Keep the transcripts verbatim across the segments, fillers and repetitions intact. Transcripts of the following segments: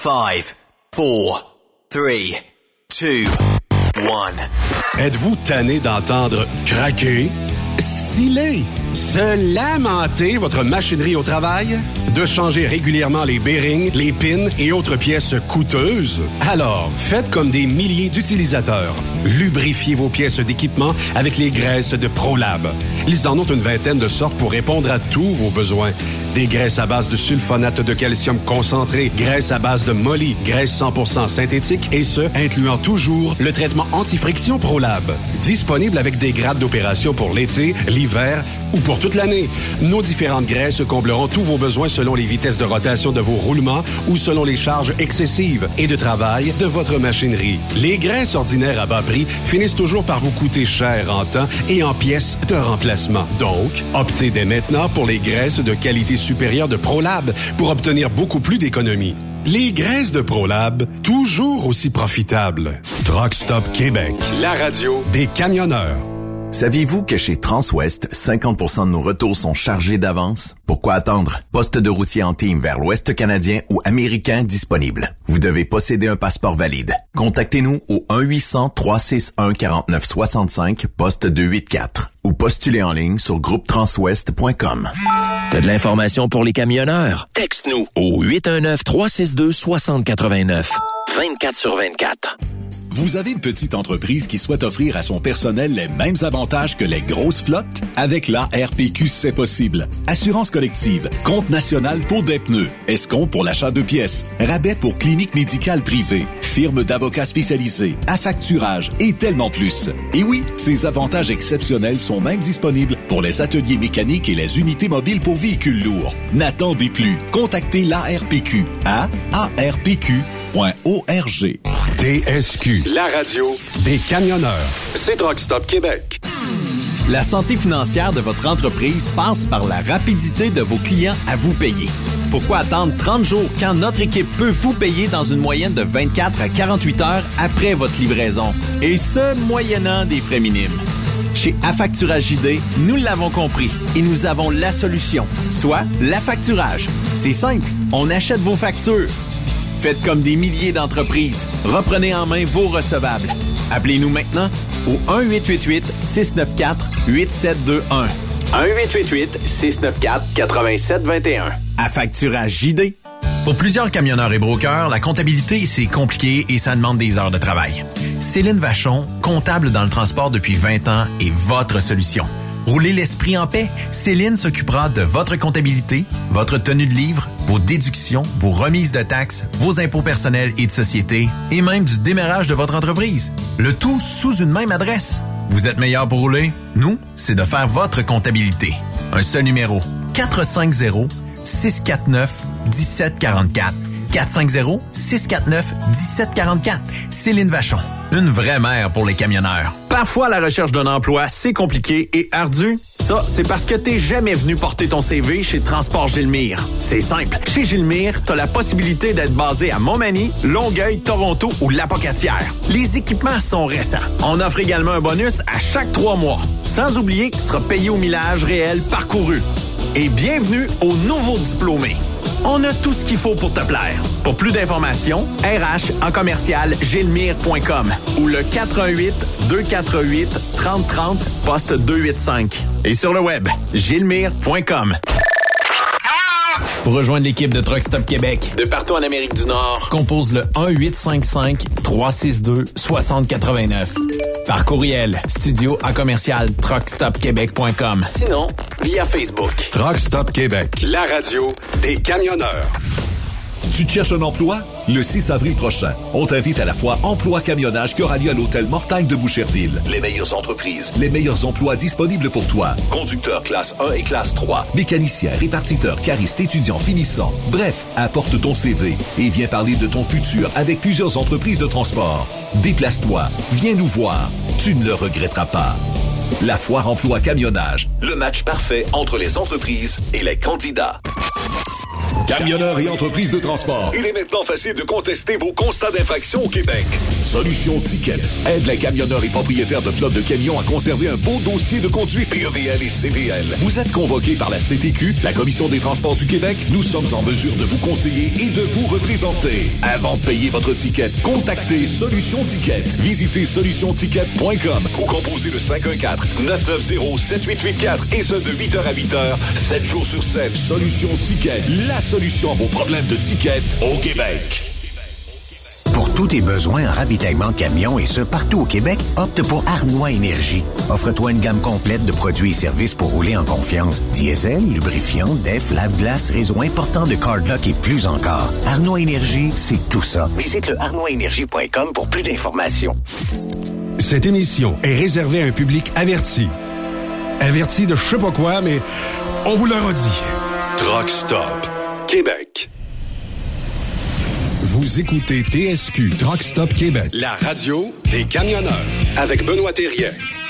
Five, four, three, two, one. Êtes-vous tanné d'entendre craquer, sciller, se lamenter votre machinerie au travail? De changer régulièrement les bearings, les pins et autres pièces coûteuses? Alors, faites comme des milliers d'utilisateurs. Lubrifiez vos pièces d'équipement avec les graisses de ProLab. Ils en ont une vingtaine de sortes pour répondre à tous vos besoins. Des graisses à base de sulfonate de calcium concentré, graisses à base de moly, graisse cent pour cent synthétique et ce, incluant toujours le traitement anti-friction ProLab. Disponible avec des grades d'opération pour l'été, l'hiver ou pour toute l'année. Nos différentes graisses combleront tous vos besoins selon les vitesses de rotation de vos roulements ou selon les charges excessives et de travail de votre machinerie. Les graisses ordinaires à bas prix finissent toujours par vous coûter cher en temps et en pièces de remplacement. Donc, optez dès maintenant pour les graisses de qualité supérieure de ProLab pour obtenir beaucoup plus d'économies. Les graisses de ProLab, toujours aussi profitables. Truck Stop Québec, la radio des camionneurs. Saviez-vous que chez Transwest, cinquante pour cent de nos retours sont chargés d'avance? Pourquoi attendre? Poste de routier en team vers l'Ouest canadien ou américain disponible. Vous devez posséder un passeport valide. Contactez-nous au un huit cents, trois six un, quatre neuf six cinq, poste deux cent quatre-vingt-quatre ou postulez en ligne sur groupe transwest point com. T'as de l'information pour les camionneurs? Texte-nous au huit un neuf, trois six deux, six zéro huit neuf. vingt-quatre sur vingt-quatre. Vous avez une petite entreprise qui souhaite offrir à son personnel les mêmes avantages que les grosses flottes? Avec l'A R P Q, c'est possible. Assurance collective, compte national pour des pneus, escompte pour l'achat de pièces, rabais pour clinique médicale privée, firme d'avocats spécialisés, affacturage et tellement plus. Et oui, ces avantages exceptionnels sont même disponibles pour les ateliers mécaniques et les unités mobiles pour véhicules lourds. N'attendez plus. Contactez l'A R P Q à a r p q point org. T S Q, la radio des camionneurs. C'est Truck Stop Québec. La santé financière de votre entreprise passe par la rapidité de vos clients à vous payer. Pourquoi attendre trente jours quand notre équipe peut vous payer dans une moyenne de vingt-quatre à quarante-huit heures après votre livraison? Et ce, moyennant des frais minimes. Chez Affacturage J D, nous l'avons compris et nous avons la solution, soit l'affacturage. C'est simple, on achète vos factures. Faites comme des milliers d'entreprises. Reprenez en main vos recevables. Appelez-nous maintenant au un huit huit huit, six neuf quatre, huit sept deux un. un huit huit huit, six neuf quatre, huit sept deux un. Affacturage J D. Pour plusieurs camionneurs et brokers, la comptabilité, c'est compliqué et ça demande des heures de travail. Céline Vachon, comptable dans le transport depuis vingt ans, est votre solution. Roulez l'esprit en paix. Céline s'occupera de votre comptabilité, votre tenue de livre, vos déductions, vos remises de taxes, vos impôts personnels et de société, et même du démarrage de votre entreprise. Le tout sous une même adresse. Vous êtes meilleur pour rouler? Nous, c'est de faire votre comptabilité. Un seul numéro. quatre cinq zéro, six quatre neuf, un sept quatre quatre. quatre cinq zéro, six quatre neuf, un sept quatre quatre. Céline Vachon. Une vraie mère pour les camionneurs. Parfois, la recherche d'un emploi, c'est compliqué et ardu. Ça, c'est parce que t'es jamais venu porter ton C V chez Transport Gilmire. C'est simple. Chez Gilmire, t'as la possibilité d'être basé à Montmagny, Longueuil, Toronto ou Lapocatière. Les équipements sont récents. On offre également un bonus à chaque trois mois. Sans oublier que tu seras payé au millage réel parcouru. Et bienvenue aux nouveaux diplômés. On a tout ce qu'il faut pour te plaire. Pour plus d'informations, R H en commercial gilmire point com ou le quatre un huit, deux quatre huit, trente trente, poste deux cent quatre-vingt-cinq. Et sur le web, gilmire point com. Pour rejoindre l'équipe de Truck Stop Québec, De partout en Amérique du Nord, compose le un huit cinq cinq, trois six deux, six zéro huit neuf. Par courriel, studio à commercial truck stop québec point com. sinon, via Facebook. Truck Stop Québec, la radio des camionneurs. Tu te cherches un emploi? Le six avril prochain, on t'invite à la foire Emploi Camionnage qui aura lieu à l'hôtel Mortagne de Boucherville. Les meilleures entreprises, les meilleurs emplois disponibles pour toi. Conducteur classe un et classe trois, mécanicien, répartiteur, cariste, étudiant, finissant. Bref, apporte ton C V et viens parler de ton futur avec plusieurs entreprises de transport. Déplace-toi, viens nous voir. Tu ne le regretteras pas. La foire Emploi Camionnage, le match parfait entre les entreprises et les candidats. Camionneurs et entreprises de transport, il est maintenant facile de contester vos constats d'infraction au Québec. Solution Ticket aide les camionneurs et propriétaires de flottes de camions à conserver un beau dossier de conduite P E V L et C V L. Vous êtes convoqué par la C T Q, la Commission des transports du Québec. Nous sommes en mesure de vous conseiller et de vous représenter. Avant de payer votre ticket, contactez Solution Ticket. Visitez solution ticket point com ou composez le cinq un quatre, neuf neuf zéro, sept huit huit quatre et ce de huit heures à huit heures, sept jours sur sept. Solution Ticket, la solution à vos problèmes de ticket au Québec. Pour tous tes besoins en ravitaillement de camions et ce, partout au Québec, opte pour Arnois Énergie. Offre-toi une gamme complète de produits et services pour rouler en confiance. Diesel, lubrifiant, def, lave-glace, réseau important de cardlock et plus encore. Arnois Énergie, c'est tout ça. Visite le arnois énergie point com pour plus d'informations. Cette émission est réservée à un public averti. Averti de je sais pas quoi, mais on vous le redit. Truck Stop Québec. Vous écoutez T S Q Truck Stop Québec, la radio des camionneurs avec Benoît Thérien.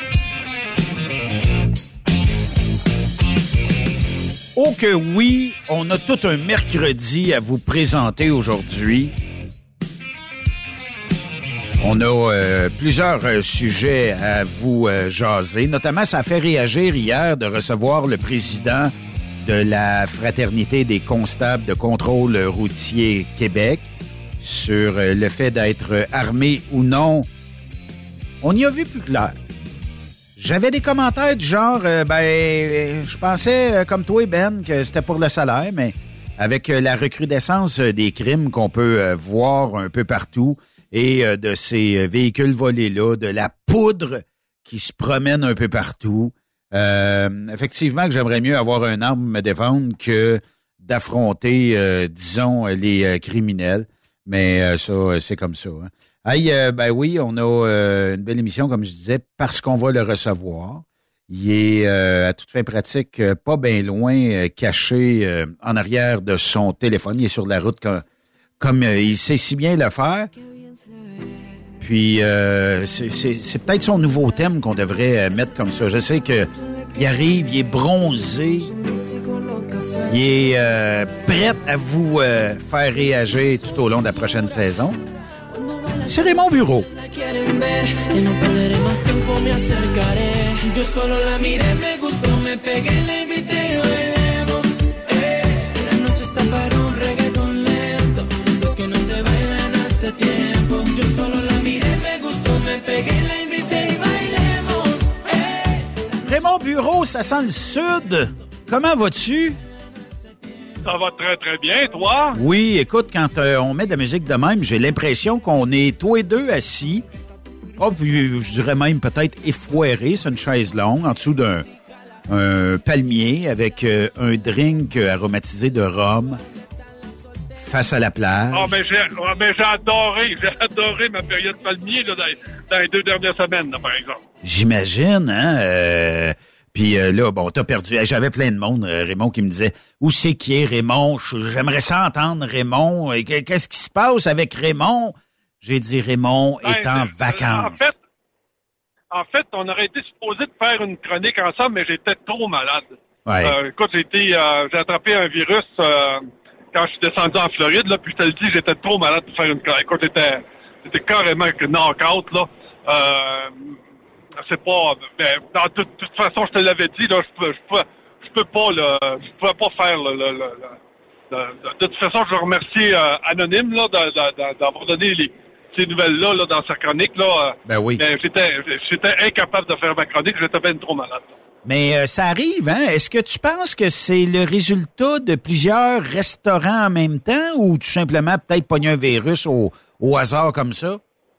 Oh que oui, on a tout un mercredi à vous présenter aujourd'hui. On a euh, plusieurs euh, sujets à vous euh, jaser. Notamment, ça a fait réagir hier de recevoir le président de la Fraternité des constables de contrôle routier Québec sur euh, le fait d'être armé ou non. On y a vu plus clair. J'avais des commentaires du genre, euh, ben, je pensais, euh, comme toi, Ben, que c'était pour le salaire, mais avec euh, la recrudescence euh, des crimes qu'on peut euh, voir un peu partout, et euh, de ces véhicules volés-là, de la poudre qui se promène un peu partout. Euh, effectivement, que j'aimerais mieux avoir un arme me défendre que d'affronter, euh, disons, les euh, criminels. Mais euh, ça, c'est comme ça. Hein. Hey, euh, ben oui, on a euh, une belle émission, comme je disais, parce qu'on va le recevoir. Il est, euh, à toute fin pratique, euh, pas bien loin, euh, caché euh, en arrière de son téléphone. Il est sur la route comme, comme euh, il sait si bien le faire. Puis, euh, c'est, c'est, c'est peut-être son nouveau thème qu'on devrait euh, mettre comme ça. Je sais que il arrive, il est bronzé, il est euh, prêt à vous euh, faire réagir tout au long de la prochaine saison. C'est Raymond Bureau. Raymond Bureau, ça sent le sud. Comment vas-tu? Ça va très, très bien, toi? Oui, écoute, quand euh, on met de la musique de même, j'ai l'impression qu'on est tous les deux assis. Oh, puis je dirais même peut-être effoirés sur une chaise longue, en dessous d'un un palmier avec euh, un drink aromatisé de rhum face à la plage. Ah, mais j'ai, ah, mais j'ai adoré, j'ai adoré ma période palmier là, dans, dans les deux dernières semaines, là, par exemple. J'imagine, hein? Euh, Puis euh, là, bon, t'as perdu. J'avais plein de monde, euh, Raymond, qui me disait « Où c'est qui est Raymond? J'aimerais ça entendre Raymond. Qu'est-ce qui se passe avec Raymond? » J'ai dit « Raymond ben, est en vacances. » En fait, en fait, on aurait été supposé de faire une chronique ensemble, mais j'étais trop malade. Ouais. Euh, écoute, j'ai été, euh, j'ai attrapé un virus euh, quand je suis descendu en Floride, là, puis je te le dis, j'étais trop malade pour faire une chronique. Écoute, j'étais, j'étais carrément un knock-out, là. Euh, c'est pas, ben, dans toute, toute façon, je te l'avais dit, là, je peux, je peux, je peux pas, là, je pouvais pas faire, là, là, là, là, de, de toute façon, je veux remercier euh, Anonyme, là, d'avoir donné les, ces nouvelles-là, là, dans sa chronique, là. Ben oui. Ben, j'étais, j'étais incapable de faire ma chronique, j'étais bien trop malade. Mais euh, ça arrive, hein? Est-ce que tu penses que c'est le résultat de plusieurs restaurants en même temps ou tout simplement peut-être pogner un virus au, au hasard comme ça?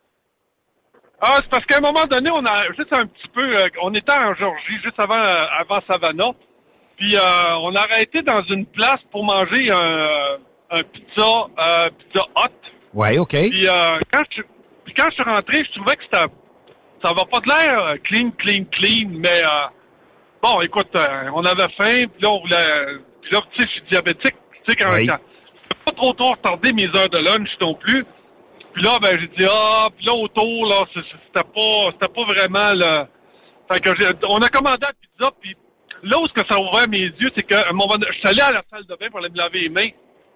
Ah, c'est parce qu'à un moment donné, on a juste un petit peu, euh, on était en Georgie, juste avant, euh, avant Savannah, puis euh, on a arrêté dans une place pour manger un, un pizza, euh, pizza hot. Ouais, ok. Puis euh, quand je, puis quand je suis rentré, je trouvais que c'était, ça va pas de l'air euh, clean, clean, clean, mais euh, bon, écoute, euh, on avait faim, puis là on voulait, puis là, tu sais, je suis diabétique, tu sais, quand, oui. quand je peux pas trop tôt retarder mes heures de lunch non plus. Puis là, ben, j'ai dit, ah, puis là, autour, là, c'était pas, c'était pas vraiment le... Fait que j'ai, on a commandé la pizza, puis là où ce que ça a ouvert mes yeux, c'est qu'à un moment donné, je suis allé à la salle de bain pour aller me laver les mains,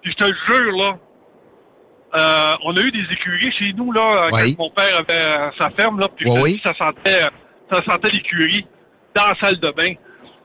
Puis je te le jure, là, euh, on a eu des écuries chez nous, là, oui. quand mon père avait sa ferme, là, puis oui, je te oui. dis, ça sentait, ça sentait l'écurie dans la salle de bain.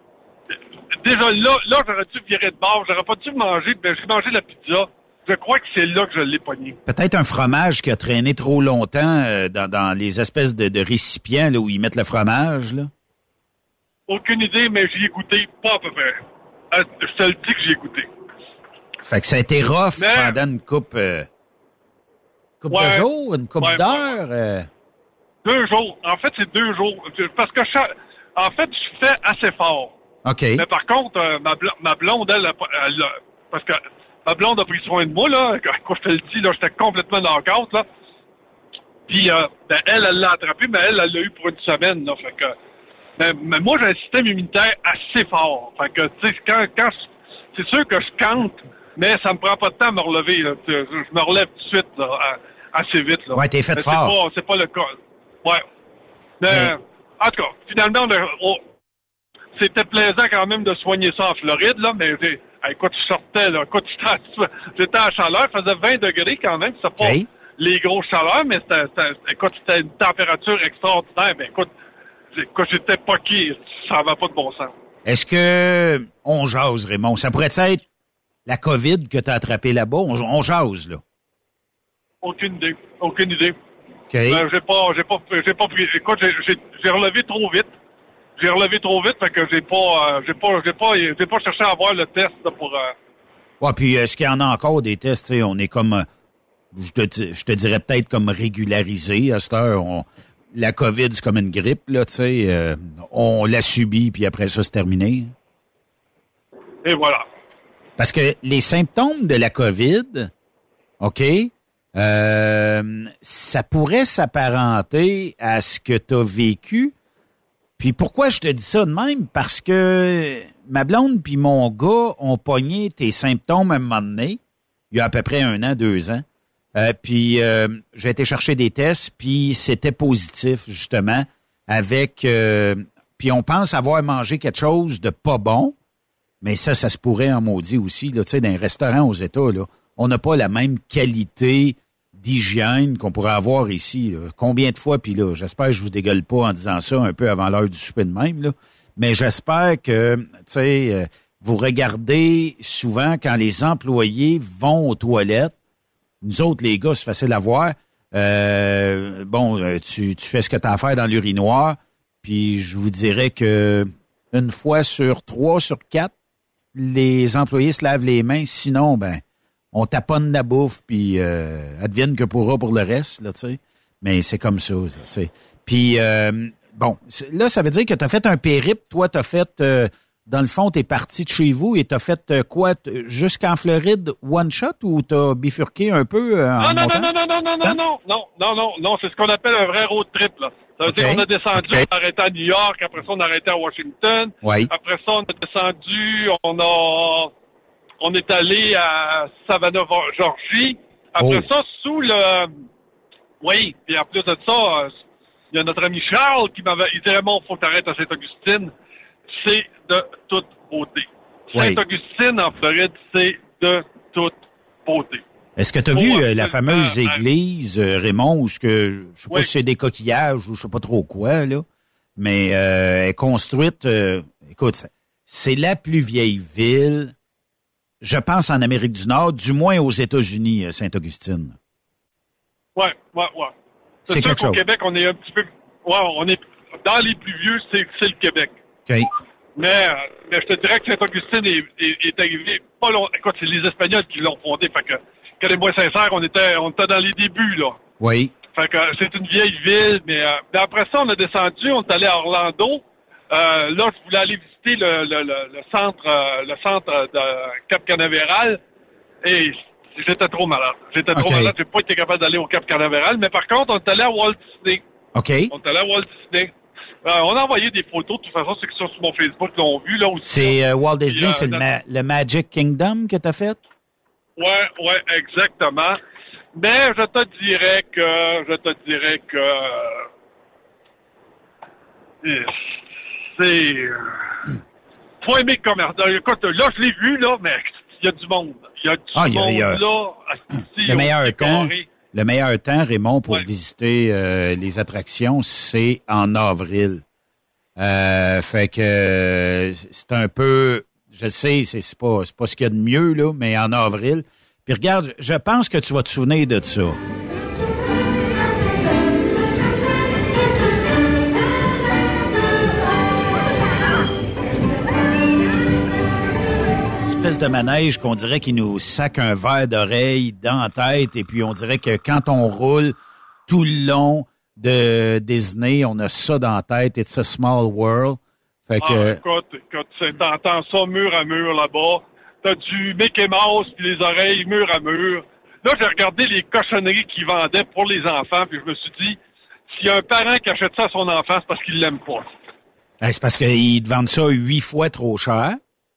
Déjà là, là, j'aurais dû virer de bord, j'aurais pas dû manger, ben j'ai mangé la pizza. Je crois que c'est là que je l'ai pogné. Peut-être un fromage qui a traîné trop longtemps euh, dans, dans les espèces de, de récipients là, où ils mettent le fromage, là. Aucune idée, mais j'y ai goûté, pas à peu près. Euh, je te le dis que j'y ai goûté. Fait que ça a été rough mais... pendant une coupe, euh, coupe ouais. de jours, une coupe ouais, d'heures. Ouais. Euh... Deux jours. En fait, c'est deux jours. Parce que je, en fait, je fais assez fort. OK. Mais par contre, euh, ma, bl- ma blonde, elle, elle, elle, parce que ma blonde a pris soin de moi, là, quand je te le dis, là, j'étais complètement knock-out, là. Puis, euh, ben, elle, elle l'a attrapé, mais elle, elle l'a eu pour une semaine, là. Fait que, mais, mais moi, j'ai un système immunitaire assez fort. Fait que, tu sais, quand, quand je, c'est sûr que je cante, mais ça me prend pas de temps à me relever, là. Je, je me relève tout de suite, là, assez vite, là. Ouais, t'es fait mais fort. C'est pas, c'est pas le cas. Ouais. Mais, mais... en tout cas, finalement, on a, on, c'était plaisant quand même de soigner ça en Floride, là, mais écoute, je sortais, là, écoute, j'étais, j'étais en chaleur, il faisait vingt degrés quand même, c'est pas okay. les grosses chaleurs, mais c'était, c'était, écoute, c'était une température extraordinaire, mais écoute, écoute j'étais poqué, ça va pas de bon sens. Est-ce que, on jase, Raymond, ça pourrait être la COVID que tu as attrapé là-bas? On, on jase, là. Aucune idée, aucune idée. OK. Ben, j'ai pas, j'ai pas, j'ai pas pris, écoute, j'ai, j'ai, j'ai relevé trop vite. J'ai relevé trop vite, fait que j'ai pas, euh, j'ai pas, j'ai pas, j'ai pas cherché à avoir le test là, pour. Euh... Ouais, puis est-ce qu'il y en a encore des tests? T'sais, on est comme, euh, je te, je te dirais peut-être comme régularisé à cette heure. On, la COVID, c'est comme une grippe là, tu sais, euh, on la subit puis après ça, c'est terminé. Et voilà. Parce que les symptômes de la COVID, ok, euh, ça pourrait s'apparenter à ce que tu as vécu. Puis pourquoi je te dis ça de même? Parce que ma blonde puis mon gars ont pogné tes symptômes à un moment donné, il y a à peu près un an, deux ans. Euh, puis euh, j'ai été chercher des tests, puis c'était positif, justement, avec... Euh, puis on pense avoir mangé quelque chose de pas bon, mais ça, ça se pourrait en maudit aussi. Là, tu sais, dans un restaurant aux États, là, on n'a pas la même qualité d'hygiène qu'on pourrait avoir ici. Là. Combien de fois, puis là, j'espère que je vous dégueule pas en disant ça un peu avant l'heure du souper de même, là. Mais j'espère que, tu sais, euh, vous regardez souvent quand les employés vont aux toilettes. Nous autres, les gars, c'est facile à voir. Euh, bon, tu, tu fais ce que tu as à faire dans l'urinoir, puis je vous dirais que une fois sur trois, sur quatre, les employés se lavent les mains. Sinon, ben, on taponne la bouffe, puis euh, advienne que pourra pour le reste, là, tu sais. Mais c'est comme ça, tu sais. Puis, euh, bon, là, ça veut dire que tu as fait un périple. Toi, tu as fait, euh, dans le fond, tu es parti de chez vous et tu as fait euh, quoi, jusqu'en Floride, one shot, ou tu as bifurqué un peu euh, en non, non, montant? non, non, non, non, non, non, non, non, non, non, c'est ce qu'on appelle un vrai road trip, là. Ça veut okay. dire qu'on a descendu, okay. on a arrêté à New York, après ça, on a arrêté à Washington. Oui. Après ça, on a descendu, on a... On est allé à Savannah, Georgie. Après oh. ça, sous le... Oui, puis en plus de ça, il y a notre ami Charles qui m'avait... Il disait, bon, faut t'arrêter à Sainte-Augustine. C'est de toute beauté. Oui. Sainte-Augustine, en Floride, c'est de toute beauté. Est-ce que tu as vu euh, la fameuse église, euh, Raymond, où ce que, je sais pas oui. si c'est des coquillages ou je sais pas trop quoi, là, mais euh, elle est construite... Euh, écoute, c'est la plus vieille ville... Je pense en Amérique du Nord, du moins aux États-Unis, Sainte-Augustine. Ouais, ouais, ouais. C'est, c'est sûr quelque qu'au chose. Québec, on est un petit peu... Ouais, on est... Dans les plus vieux, c'est, c'est le Québec. OK. Mais, mais je te dirais que Sainte-Augustine est, est, est arrivé pas long... Écoute, c'est les Espagnols qui l'ont fondé. Fait que, quand les moins sincères, on était, on était dans les débuts, là. Oui. Fait que c'est une vieille ville, mais, euh, mais après ça, on a descendu, on est allé à Orlando. Euh, là, je voulais aller visiter le, le, le, le centre euh, le centre de Cap Canaveral et j'étais trop malade. J'étais trop okay. malade, j'ai pas été capable d'aller au Cap Canaveral, mais par contre, on est allé à Walt Disney. OK. On est allé à Walt Disney. Euh, on a envoyé des photos, de toute façon, ceux qui sont sur mon Facebook l'ont vu, là aussi. C'est euh, Walt Disney, Puis, euh, c'est dans... le, ma- le Magic Kingdom que t'as fait? Ouais, ouais, exactement. Mais je te dirais que, je te dirais que, euh, c'est, faut aimer le commerce. Écoute, là, je l'ai vu, là, mais il y a du monde. Il Il y a du ah, monde y a, y a... là. Le meilleur temps, le meilleur temps, Raymond, pour ouais. visiter euh, les attractions, c'est en avril. Euh, fait que c'est un peu, je sais, c'est, c'est pas, c'est pas ce qu'il y a de mieux là, mais en avril. Puis regarde, je pense que tu vas te souvenir de ça. Espèce de manège qu'on dirait qu'il nous sac un verre d'oreille dans la tête et puis on dirait que quand on roule tout le long de Disney, on a ça dans la tête. It's a small world. Fait que... Ah, écoute, écoute, t'entends ça mur à mur là-bas. T'as du Mickey Mouse puis les oreilles mur à mur. Là, j'ai regardé les cochonneries qu'ils vendaient pour les enfants puis je me suis dit, s'il y a un parent qui achète ça à son enfant, c'est parce qu'il l'aime pas. Ben, c'est parce qu'ils te vendent ça huit fois trop cher.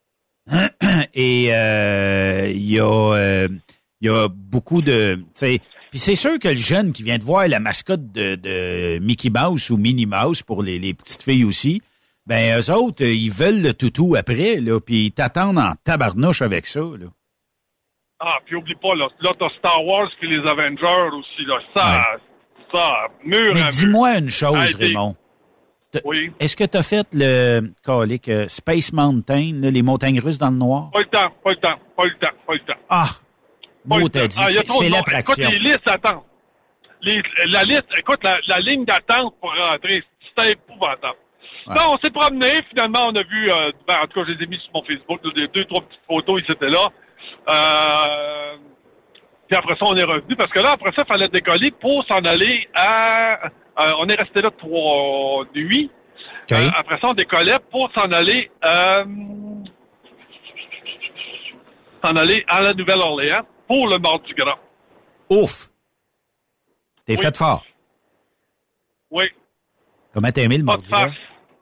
Et euh, il y a euh, il y a beaucoup de, tu sais, puis c'est sûr que le jeune qui vient de voir la mascotte de, de Mickey Mouse ou Minnie Mouse pour les, les petites filles aussi, ben eux autres ils veulent le toutou après là, puis ils t'attendent en tabarnouche avec ça là. Ah, puis oublie pas là, là t'as Star Wars puis les Avengers aussi là, ça, ouais. ça, mur Mais à dis-moi mur. une chose, hey, Raymond. T'es... Oui. Est-ce que tu as fait le colique euh, Space Mountain, là, les montagnes russes dans le noir? Pas le temps, pas le temps, pas le temps, pas le temps. Ah, bon, t'as dit, ah, c'est, c'est l'attraction. Écoute, les listes d'attente. Les, la liste, écoute, la, la ligne d'attente pour rentrer, c'était épouvantable. Ouais. Non, on s'est promené, finalement, on a vu, euh, ben, en tout cas, je les ai mis sur mon Facebook, là, des deux, trois petites photos, ils étaient là. Euh, puis après ça, on est revenu, parce que là, après ça, il fallait décoller pour s'en aller à... Euh, on est resté là trois nuits. Okay. Euh, après ça, on décollait pour s'en aller... Euh, s'en aller à la Nouvelle-Orléans pour le Mardi Gras. Ouf! T'es oui. fait fort. Oui. Comment t'as aimé le Mardi Gras?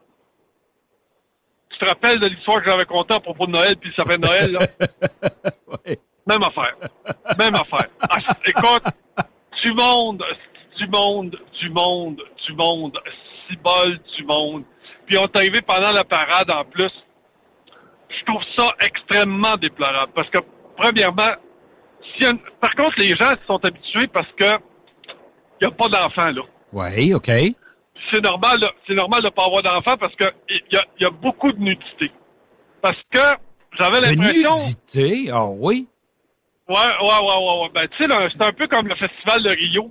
Tu te rappelles de l'histoire que j'avais contée à propos de Noël, puis ça fait Noël, là? Oui. Même affaire. Même affaire. Ah, écoute, du monde, du monde, du monde, du monde, cibole du monde. Puis on est arrivé pendant la parade en plus. Je trouve ça extrêmement déplorable. Parce que, premièrement, s'il y a une... par contre, les gens sont habitués parce que il n'y a pas d'enfants, là. Oui, OK. C'est normal, là, c'est normal de ne pas avoir d'enfants parce que il y a, y a beaucoup de nudité. Parce que j'avais l'impression... De nudité? Ah oh, oui? Ouais, ouais, ouais, ouais, ouais. Ben, tu sais, là, c'est un peu comme le festival de Rio.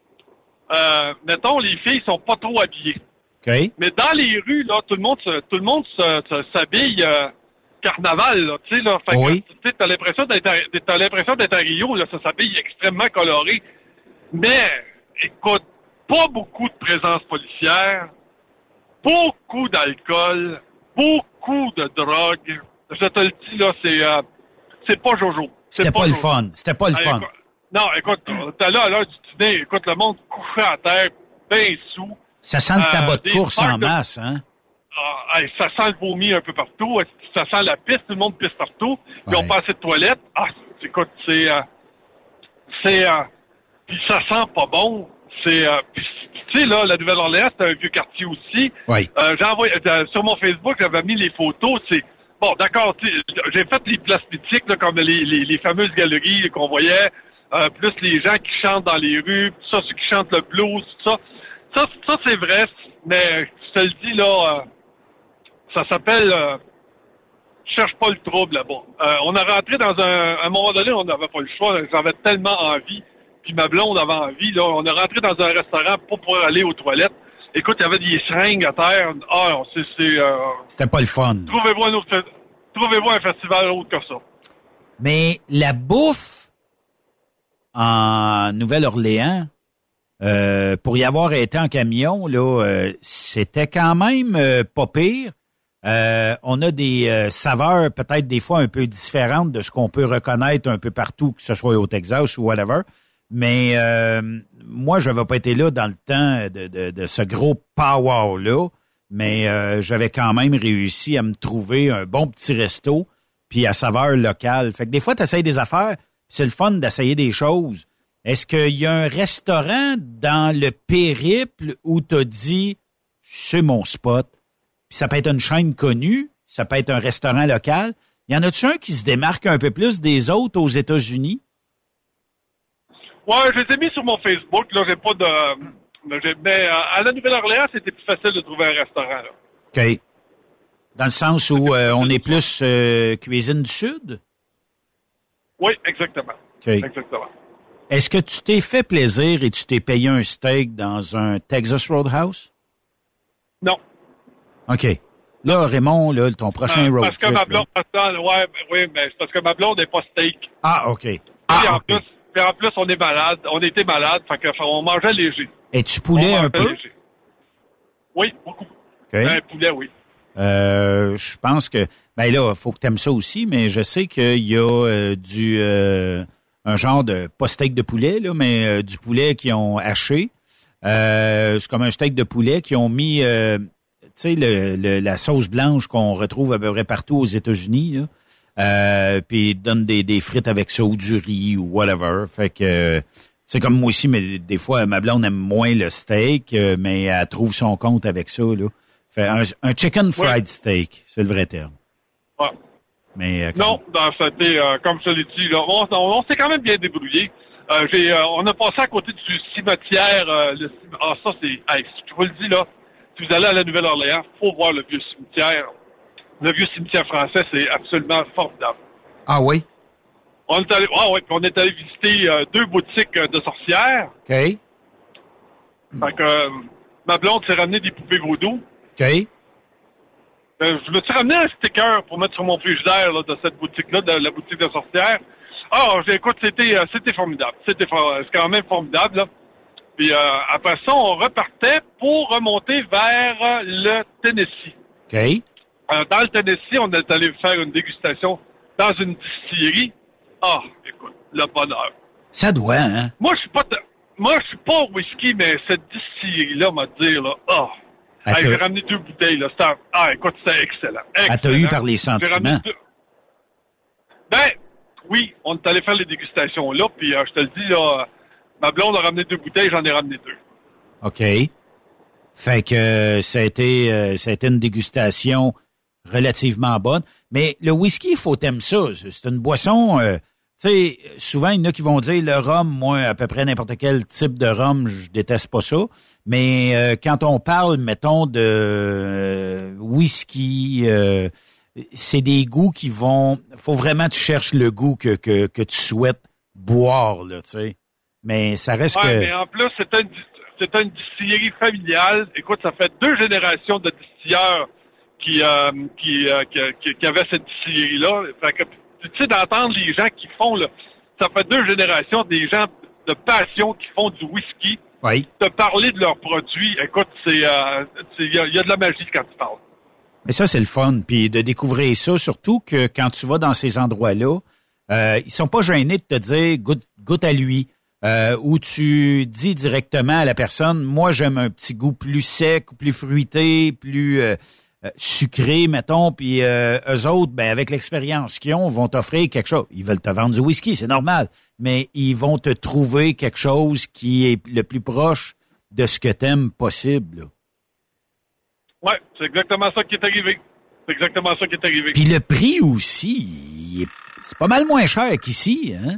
Euh, mettons, les filles sont pas trop habillées. OK. Mais dans les rues, là, tout le monde se, tout le monde se, se, s'habille euh, carnaval, là, tu sais, là. Fait oui. que, tu sais, t'as l'impression d'être à, t'as l'impression d'être à Rio, là, ça s'habille extrêmement coloré. Mais, écoute, pas beaucoup de présence policière, beaucoup d'alcool, beaucoup de drogue. Je te le dis, là, c'est, euh, c'est pas Jojo. C'était pas, pas le fun. C'était pas le ah, fun. Écoute, non, écoute, t'es là à l'heure du dîner, écoute, le monde couché à terre, bien sous. Ça sent le tabac de euh, course en de... masse, hein? Ah, ça sent le vomi un peu partout. Ça sent la piste, tout le monde pisse partout. Puis ouais. On passe de toilette. Ah, écoute, c'est... Euh, c'est... Euh, puis ça sent pas bon. C'est... Euh, puis, tu sais, là, la Nouvelle-Orléans, c'est un vieux quartier aussi. Oui. Euh, j'ai envoyé... Euh, sur mon Facebook, j'avais mis les photos. C'est... Bon, d'accord, j'ai fait les places mythiques, là, comme les, les, les fameuses galeries qu'on voyait, euh, plus les gens qui chantent dans les rues, tout ça, ceux qui chantent le blues, tout ça. Ça, ça c'est vrai, mais je te le dis, là, euh, ça s'appelle euh, « Cherche pas le trouble là-bas euh, ». On a rentré dans un... À un moment donné, on n'avait pas le choix, j'avais tellement envie, puis ma blonde avait envie, là, on est rentré dans un restaurant pour pouvoir aller aux toilettes. Écoute, il y avait des seringues à terre. Ah, non, c'est... c'est euh, C'était pas le fun. Trouvez-vous un autre... Trouvez-vous un festival autre que ça. Mais la bouffe en Nouvelle-Orléans, euh, pour y avoir été en camion, là, euh, c'était quand même euh, pas pire. Euh, on a des euh, saveurs peut-être des fois un peu différentes de ce qu'on peut reconnaître un peu partout, que ce soit au Texas ou whatever. Mais euh, moi, je n'avais pas été là dans le temps de, de, de ce gros power-là, mais euh, j'avais quand même réussi à me trouver un bon petit resto puis à saveur locale. Fait que des fois, tu essayes des affaires, c'est le fun d'essayer des choses. Est-ce qu'il y a un restaurant dans le périple où tu as dit « c'est mon spot », puis ça peut être une chaîne connue, ça peut être un restaurant local. y en a-tu un qui se démarque un peu plus des autres aux États-Unis? Ouais, je les ai mis sur mon Facebook. Là, j'ai pas de... Mais, j'ai... mais euh, à la Nouvelle-Orléans, c'était plus facile de trouver un restaurant. Là. OK. Dans le sens où euh, on est plus euh, cuisine du Sud? Oui, exactement. OK. Exactement. Est-ce que tu t'es fait plaisir et tu t'es payé un steak dans un Texas Roadhouse? Non. OK. Là, Raymond, là, ton prochain euh, road parce que trip... ma blonde... Là, ouais, oui, mais c'est parce que ma blonde n'est pas steak. Ah, OK. Ah, Ah, en okay. plus, puis en plus, on est malade. On était malade, fait qu'on mangeait léger. Es-tu poulet un peu? Léger. Oui, beaucoup. OK. Un poulet, oui. Euh, je pense que... Ben là, il faut que tu aimes ça aussi, mais je sais qu'il y a euh, du... Euh, un genre de... Pas steak de poulet, là, mais euh, du poulet qu'ils ont haché. Euh, c'est comme un steak de poulet qu'ils ont mis... Euh, tu sais, le, le, la sauce blanche qu'on retrouve à peu près partout aux États-Unis, là. Euh, puis ils donnent des, des frites avec ça ou du riz ou whatever. Fait que c'est comme moi aussi, mais des fois, ma blonde aime moins le steak, euh, mais elle trouve son compte avec ça, là. Fait un, un chicken fried ouais. steak, c'est le vrai terme. Ouais. Mais euh, non, dans c'était euh, comme je l'ai dit, là, on, on, on s'est quand même bien débrouillé. Euh, j'ai, euh, on a passé à côté du cimetière. Euh, le, ah, ça c'est, hey, je vous le dis là, si vous allez à la Nouvelle-Orléans, faut voir le vieux cimetière. Le vieux cimetière français, c'est absolument formidable. Ah oui? On est allé, ah oui, puis on est allé visiter euh, deux boutiques euh, de sorcières. OK. Fait que euh, ma blonde s'est ramené des poupées vaudou. OK. Euh, je me suis ramené un sticker pour mettre sur mon frigidaire là, de cette boutique-là, de la boutique de sorcières. Ah, écoute, c'était, euh, c'était formidable. C'était for- c'est quand même formidable, là. Puis euh, après ça, on repartait pour remonter vers euh, le Tennessee. OK. Euh, dans le Tennessee, on est allé faire une dégustation dans une distillerie. Ah, écoute, le bonheur. Ça doit, hein? Moi, je suis pas, t- moi, je suis pas whisky, mais cette distillerie-là m'a dit, là, ah. Oh. Hey, j'ai ramené deux bouteilles, là. C'était, ah, écoute, c'était excellent. excellent. Elle t'a eu par les sentiments. Deux... Ben, oui, on est allé faire les dégustations là, puis euh, je te le dis, là, ma blonde a ramené deux bouteilles, j'en ai ramené deux. OK. Fait que euh, ça a été, euh, ça a été une dégustation relativement bonne. Mais le whisky, il faut t'aimer ça. C'est une boisson, euh, tu sais, souvent, il y en a qui vont dire le rhum, moi, à peu près n'importe quel type de rhum, je déteste pas ça. Mais euh, quand on parle, mettons, de euh, whisky, euh, c'est des goûts qui vont... faut vraiment que tu cherches le goût que, que, que tu souhaites boire, là, tu sais. Mais ça reste ouais, que... mais en plus, c'est une, c'est une distillerie familiale. Écoute, ça fait deux générations de distilleurs qui, euh, qui, euh, qui, qui avaient cette distillerie-là. Fait que, tu sais, d'entendre les gens qui font, là, ça fait deux générations des gens de passion qui font du whisky. Oui. De parler de leurs produits, écoute, c'est, il euh, y, a, y a de la magie quand tu parles. Mais ça, c'est le fun. Puis de découvrir ça, surtout que quand tu vas dans ces endroits-là, euh, ils sont pas gênés de te dire goûte, goûte à lui. Euh, où tu dis directement à la personne, moi, j'aime un petit goût plus sec, plus fruité, plus euh, euh, sucré, mettons. Puis euh, eux autres, ben avec l'expérience qu'ils ont, vont t'offrir quelque chose. Ils veulent te vendre du whisky, c'est normal. Mais ils vont te trouver quelque chose qui est le plus proche de ce que t'aimes possible, là. Ouais, c'est exactement ça qui est arrivé. C'est exactement ça qui est arrivé. Puis le prix aussi, il est, c'est pas mal moins cher qu'ici, hein?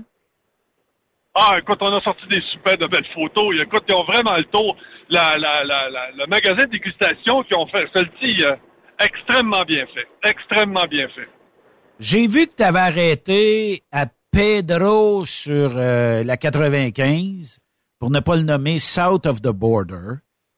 Ah, écoute, on a sorti des super de belles photos. Écoute, ils ont vraiment le tour. La, la, la, la, le magasin de dégustation qu'ils ont fait, je te le dis, euh, extrêmement bien fait. Extrêmement bien fait. J'ai vu que tu avais arrêté à Pedro sur euh, la quatre-vingt-quinze, pour ne pas le nommer South of the Border.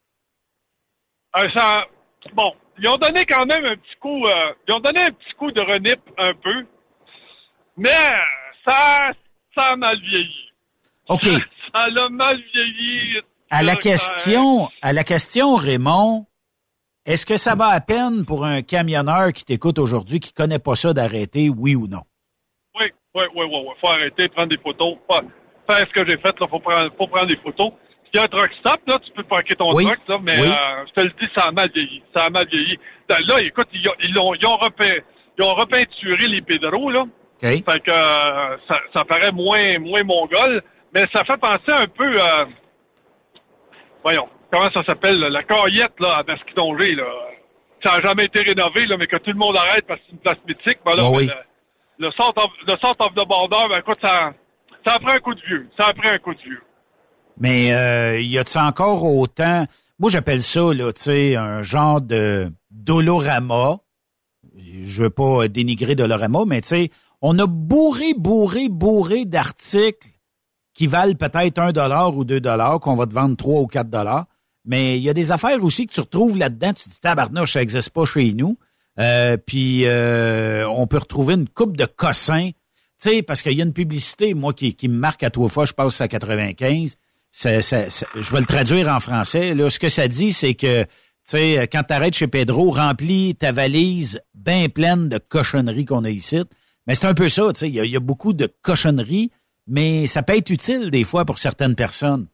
Euh, ça, bon, ils ont donné quand même un petit coup, euh, ils ont donné un petit coup de renip un peu, mais ça, ça a mal vieilli. OK. Ça, ça l'a mal vieilli. À la question, à la question, Raymond, est-ce que ça va à peine pour un camionneur qui t'écoute aujourd'hui, qui connaît pas ça, d'arrêter, oui ou non? Oui, oui, oui, oui, oui. Faut arrêter, prendre des photos, faire ce que j'ai fait, là, faut prendre, faut prendre des photos. Il y a un truck stop, là, tu peux parquer ton oui. truck, là, mais oui. euh, je te le dis, ça a mal vieilli. Ça a mal vieilli. Là, écoute, ils ont, ils ont, ils ont, repeint, ils ont repeinturé les pédros, là. Okay. Fait que euh, ça, ça paraît moins, moins mongol, mais ça fait penser un peu, euh, voyons, comment ça s'appelle, là, la Caillette, là, à Masquitongé, là. Ça n'a jamais été rénové, là, mais que tout le monde arrête parce que c'est une place mythique. Ben là, oh oui. le, le salt of, le salt of the border, ben écoute, ça, ça a pris un coup de vieux. Ça a pris un coup de vieux. Mais euh, y a-t-il encore autant... Moi, j'appelle ça, là, tu sais, un genre de Dolorama. Je veux pas dénigrer Dolorama, mais tu sais, on a bourré, bourré, bourré d'articles qui valent peut-être un dollar ou deux dollars, qu'on va te vendre trois ou quatre dollars. Mais il y a des affaires aussi que tu retrouves là-dedans. Tu te dis, tabarnouche, ça n'existe pas chez nous. Euh, puis euh, on peut retrouver une coupe de cossins. Tu sais, parce qu'il y a une publicité, moi, qui, qui me marque à trois fois, je passe à quatre-vingt-quinze. C'est, c'est, c'est, je vais le traduire en français. Là, ce que ça dit, c'est que, tu sais, quand t'arrêtes chez Pedro, remplis ta valise bien pleine de cochonneries qu'on a ici. Mais c'est un peu ça, tu sais. Il y a, il y a beaucoup de cochonneries, mais ça peut être utile des fois pour certaines personnes.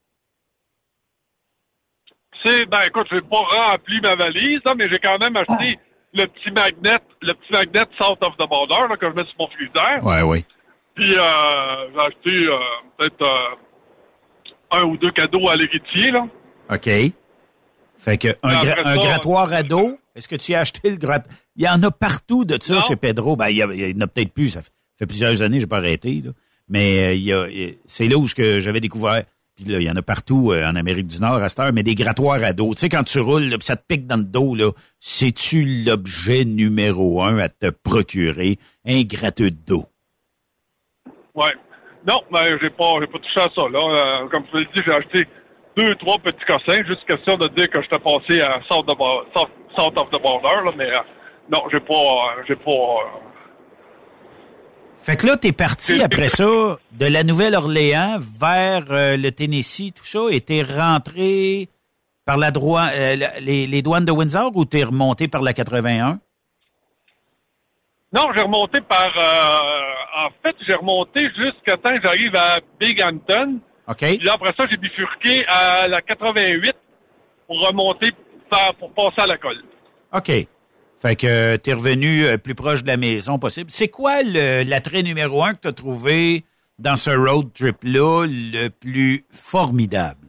C'est, ben écoute, j'ai pas rempli ma valise, là, mais j'ai quand même acheté le petit magnet, le petit magnet South of the Border, là, que je mets sur mon frigidaire. Ouais, oui. Puis euh, j'ai acheté euh, peut-être euh, un ou deux cadeaux à l'héritier, là. OK. Fait que un, gra- un grattoir à dos, est-ce que tu as acheté le grattoir? Il y en a partout de ça non. Chez Pedro. Ben, il y, a, il y en a peut-être plus. Ça fait plusieurs années, j'ai pas arrêté, là. Mais euh, il y a, c'est là où que j'avais découvert. Puis là, il y en a partout euh, en Amérique du Nord à cette heure, mais des grattoirs à dos. Tu sais, quand tu roules, là, pis ça te pique dans le dos, là, c'est-tu l'objet numéro un à te procurer? Un gratteux de dos. Ouais. Non, ben, j'ai pas, j'ai pas touché à ça, là. Euh, comme je te l'ai dit, j'ai acheté deux, trois petits cossins, juste question de dire que j'étais passé à South of, South, South of the Border, là, mais euh, non, j'ai pas, euh, j'ai pas... Euh... Fait que là, t'es parti après ça de la Nouvelle-Orléans vers euh, le Tennessee, tout ça, et t'es rentré par la droite, euh, les, les douanes de Windsor ou t'es remonté par la quatre-vingt-un? Non, j'ai remonté par... Euh, en fait, j'ai remonté jusqu'à temps que j'arrive à Binghamton. OK. Puis là, après ça, j'ai bifurqué à la quatre-vingt-huit pour remonter, par, pour passer à la colle. OK. Fait que t'es revenu plus proche de la maison possible. C'est quoi le, l'attrait numéro un que t'as trouvé dans ce road trip-là le plus formidable?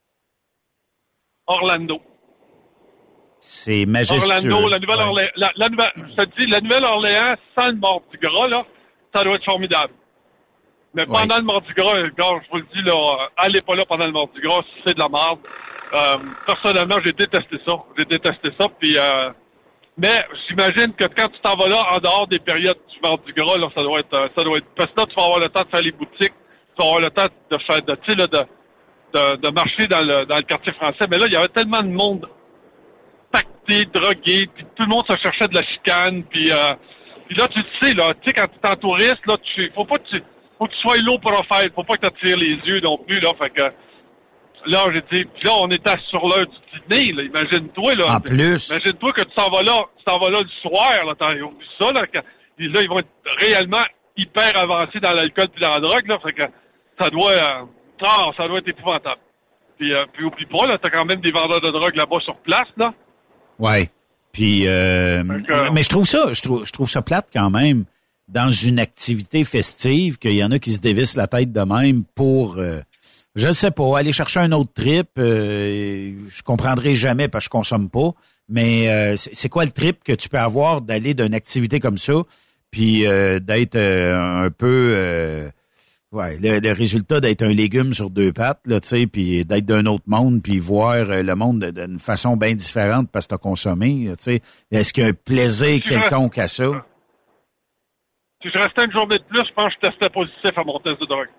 Orlando. C'est majestueux. Orlando, la Nouvelle-Orléans. Ouais. La, la, nouvelle, je te dis, la Nouvelle-Orléans sans le Mardi Gras, là, ça doit être formidable. Mais pendant ouais. le Mardi Gras, gars, je vous le dis, là, allez pas là pendant le Mardi Gras, c'est de la merde. Euh, personnellement, j'ai détesté ça. J'ai détesté ça, puis... Euh, mais j'imagine que quand tu t'en vas là, en dehors des périodes du Mardi Gras, là, ça doit être, ça doit être, parce que là, tu vas avoir le temps de faire les boutiques, tu vas avoir le temps de faire, de, tu sais, là, de, de, de marcher dans le, dans le quartier français. Mais là, il y avait tellement de monde pacté, drogué, puis tout le monde se cherchait de la chicane, puis, euh, puis là, tu sais, là, tu sais, quand tu es en touriste, là, tu, faut pas que tu, faut que tu sois low profile, faut pas que tu attires les yeux non plus, là, fait que, là, j'ai dit, puis là, on était sur l'heure du dîner, là, imagine-toi, là. En plus. Imagine-toi que tu t'en vas là, tu t'en vas là le soir, là, t'as vu ça, là, quand, puis là, ils vont être réellement hyper avancés dans l'alcool puis dans la drogue, là, fait que ça doit, euh, oh, ça doit être épouvantable. Puis, euh, puis oublie pas, là, t'as quand même des vendeurs de drogue là-bas sur place, là. Ouais. Puis, euh, que, mais je trouve ça, je trouve, je trouve ça plate quand même, dans une activité festive, qu'il y en a qui se dévissent la tête de même pour, euh, je ne sais pas, aller chercher un autre trip, euh, je comprendrai jamais parce que je consomme pas, mais euh, c'est, c'est quoi le trip que tu peux avoir d'aller d'une activité comme ça, puis euh, d'être euh, un peu, euh, ouais, le, le résultat d'être un légume sur deux pattes, là, tu sais, puis d'être d'un autre monde, puis voir le monde d'une façon bien différente parce que t'as consommé, tu sais. Est-ce qu'il y a un plaisir quelconque à ça? Si je restais une journée de plus, je pense que je testais positif à mon test de drogue.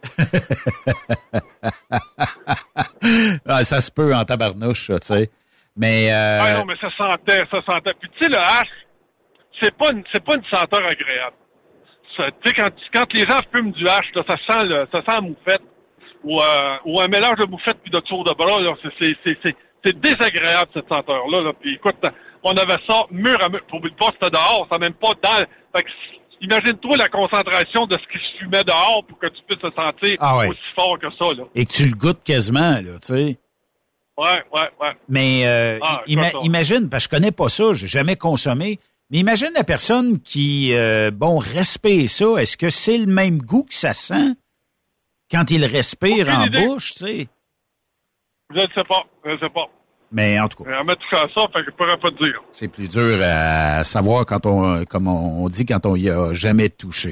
Ah, ça se peut en tabarnouche, tu sais. Mais euh... ah non, mais ça sentait, ça sentait. Puis tu sais, le hash, c'est pas une, c'est pas une senteur agréable. Tu sais, quand, quand les gens fument du hash, là, ça sent le, ça sent la moufette ou, euh, ou un mélange de moufette puis de tour de bras. Là, c'est, c'est, c'est, c'est, c'est désagréable cette senteur-là. Là. Puis écoute, on avait ça mur à mur. Pour le pas, c'était dehors, c'était même pas dans. Fait que, imagine-toi la concentration de ce qui se fumait dehors pour que tu puisses te sentir ah ouais. aussi fort que ça. Là. Et que tu le goûtes quasiment, là, tu sais. Ouais, ouais, ouais. Mais euh, ah, ima- imagine, parce que je connais pas ça, j'ai jamais consommé, mais imagine la personne qui, euh, bon, respire ça, est-ce que c'est le même goût que ça sent quand il respire Aucune en idée. Bouche, tu sais? Je ne sais pas, je ne sais pas. Mais en tout cas. On m'a touché à ça, fait que je pourrais pas te dire. C'est plus dur à savoir quand on, comme on dit, quand on y a jamais touché.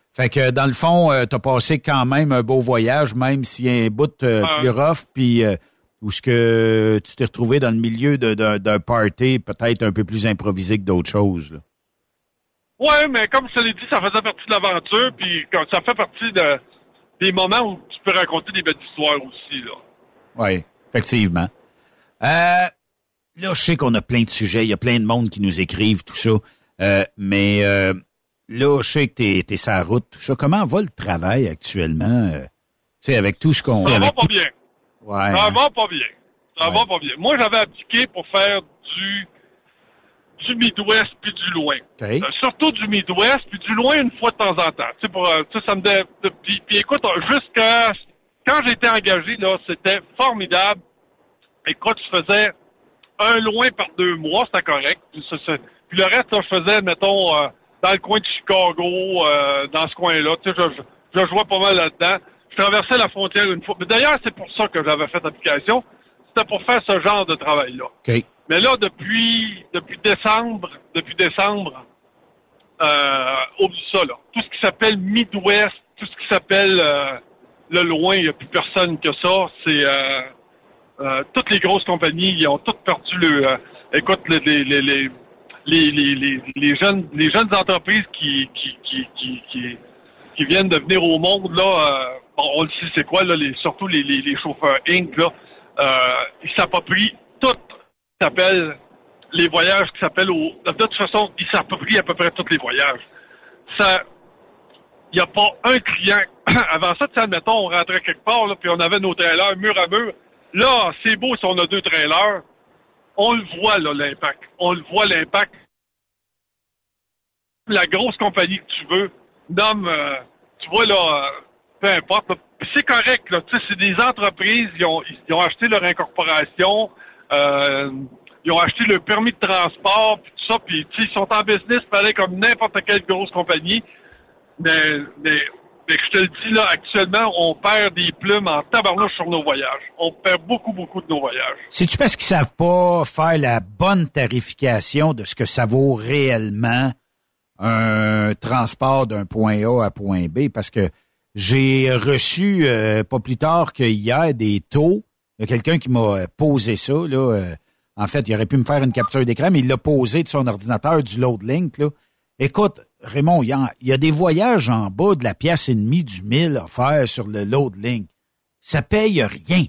Fait que, dans le fond, euh, t'as passé quand même un beau voyage, même s'il y a un bout euh, euh, plus rough, puis euh, où ce que tu t'es retrouvé dans le milieu de, de, d'un party peut-être un peu plus improvisé que d'autres choses, là. Ouais, mais comme je te l'ai dit, ça faisait partie de l'aventure, puis ça fait partie de, des moments où tu peux raconter des belles histoires aussi, là. Oui, effectivement. Euh, là, je sais qu'on a plein de sujets, il y a plein de monde qui nous écrivent, tout ça, euh, mais... Euh, Là, je sais que t'es, t'es sur la route, tout ça. Comment va le travail actuellement? Euh, tu sais, avec tout ce qu'on... Ça va pas bien. Ouais. Ça hein? va pas bien. Ça ouais. va pas bien. Moi, j'avais appliqué pour faire du du Midwest puis du loin. Okay. Euh, surtout du Midwest puis du loin une fois de temps en temps. Tu sais, pour euh, ça, ça me... Dé... Puis, puis écoute, jusqu'à... Quand j'étais engagé, là, c'était formidable. Écoute, je faisais un loin par deux mois, c'était correct. Puis, ça, ça... puis le reste, là, je faisais, mettons... Euh, dans le coin de Chicago, euh, dans ce coin-là. Tu sais, je, je, je jouais pas mal là-dedans. Je traversais la frontière une fois. Mais d'ailleurs, c'est pour ça que j'avais fait l'application. C'était pour faire ce genre de travail-là. Okay. Mais là, depuis depuis décembre, depuis décembre, euh, oublie ça, là. Tout ce qui s'appelle Midwest, tout ce qui s'appelle euh, le loin, il n'y a plus personne que ça. C'est euh, euh, toutes les grosses compagnies, ils ont toutes perdu le... Euh, écoute, les... les, les, les Les, les, les, les jeunes les jeunes entreprises qui qui, qui, qui, qui, qui viennent de venir au monde, là, euh, bon, on le sait c'est quoi, là, les, surtout les, les, les chauffeurs Inc, là, euh, ils s'approprient tout qui s'appelle les voyages qui s'appellent au. De toute façon, ils s'approprient à peu près tous les voyages. Ça il n'y a pas un client. Avant ça, tu sais, admettons, on rentrait quelque part, là, puis on avait nos trailers mur à mur. Là, c'est beau si on a deux trailers. On le voit, là, l'impact. On le voit, l'impact. La grosse compagnie que tu veux, nomme, euh, tu vois, là, euh, peu importe. Là, c'est correct, là. Tu sais, c'est des entreprises, ils ont, ils ont acheté leur incorporation, euh, ils ont acheté le permis de transport, puis tout ça, puis, tu sais, ils sont en business, pareil, comme n'importe quelle grosse compagnie. Mais, mais, mais je te le dis, là, actuellement, on perd des plumes en tabarnouche sur nos voyages. On perd beaucoup, beaucoup de nos voyages. C'est-tu parce qu'ils savent pas faire la bonne tarification de ce que ça vaut réellement un transport d'un point A à point B? Parce que j'ai reçu, euh, pas plus tard qu'hier, des taux. Il y a quelqu'un qui m'a posé ça, là. Euh, en fait, il aurait pu me faire une capture d'écran, mais il l'a posé de son ordinateur, du load link, là. Écoute, Raymond, il y, a, il y a des voyages en bas de la pièce et demie du mille à faire sur le load link. Ça paye rien.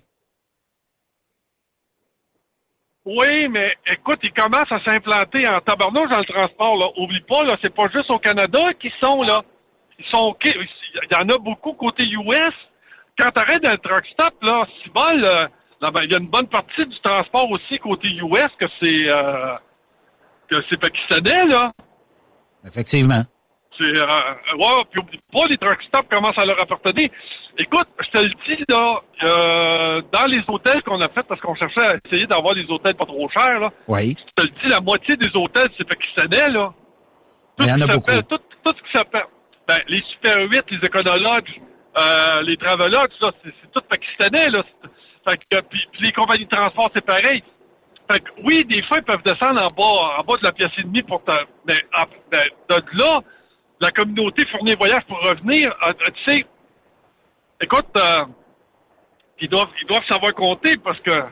Oui, mais écoute, ils commencent à s'implanter en tabarnouche dans le transport, là. Oublie pas, là, c'est pas juste au Canada qu'ils sont, là. Ils sont, il y en a beaucoup côté U S. Quand t'arrêtes dans le truck stop, là, c'est bon, là, il y a une bonne partie du transport aussi côté U S que c'est, euh, que c'est pakistanais, là. Effectivement. C'est, euh, ouais, puis oublie pas, les truck stops commencent à leur appartenir. Écoute, je te le dis, là, euh, dans les hôtels qu'on a fait, parce qu'on cherchait à essayer d'avoir des hôtels pas trop chers, là. Oui. Je te le dis, la moitié des hôtels, c'est pakistanais, là. Tout il y en a beaucoup. Tout, tout ce qui s'appelle, ben, les Super huit, les Econolodges, euh, les Travelodges, là, c'est, c'est tout pakistanais, là. Fait que, puis, puis les compagnies de transport, c'est pareil. Fait que, oui, des fois, ils peuvent descendre en bas, en bas de la pièce et demie pour ta, mais, en, ben, de là, la communauté fournit voyage pour revenir, euh, tu sais, écoute, euh, ils doivent, ils doivent savoir compter parce que,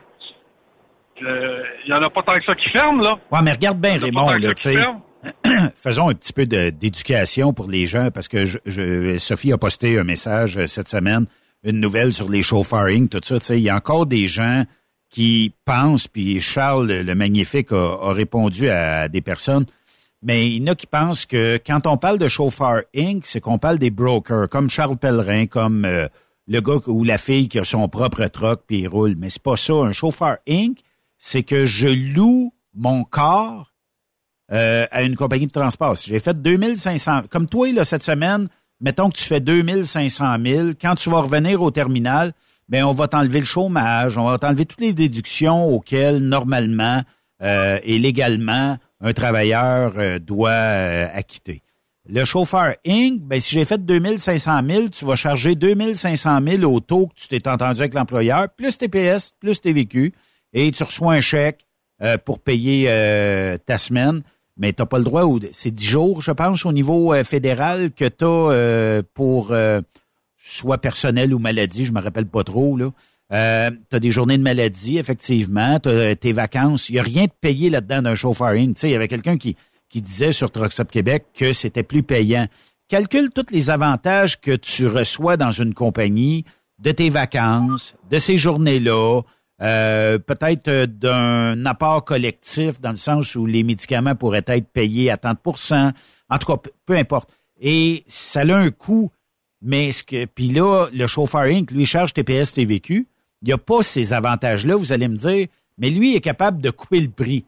il euh, y en a pas tant que ça qui ferment, là. Ouais, mais regarde bien, Raymond, là, tu sais. Faisons un petit peu de, d'éducation pour les gens parce que je, je, Sophie a posté un message cette semaine, une nouvelle sur les chauffeurs Inc, tout ça, tu sais, il y a encore des gens qui pensent, puis Charles le Magnifique a, a répondu à des personnes, mais il y en a qui pensent que quand on parle de chauffeur Inc, c'est qu'on parle des brokers, comme Charles Pellerin, comme euh, le gars ou la fille qui a son propre truck puis il roule. Mais c'est pas ça. Un chauffeur Inc, c'est que je loue mon corps euh, à une compagnie de transport. Si j'ai fait deux mille cinq cents, comme toi là cette semaine, mettons que tu fais deux mille cinq cents mille, quand tu vas revenir au terminal, ben on va t'enlever le chômage, on va t'enlever toutes les déductions auxquelles normalement euh, et légalement un travailleur euh, doit euh, acquitter. Le chauffeur Inc, ben si j'ai fait deux mille cinq cents mille, tu vas charger deux mille cinq cents mille au taux que tu t'es entendu avec l'employeur, plus T P S, plus T V Q, et tu reçois un chèque euh, pour payer euh, ta semaine. mais t'as pas le droit, au, c'est dix jours, je pense, au niveau euh, fédéral que t'as euh, pour euh, soit personnel ou maladie, je me rappelle pas trop, là. Euh, t'as des journées de maladie, effectivement, t'as tes vacances. Il y a rien de payé là-dedans d'un chauffeuring. Tu sais, il y avait quelqu'un qui, qui disait sur Truck Stop Québec que c'était plus payant. Calcule tous les avantages que tu reçois dans une compagnie de tes vacances, de ces journées-là, euh, peut-être d'un apport collectif dans le sens où les médicaments pourraient être payés à trente pour cent. En tout cas, peu, peu importe. Et ça a un coût, mais ce que puis là, le chauffeuring, lui, charge T P S T V Q. Il n'y a pas ces avantages-là, vous allez me dire, mais lui est capable de couper le prix.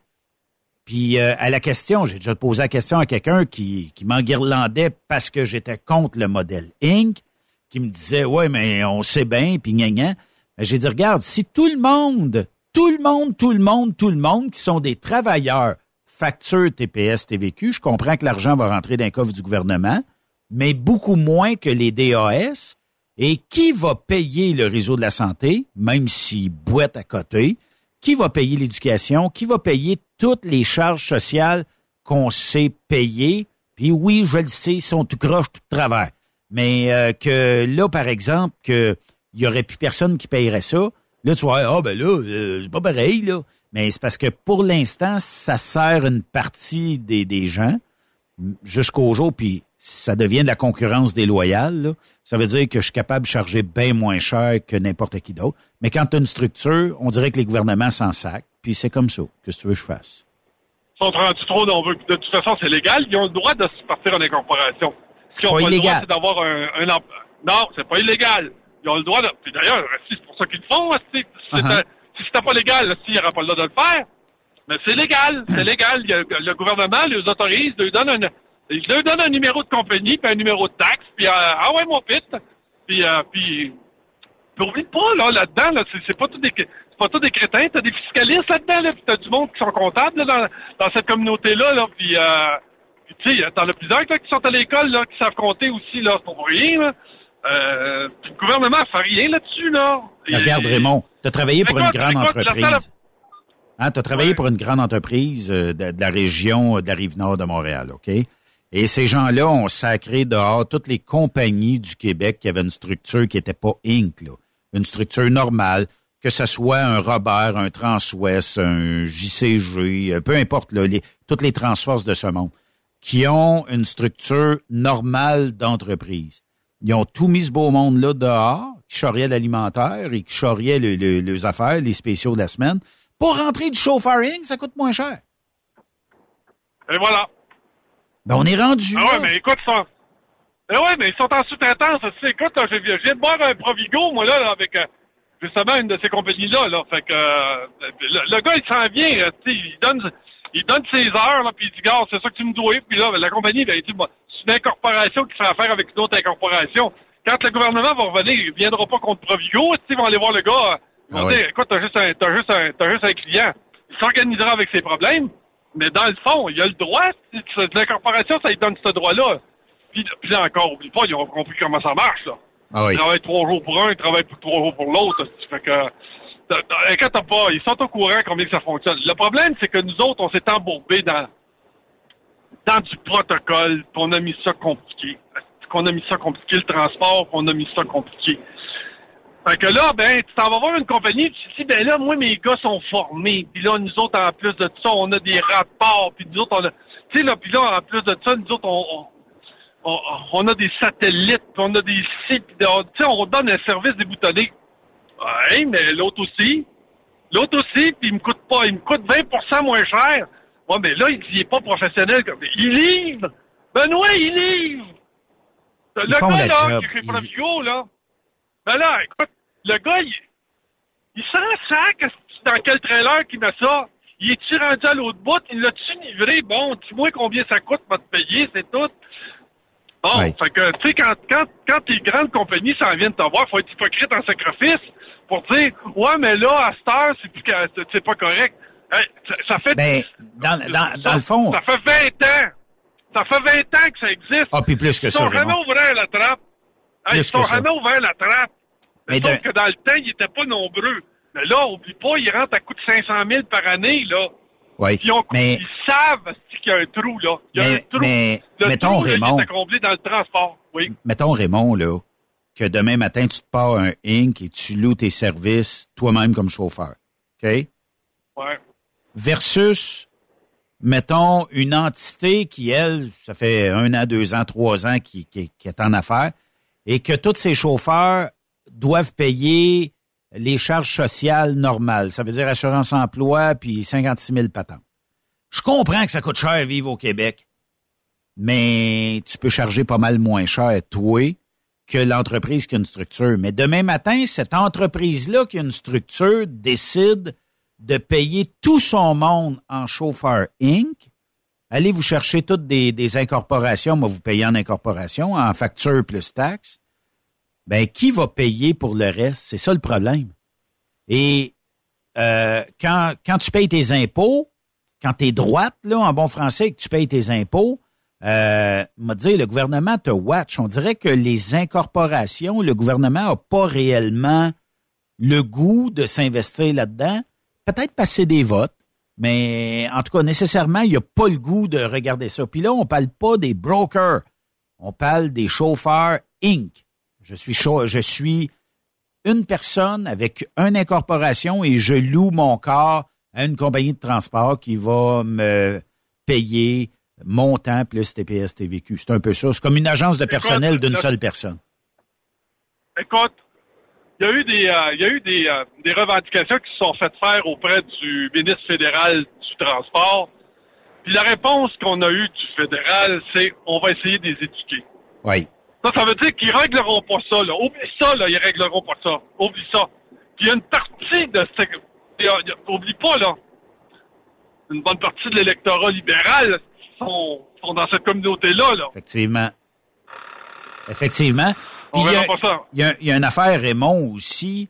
Puis euh, à la question, j'ai déjà posé la question à quelqu'un qui, qui m'enguirlandait parce que j'étais contre le modèle Inc, qui me disait, ouais, mais on sait bien, puis gna gna. Mais j'ai dit, regarde, si tout le monde, tout le monde, tout le monde, tout le monde qui sont des travailleurs facture T P S T V Q, je comprends que l'argent va rentrer dans le coffre du gouvernement, mais beaucoup moins que les D A S. Et qui va payer le réseau de la santé, même s'il boite à côté? Qui va payer l'éducation? Qui va payer toutes les charges sociales qu'on sait payer? Puis oui, je le sais, ils sont tout croche, tout de travers. Mais euh, que là, par exemple, qu'il y aurait plus personne qui payerait ça, là, tu vois, ah oh, ben là, euh, c'est pas pareil, là. Mais c'est parce que pour l'instant, ça sert une partie des, des gens jusqu'au jour, puis ça devient de la concurrence déloyale, là. Ça veut dire que je suis capable de charger bien moins cher que n'importe qui d'autre. Mais quand tu as une structure, on dirait que les gouvernements s'en sacent, puis c'est comme ça. Qu'est-ce que tu veux que je fasse? Ils sont rendus trop nombreux. De toute façon, c'est légal. Ils ont le droit de se partir en incorporation. C'est pas illégal. C'est d'avoir un, un emploi. Non, c'est pas illégal. Ils ont le droit de... Puis d'ailleurs, c'est pour ça qu'ils le font. Si c'était, uh-huh. si c'était pas légal, s'il n'y aurait pas le droit de le faire. Mais c'est légal. C'est légal. Le gouvernement les autorise, leur donne un... Il leur donne un numéro de compagnie, puis un numéro de taxe, puis euh, ah ouais, mon piste. Puis, euh, puis, puis oublie pas, là, là-dedans, là, c'est, c'est pas tous des, c'est pas tous des crétins, t'as des fiscalistes là-dedans, là, puis t'as du monde qui sont comptables, là, dans, dans cette communauté-là, là, puis, euh, puis tu sais, t'en as plusieurs, là, qui sont à l'école, là, qui savent compter aussi, là, pour rien, là. Euh, puis le gouvernement fait rien là-dessus, là. Et, regarde, Raymond, t'as travaillé pour écoute, une grande écoute, entreprise. Hein, t'as travaillé ouais. pour une grande entreprise euh, de, de la région de la Rive-Nord de Montréal, OK? Et ces gens-là ont sacré dehors toutes les compagnies du Québec qui avaient une structure qui n'était pas Inc, là. Une structure normale, que ce soit un Robert, un Transwest, un J C G, peu importe, là, les, toutes les Transforces de ce monde, qui ont une structure normale d'entreprise. Ils ont tout mis ce beau monde-là dehors, qui charriait l'alimentaire et qui charriait le, le, les affaires, les spéciaux de la semaine. Pour rentrer du chauffeuring, ça coûte moins cher. Et voilà. Ben, on est rendu. Ah ouais, mais écoute, ça. Ben ouais, mais ils sont en sous-traitance. Tu sais, écoute, là, je, je viens de boire un Provigo, moi, là, là avec euh, justement une de ces compagnies-là, là. Fait que euh, le, le gars, il s'en vient, euh, tu sais, il donne il donne ses heures, là, puis il dit, gars, c'est ça que tu me dois. Puis là, la compagnie, ben, il dit, c'est une incorporation qui fait affaire avec une autre incorporation. Quand le gouvernement va revenir, il viendra pas contre Provigo, tu sais, ils vont aller voir le gars. Ils vont ah dire, ouais. Écoute, t'as juste un, t'as juste un, t'as juste un client. Il s'organisera avec ses problèmes. Mais dans le fond, il a le droit, l'incorporation, ça lui donne ce droit-là. Puis, puis là encore, oublie pas, ils ont compris comment ça marche, là. Ah oui. Ils travaillent trois jours pour un, ils travaillent trois jours pour l'autre. Ça fait que, inquiète pas, ils sont au courant combien que ça fonctionne. Le problème, c'est que nous autres, on s'est embourbés dans, dans du protocole, qu'on a mis ça compliqué. Qu'on a mis ça compliqué, le transport, qu'on a mis ça compliqué. Fait que là, ben, tu t'en vas voir une compagnie, tu te dis, ben là, moi, mes gars sont formés. Puis là, nous autres, en plus de ça, on a des rapports. Puis nous autres, on a... Tu sais, là, puis là, en plus de ça, nous autres, on, on, on a des satellites, puis on a des sites. Tu sais, on donne un service déboutonné. Ouais, mais l'autre aussi. L'autre aussi, puis il me coûte pas, il me coûte vingt pour cent moins cher. Ouais, mais là, il est pas professionnel. Il livre! Benoît, il livre! Le Ils font gars, la là, job. qui fait Provigo, là... Ben là, écoute, le gars, il, il s'en sac dans quel trailer qu'il met ça. Il est-tu rendu à l'autre bout? Il l'a-tu livré? Bon, dis-moi combien ça coûte pour te payer, c'est tout. Bon, oui. Fait que, tu sais, quand, quand, quand les grandes compagnies s'en viennent te voir, faut être hypocrite en sacrifice pour dire, ouais, mais là, à cette heure, c'est plus que, c'est pas correct. Hey, ça, ça fait... Ben, dans, dans, dans ça, le fond... Ça fait vingt ans. Ça fait vingt ans que ça existe. Ah, puis plus que ils ça, sont Raymond. jamais ouverts la trappe. Hey, ils sont jamais ouverts la trappe. Mais sauf donc... que dans le temps, ils étaient pas nombreux. Mais là, oublie pas, ils rentrent à coût de cinq cent mille par année, là. Oui, Puis on, mais... Ils savent qu'il y a un trou, là. Il y a mais, un trou. Mais, le mettons, trou, là, Raymond... il est comblé dans le transport, oui. Mettons, Raymond, là, que demain matin, tu te pars un Inc et tu loues tes services toi-même comme chauffeur. OK? Ouais. Versus, mettons, une entité qui, elle, ça fait un an, deux ans, trois ans qui, qui, qui est en affaires et que tous ces chauffeurs doivent payer les charges sociales normales. Ça veut dire assurance-emploi puis cinquante-six mille patentes. Je comprends que ça coûte cher vivre au Québec, mais tu peux charger pas mal moins cher, toi, que l'entreprise qui a une structure. Mais demain matin, cette entreprise-là qui a une structure décide de payer tout son monde en chauffeur Inc. Allez vous chercher toutes des, des incorporations, moi vous payez en incorporation, en facture plus taxes. Ben, qui va payer pour le reste? C'est ça le problème. Et euh, quand, quand tu payes tes impôts, quand tu es droite, là, en bon français, et que tu payes tes impôts, euh, m'a dit, le gouvernement te watch. On dirait que les incorporations, le gouvernement n'a pas réellement le goût de s'investir là-dedans. Peut-être passer des votes, mais en tout cas, nécessairement, il n'y a pas le goût de regarder ça. Puis là, on parle pas des brokers, on parle des chauffeurs Inc. Je suis chaud, je suis une personne avec une incorporation et je loue mon corps à une compagnie de transport qui va me payer mon temps plus T P S T V Q. C'est un peu ça. C'est comme une agence de personnel d'une seule personne. Écoute, il y a eu des, euh, il y a eu des, euh, des revendications qui se sont faites faire auprès du ministre fédéral du transport. Puis la réponse qu'on a eue du fédéral, c'est on va essayer de les éduquer. Oui. Ça, ça veut dire qu'ils régleront pas ça, là. Oublie ça, là, ils régleront pas ça. Oublie ça. Puis il y a une partie de ce... Oublie pas, là. Une bonne partie de l'électorat libéral sont, sont dans cette communauté-là, là. Effectivement. Effectivement. Puis On il y, verra pas ça. il y a, il y a une affaire, Raymond, aussi.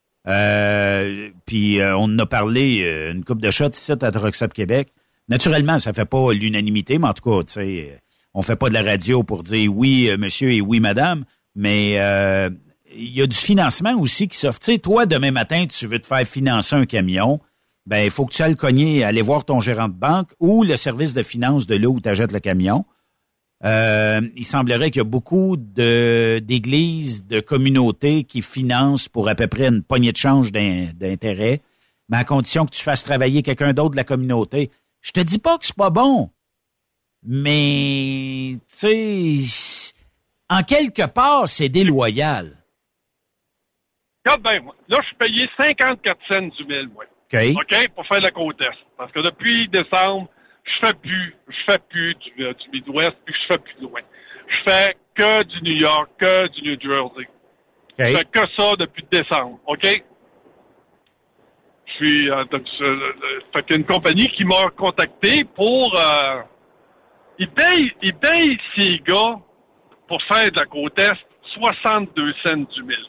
Euh, puis euh, on en a parlé euh, une couple de shots ici à Truck Stop Québec. Naturellement, ça fait pas l'unanimité, mais en tout cas, tu sais... On fait pas de la radio pour dire oui, euh, monsieur et oui, madame, mais euh, il y a du financement aussi qui s'offre. Tu sais, toi, demain matin, tu veux te faire financer un camion, ben il faut que tu ailles le cogner, aller voir ton gérant de banque ou le service de finance de là où tu achètes le camion. Euh, il semblerait qu'il y a beaucoup de d'églises, de communautés qui financent pour à peu près une poignée de change d'in, d'intérêt, mais à condition que tu fasses travailler quelqu'un d'autre de la communauté. Je te dis pas que c'est pas bon. Mais, tu sais, en quelque part, c'est déloyal. Regarde bien, moi. Là, je suis payé cinquante-quatre cents du mille, moi. OK. OK, pour faire la côte est. Parce que depuis décembre, je fais plus, je fais plus du, euh, du Midwest, puis je fais plus de loin. Je fais que du New York, que du New Jersey. OK. Je fais que ça depuis décembre, OK? Je suis, euh, euh, euh, fait qu'il y a une compagnie qui m'a contacté pour... Euh, Ils payent, ils payent ces gars, pour faire de la côte est, soixante-deux cents du mille.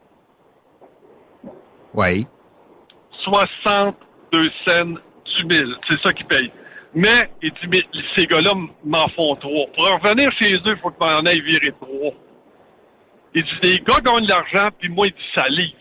Oui. soixante-deux cents du mille. C'est ça qu'ils payent. Mais, il dit, mais ces gars-là m'en font trois. Pour revenir chez eux, il faut que m'en aille virer trois. Il dit, les gars gagnent de l'argent, puis moi, il dit, ça livre.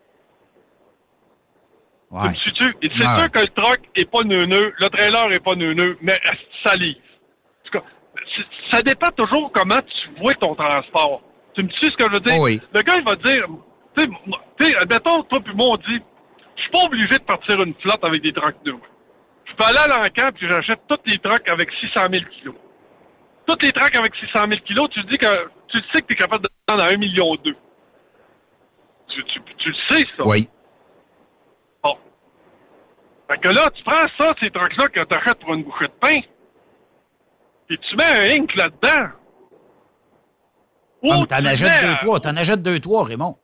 Ouais. Tu sais, il dit, c'est ouais. sûr que le truck est pas neuneux, le trailer est pas neuneux, mais ça livre. Ça dépend toujours comment tu vois ton transport. Tu me sais ce que je veux dire? Oui. Le gars, il va dire, tu sais, admettons, toi puis moi, on dit, je suis pas obligé de partir une flotte avec des trucks neufs. Je peux aller à l'encan puis j'achète tous les trucks avec six cent mille kilos. Tous les trucks avec six cent mille kilos, tu dis que, tu sais que tu es capable de vendre à un million deux. Tu, tu, tu le sais, ça? Oui. Bon. Fait que là, tu prends ça, ces trucks-là que tu achètes pour une bouchée de pain, et tu mets un Inc là-dedans. Comme t'en achètes deux, trois. T'en achètes deux, trois, Raymond.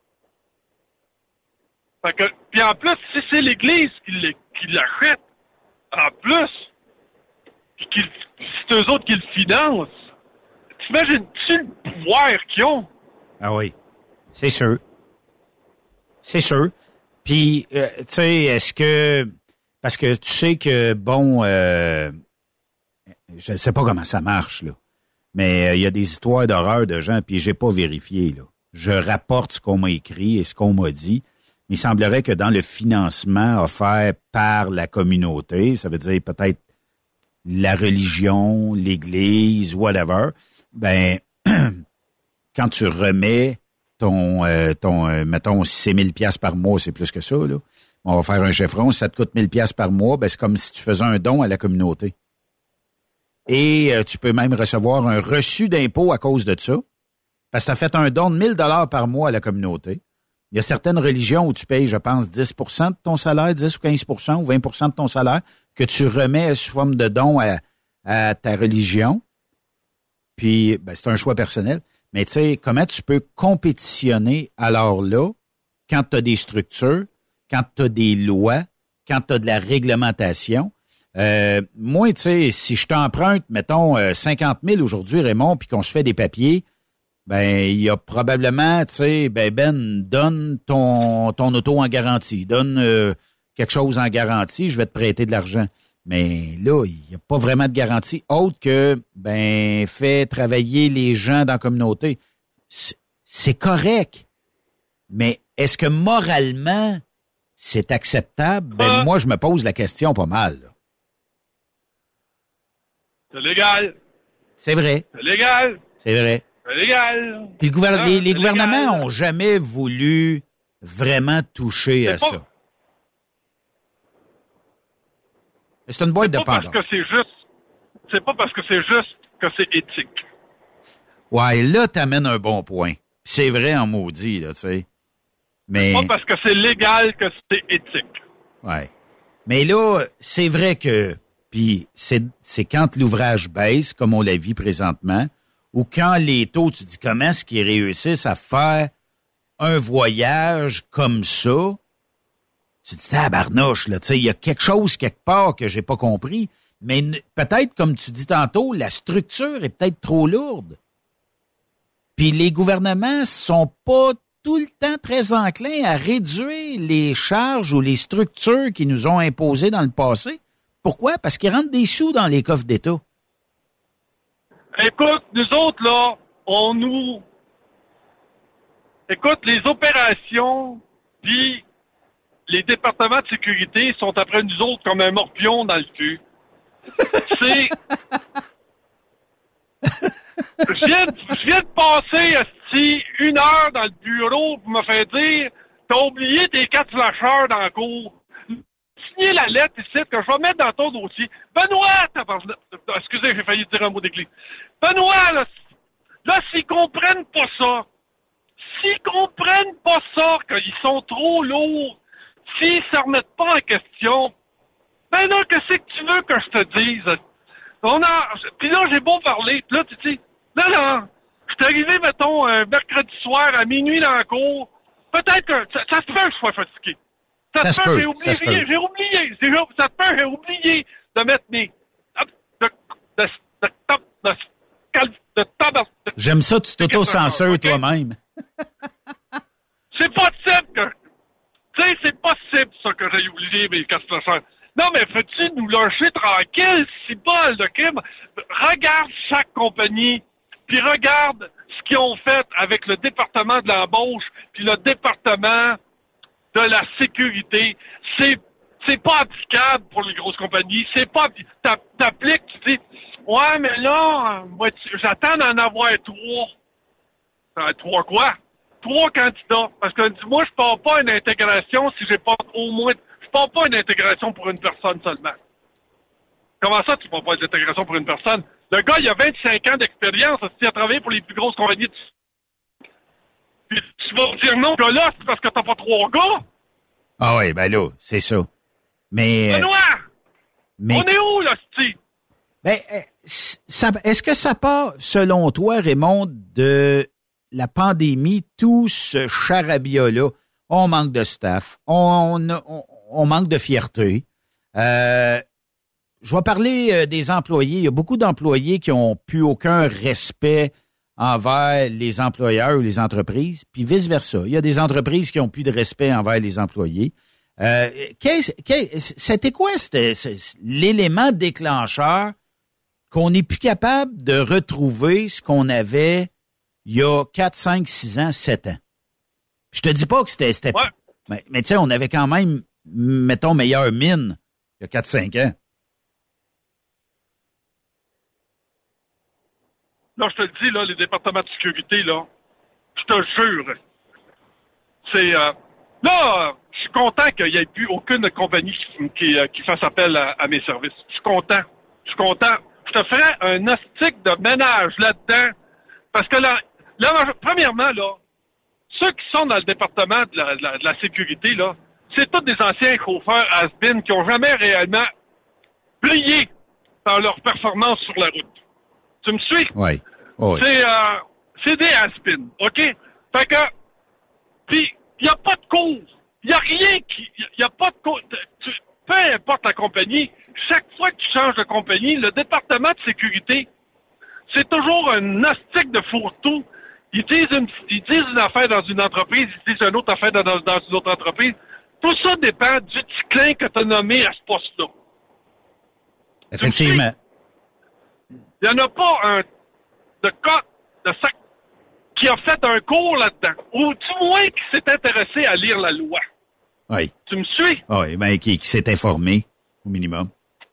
Fait que, puis en plus, si c'est l'Église qui, qui l'achète, en plus, puis qui, c'est eux autres qui le financent, t'imagines-tu le pouvoir qu'ils ont? Ah oui. C'est sûr. C'est sûr. Puis, euh, tu sais, est-ce que... Parce que tu sais que, bon... Euh, je ne sais pas comment ça marche, là. Mais il euh, y a des histoires d'horreur de gens, puis j'ai pas vérifié, là. Je rapporte ce qu'on m'a écrit et ce qu'on m'a dit. il semblerait que dans le financement offert par la communauté, ça veut dire peut-être la religion, l'Église, whatever, ben quand tu remets ton, euh, ton euh, mettons, si c'est mille piastres par mois, c'est plus que ça, là. On va faire un chiffron, si ça te coûte mille piastres par mois, ben c'est comme si tu faisais un don à la communauté. Et euh, tu peux même recevoir un reçu d'impôt à cause de ça, parce que tu as fait un don de mille dollars par mois à la communauté. Il y a certaines religions où tu payes, je pense, dix pour cent de ton salaire, dix ou quinze pour cent ou vingt pour cent de ton salaire, que tu remets sous forme de don à, à ta religion. Puis, ben, c'est un choix personnel. Mais tu sais, comment tu peux compétitionner alors là, quand tu as des structures, quand tu as des lois, quand tu as de la réglementation? Euh, moi, tu sais, si je t'emprunte, mettons, cinquante mille aujourd'hui, Raymond, puis qu'on se fait des papiers, ben, il y a probablement, tu sais, ben, Ben, donne ton, ton auto en garantie, donne euh, quelque chose en garantie, je vais te prêter de l'argent. Mais là, il n'y a pas vraiment de garantie autre que, ben, fais travailler les gens dans la communauté. C'est correct. Mais est-ce que moralement, c'est acceptable? Ben, ah. Moi, je me pose la question pas mal. Là. C'est légal. C'est vrai. C'est légal. C'est vrai. C'est légal. Puis le gouver- ah, les, les gouvernements légal. ont jamais voulu vraiment toucher c'est à pas, ça. C'est une boîte c'est de pas Pandore. parce que c'est juste. C'est pas parce que c'est juste que c'est éthique. Ouais, là, t'amènes un bon point. C'est vrai en maudit, là, tu sais. Mais... C'est pas parce que c'est légal que c'est éthique. Ouais. Mais là, c'est vrai que... Puis c'est, c'est quand l'ouvrage baisse, comme on la vit présentement, ou quand les taux, tu dis comment est-ce qu'ils réussissent à faire un voyage comme ça, tu te dis, ah, barnouche, là, tu sais, il y a quelque chose quelque part que j'ai pas compris. Mais n- peut-être, comme tu dis tantôt, la structure est peut-être trop lourde. Puis les gouvernements sont pas tout le temps très enclins à réduire les charges ou les structures qu'ils nous ont imposées dans le passé. Pourquoi? Parce qu'ils rentrent des sous dans les coffres d'État. Écoute, nous autres, là, on nous... Écoute, les opérations, puis les départements de sécurité sont après nous autres comme un morpion dans le cul. C'est... Je viens, de, je viens de passer esti, une heure dans le bureau pour me faire dire « T'as oublié tes quatre flasheurs dans la cour. » Signer la lettre ici que je vais mettre dans ton dossier. Benoît, t'as parlé... Excusez, j'ai failli dire un mot d'église. Benoît, là, là, s'ils comprennent pas ça, s'ils comprennent pas ça, qu'ils sont trop lourds, s'ils se remettent pas en question, ben là, qu'est-ce que tu veux que je te dise? On a... Puis là, j'ai beau parler, puis là, tu dis, non, non, je suis arrivé, mettons, un mercredi soir à minuit dans la cour, peut-être que ça, ça se peut que je sois fatigué. Ça, Ça se peut, j'ai oublié, ça se peut. j'ai oublié, j'ai, ça se peut, j'ai oublié de mettre mes... de... de... de... de... de... de... de... de... J'aime ça, tu t'auto-censures okay? toi-même. C'est possible que... Tu sais, c'est possible, ça, que j'ai oublié mes quatre flasheurs. Non, mais faut-tu nous lâcher tranquille, si bol de crime? Regarde chaque compagnie, puis regarde ce qu'ils ont fait avec le département de l'embauche, puis le département de la sécurité. C'est c'est pas applicable pour les grosses compagnies. C'est pas... T'appliques, tu dis, ouais, mais là, moi, j'attends d'en avoir trois. Euh, trois quoi? Trois candidats. Parce que moi, je pars pas une intégration si j'ai pas au moins... Je pars pas une intégration pour une personne seulement. Comment ça, tu pars pas une intégration pour une personne? Le gars, il a vingt-cinq ans d'expérience. Il a travaillé pour les plus grosses compagnies. Puis tu vas me dire non, que là, c'est parce que t'as pas trois gars? Ah oui, ben là, c'est ça. Mais... Benoît! mais... On est où, là, c'ti? Ben, ça, est-ce que ça part, selon toi, Raymond, de la pandémie, tout ce charabia-là? On manque de staff, on, on, on manque de fierté. Euh, je vais parler euh, des employés. Il y a beaucoup d'employés qui ont plus aucun respect envers les employeurs ou les entreprises, puis vice-versa. Il y a des entreprises qui ont plus de respect envers les employés. Euh, qu'est-ce, qu'est, c'était quoi c'était, c'était l'élément déclencheur qu'on n'est plus capable de retrouver ce qu'on avait il y a quatre, cinq, six ans, sept ans? Je te dis pas que c'était, c'était, ouais. Mais, mais tu sais, on avait quand même, mettons, meilleure mine il y a quatre cinq ans. Là, je te le dis, là, les départements de sécurité, là, je te jure, c'est... Euh, là, je suis content qu'il n'y ait plus aucune compagnie qui, qui, qui fasse appel à, à mes services. Je suis content. Je suis content. Je te ferais un hostique de ménage là-dedans. Parce que là, là, premièrement, là, ceux qui sont dans le département de la, de la, de la sécurité, là, c'est tous des anciens chauffeurs has-been qui n'ont jamais réellement brillé dans leur performance sur la route. Tu me suis? Oui. oui. C'est, euh, c'est des has-been, OK? Fait que, puis, il n'y a pas de cours. Il n'y a rien qui... Il n'y a pas de cours. Tu, peu importe la compagnie, chaque fois que tu changes de compagnie, le département de sécurité, c'est toujours un hostique de fourre-tout. Ils disent, une, ils disent une affaire dans une entreprise, ils disent une autre affaire dans, dans une autre entreprise. Tout ça dépend du petit clin que tu as nommé à ce poste-là. Effectivement. Il n'y en a pas un de cas de sac qui a fait un cours là-dedans, ou du moins qui s'est intéressé à lire la loi. Oui. Tu me suis? Oui, bien, qui, qui s'est informé, au minimum.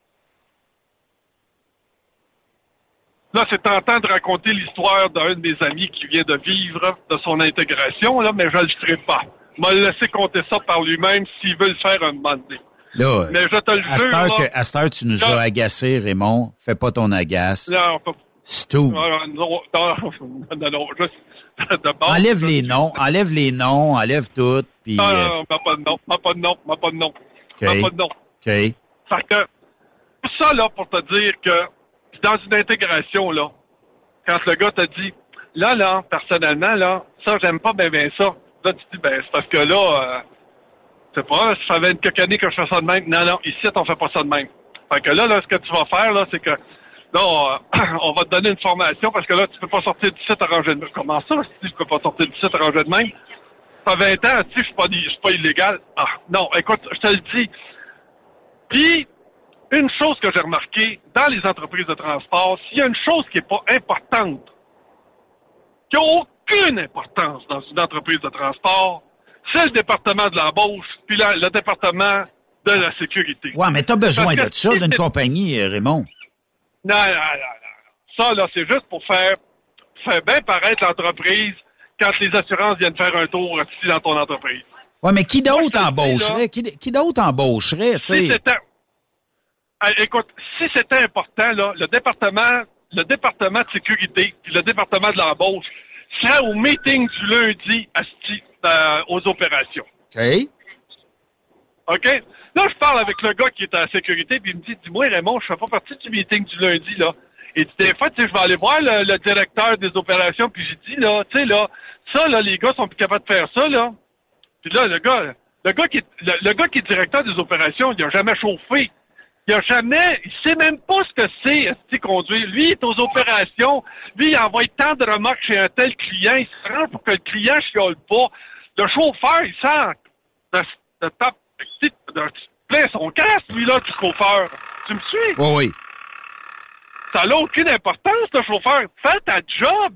Là, c'est tentant de raconter l'histoire d'un de mes amis qui vient de vivre de son intégration, là, mais je ne le ferai pas. Il m'a laissé compter ça par lui-même s'il veut le faire un moment donné. Là, mais je te le à jure, là, que, à cette heure, tu nous là, as agacé, Raymond. Fais pas ton agace. Non, c'est tout. Non, non, non, non, non juste de base, enlève les noms, enlève les noms, enlève tout, puis... Non, non, non, m'a pas de nom, m'a pas de nom, m'a pas de nom. Okay. M'a pas de nom. OK. Fait que, tout ça, là, pour te dire que, dans une intégration, là, quand le gars t'a dit, là, là, personnellement, là, ça, j'aime pas bien, bien ça. Là, tu dis, ben, c'est parce que là, euh, c'est pas, ça fait une quelques années que je fais ça de même. Non, non, ici, on fait pas ça de même. Fait que là, là, ce que tu vas faire, là, c'est que, là, on, on va te donner une formation parce que là, tu peux pas sortir du site arrangé de même. Comment ça, si je peux pas sortir du site arrangé de même? Ça fait vingt ans, si je suis pas, je suis pas illégal. Ah, non, écoute, je te le dis. Puis, une chose que j'ai remarqué dans les entreprises de transport, s'il y a une chose qui est pas importante, qui n'a aucune importance dans une entreprise de transport, c'est le département de l'embauche, puis la, le département de la sécurité. Ouais, mais t'as besoin de ça d'une compagnie, Raymond. Non, non, non, non. Ça, là, c'est juste pour faire, faire bien paraître l'entreprise quand les assurances viennent faire un tour ici dans ton entreprise. Ouais, mais qui d'autre embaucherait? Qui, qui d'autre embaucherait, tu sais? Si c'était... Écoute, si c'était important, là, le département, le département de sécurité puis le département de l'embauche serait au meeting du lundi à, euh, aux opérations. OK. OK? Là, je parle avec le gars qui est à la sécurité, puis il me dit, dis-moi, Raymond, je fais pas partie du meeting du lundi, là. Et des fois, tu sais, je vais aller voir le, le directeur des opérations, puis j'ai dit, là, tu sais, là, ça, là, les gars sont plus capables de faire ça, là. Puis là, le gars, le gars qui est, le, le gars qui est directeur des opérations, il a jamais chauffé. Il a jamais, il sait même pas ce que c'est, est-ce conduire. Lui, il est aux opérations. Lui, il envoie tant de remarques chez un tel client. Il se rend pour que le client chiale pas. Le chauffeur, il sent de, de tape, de, de, de plein son casque, lui, là, du chauffeur. Tu me suis? Oui, oui. Ça n'a aucune importance, le chauffeur. Fais ta job.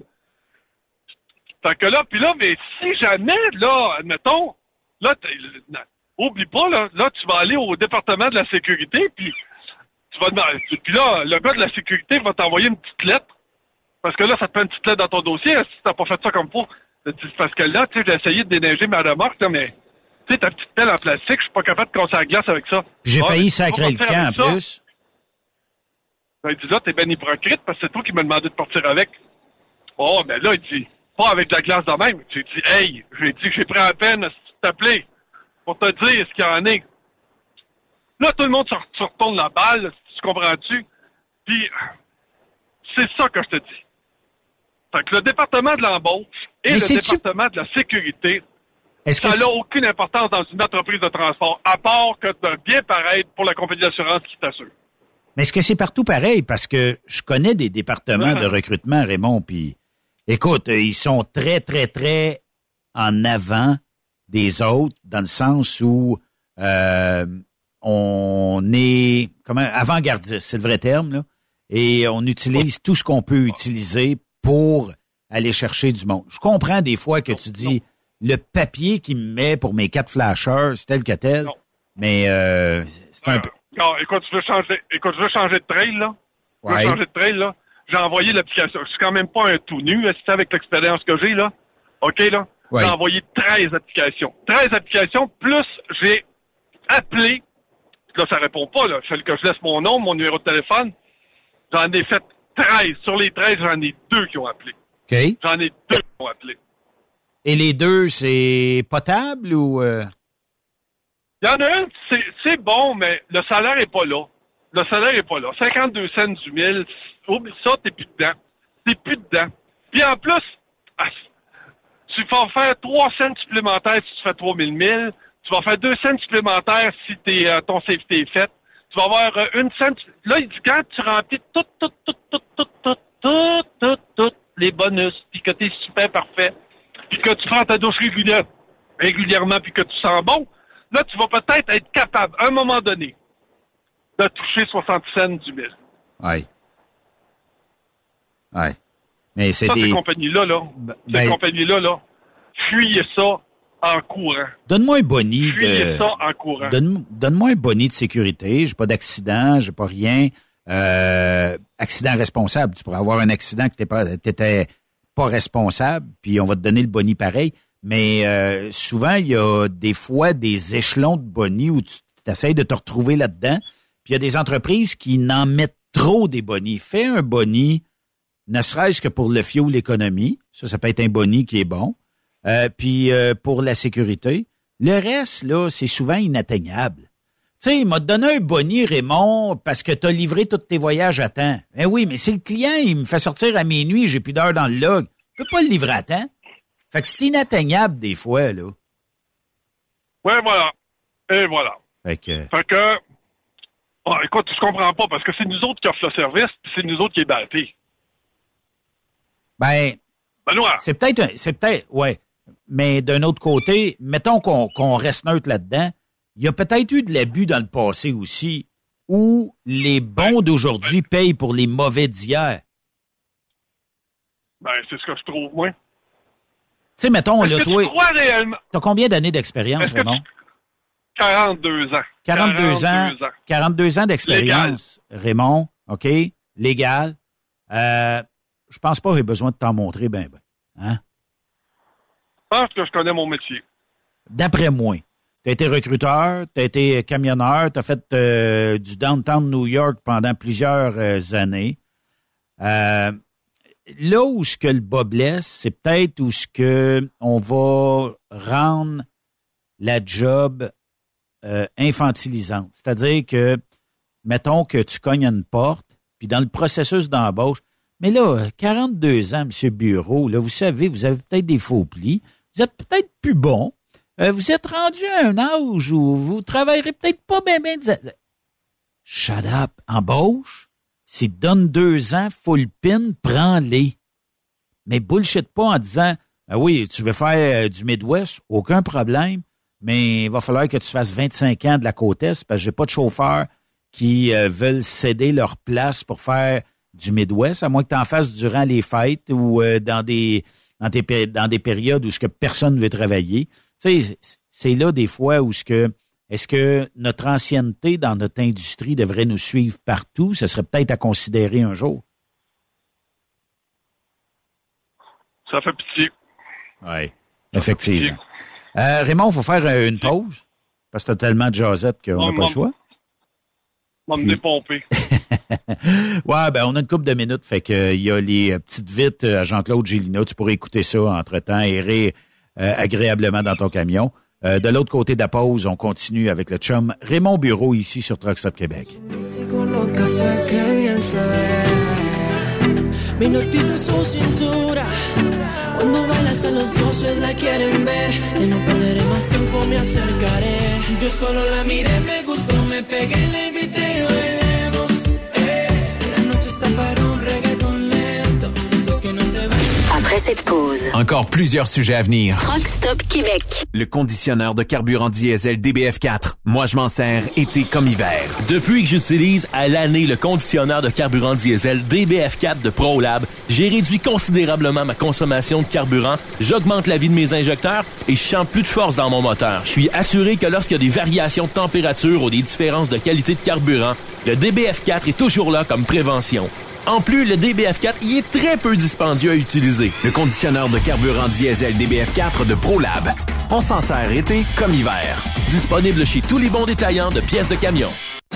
Fait que là, puis là, mais si jamais, là, admettons, là, oublie pas, là, là, tu vas aller au département de la sécurité, puis tu vas demander, puis là, le gars de la sécurité va t'envoyer une petite lettre, parce que là, ça te fait une petite lettre dans ton dossier, si t'as pas fait ça comme pour, parce que là, tu sais, j'ai essayé de déneiger ma remorque, là, mais, tu sais, ta petite pelle en plastique, je suis pas capable de casser la glace avec ça. Puis j'ai ah, failli sacrer le camp, en plus. Ben, il dit, là, t'es ben hypocrite, parce que c'est toi qui m'as demandé de partir avec. Oh, ben là, il dit, pas avec de la glace de même. J'ai dit, hey, j'ai dit que j'ai pris la peine de t'appeler pour te dire ce qu'il y en est. Là, tout le monde se retourne la balle, tu comprends-tu? Puis, c'est ça que je te dis. Fait que le département de l'embauche et Mais le c'est-tu... département de la sécurité, Est-ce que ça c'est... n'a aucune importance dans une entreprise de transport, à part que de bien paraître pour la compagnie d'assurance qui t'assure. Mais est-ce que c'est partout pareil? Parce que je connais des départements de recrutement, Raymond, puis écoute, ils sont très, très, très en avant des autres, dans le sens où euh, on est comment avant-gardiste, c'est le vrai terme, là, et on utilise tout ce qu'on peut utiliser pour aller chercher du monde. Je comprends des fois que tu dis, le papier qu'il me met pour mes quatre flashers, c'est tel que tel. Non. Mais euh, c'est un euh, peu... Non, écoute, je veux changer, écoute, je veux changer de trail, là. Je veux Ouais. changer de trail, là. J'ai envoyé l'application. Je suis quand même pas un tout nu, c'est avec l'expérience que j'ai, là. OK, là? Ouais. J'ai envoyé treize applications. treize applications, plus j'ai appelé. Là, ça répond pas, là. Il fallait que je laisse mon nom, mon numéro de téléphone. J'en ai fait treize. Sur les treize, j'en ai deux qui ont appelé. OK. J'en ai deux qui ont appelé. Et les deux, c'est potable ou... Euh... Il y en a un, c'est, c'est bon, mais le salaire est pas là. Le salaire est pas là. cinquante-deux cents du mille, oublie ça, t'es plus dedans. T'es plus dedans. Puis en plus, tu vas faire trois cents supplémentaires si tu fais trois mille milles. Tu vas faire deux cents supplémentaires si t'es, euh, ton safety est fait. Tu vas avoir euh, une cent. Là, il dit quand tu remplis tout, tout, tout, tout, tout, tout, tout, tout, tout, les bonus, puis que t'es super parfait, puis que tu prends ta douche régulière, régulièrement, puis que tu sens bon, là, tu vas peut-être être capable, à un moment donné, de toucher soixante cents du mille. Oui. Oui. Mais c'est ça, des... ces compagnies-là, là, ben... ces compagnies-là, là, fuyez ça en courant. Donne-moi un boni fuyez de... ça en courant. Donne... Donne-moi un boni de sécurité. J'ai pas d'accident, j'ai pas rien. Euh... Accident responsable. Tu pourrais avoir un accident que t'es pas... t'étais pas responsable, puis on va te donner le boni pareil. Mais euh, souvent, il y a des fois des échelons de boni où tu essaies de te retrouver là-dedans. Puis il y a des entreprises qui n'en mettent trop des bonis. Fais un boni, ne serait-ce que pour le fioul l'économie. Ça, ça peut être un boni qui est bon. Euh, puis euh, pour la sécurité. Le reste, là, c'est souvent inatteignable. Tu sais, il m'a donné un boni, Raymond, parce que tu as livré tous tes voyages à temps. Eh oui, mais si le client, il me fait sortir à minuit, j'ai plus d'heures dans le log, je peux pas le livrer à temps. Fait que c'est inatteignable des fois, là. Ouais, voilà. Et voilà. Fait que... Fait que... Oh, écoute, je comprends pas, parce que c'est nous autres qui offrent le service, puis c'est nous autres qui est battés. Ben... Benoît. C'est peut-être... Un, c'est peut-être... Ouais. Mais d'un autre côté, mettons qu'on, qu'on reste neutre là-dedans, il y a peut-être eu de l'abus dans le passé aussi, où les bons d'aujourd'hui payent pour les mauvais d'hier. Ben, c'est ce que je trouve, moi. Tu sais, mettons, Est-ce là, que toi... tu crois réellement... T'as combien d'années d'expérience, Raymond? Tu... quarante-deux ans. quarante-deux ans. quarante-deux ans d'expérience, Légal. Raymond, OK? Légal. Euh, je pense pas que j'ai besoin de t'en montrer, ben, ben. Hein? Je pense que je connais mon métier. D'après moi. Tu as été recruteur, tu as été camionneur, tu as fait euh, du downtown New York pendant plusieurs euh, années. Euh, là où ce que le bas blesse, c'est peut-être où ce que on va rendre la job euh, infantilisante. C'est-à-dire que, mettons que tu cognes à une porte, puis dans le processus d'embauche, mais là, quarante-deux ans, M. Bureau, là, vous savez, vous avez peut-être des faux plis, vous êtes peut-être plus bon, euh, vous êtes rendu à un âge où vous travaillerez peut-être pas bien, bien. Shut up, embauche. Si te donne deux ans, full pin, prends-les. Mais bullshit pas en disant, ah oui, tu veux faire euh, du Midwest, aucun problème, mais il va falloir que tu fasses vingt-cinq ans de la côte Est parce que j'ai pas de chauffeurs qui euh, veulent céder leur place pour faire du Midwest, à moins que tu en fasses durant les fêtes ou euh, dans des dans des, dans des périodes où ce que personne ne veut travailler. Tu sais, c'est là des fois où ce que est-ce que notre ancienneté dans notre industrie devrait nous suivre partout? Ce serait peut-être à considérer un jour. Ça fait pitié. Oui, effectivement. Euh, Raymond, il faut faire euh, une pause parce que tu as tellement de jasettes qu'on n'a pas le choix. On va me dépomper. Ouais, ben on a une couple de minutes, fait que il y a les euh, petites vites à Jean-Claude Gélina. Tu pourrais écouter ça entre-temps, errer euh, agréablement dans ton camion. Euh, de l'autre côté de la pause, on continue avec le chum Raymond Bureau ici sur Truck Stop Québec. Cuando baila hasta los dioses la quieren ver, que no perderé más tiempo, me acercaré. Yo solo la miré, me gustó, me pegué, la invité, bailemos. Eh, la noche está para un reggaeton lento, esos que no se van. Après cette pause. Encore plusieurs sujets à venir. Truck Stop Québec. Le conditionneur de carburant diesel D B F quatre. Moi, je m'en sers été comme hiver. Depuis que j'utilise à l'année le conditionneur de carburant diesel D B F quatre de ProLab, j'ai réduit considérablement ma consommation de carburant, j'augmente la vie de mes injecteurs et je sens plus de force dans mon moteur. Je suis assuré que lorsqu'il y a des variations de température ou des différences de qualité de carburant, le D B F quatre est toujours là comme prévention. En plus, le D B F quatre y est très peu dispendieux à utiliser. Le conditionneur de carburant diesel D B F quatre de ProLab. On s'en sert été comme hiver. Disponible chez tous les bons détaillants de pièces de camion.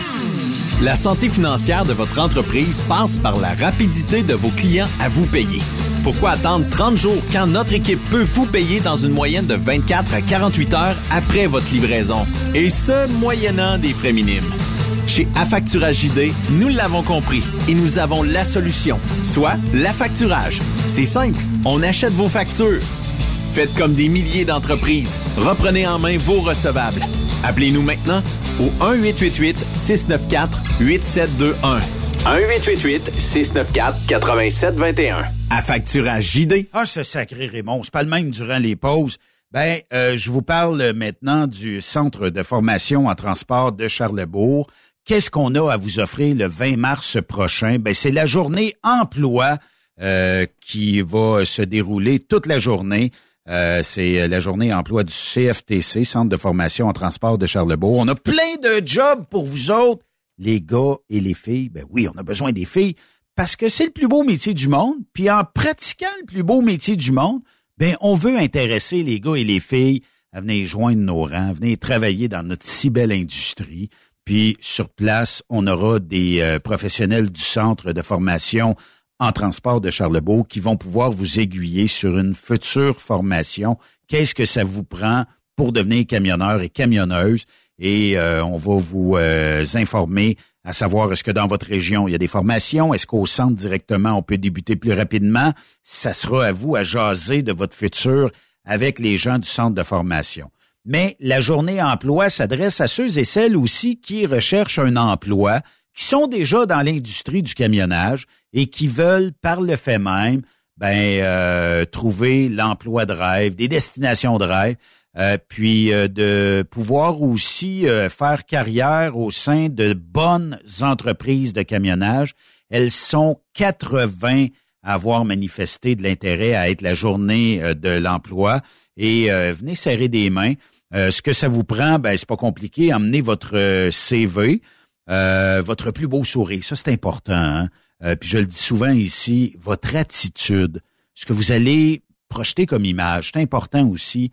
La santé financière de votre entreprise passe par la rapidité de vos clients à vous payer. Pourquoi attendre trente jours quand notre équipe peut vous payer dans une moyenne de vingt-quatre à quarante-huit heures après votre livraison? Et ce, moyennant des frais minimes. Chez Affacturage J D, nous l'avons compris et nous avons la solution, soit l'affacturage. C'est simple, on achète vos factures. Faites comme des milliers d'entreprises, reprenez en main vos recevables. Appelez-nous maintenant au un huit huit huit, six neuf quatre, huit sept deux un. un huit huit huit, six neuf quatre, huit sept deux un. Affacturage J D. Ah, ce sacré Raymond, c'est pas le même durant les pauses. Ben, euh, je vous parle maintenant du Centre de formation en transport de Charlesbourg. Qu'est-ce qu'on a à vous offrir le vingt mars prochain? Ben, c'est la journée emploi euh, qui va se dérouler toute la journée. Euh, c'est la journée emploi du C F T C, Centre de formation en transport de Charlesbourg. On a plein de jobs pour vous autres, les gars et les filles. Ben oui, on a besoin des filles parce que c'est le plus beau métier du monde. Puis en pratiquant le plus beau métier du monde, ben on veut intéresser les gars et les filles à venir joindre nos rangs, à venir travailler dans notre si belle industrie. Puis, sur place, on aura des euh, professionnels du Centre de formation en transport de Charlesbourg qui vont pouvoir vous aiguiller sur une future formation. Qu'est-ce que ça vous prend pour devenir camionneur et camionneuse? Et euh, on va vous euh, informer à savoir, est-ce que dans votre région, il y a des formations? Est-ce qu'au centre directement, on peut débuter plus rapidement? Ça sera à vous à jaser de votre futur avec les gens du Centre de formation. Mais la journée emploi s'adresse à ceux et celles aussi qui recherchent un emploi, qui sont déjà dans l'industrie du camionnage et qui veulent, par le fait même, ben euh, trouver l'emploi de rêve, des destinations de rêve, euh, puis euh, de pouvoir aussi euh, faire carrière au sein de bonnes entreprises de camionnage. Elles sont quatre-vingts à avoir manifesté de l'intérêt à être la journée euh, de l'emploi et euh, venez serrer des mains. Euh, ce que ça vous prend, ben c'est pas compliqué. Emmenez votre euh, C V, euh, votre plus beau sourire. Ça, c'est important. Hein? Euh, puis je le dis souvent ici, votre attitude, ce que vous allez projeter comme image. C'est important aussi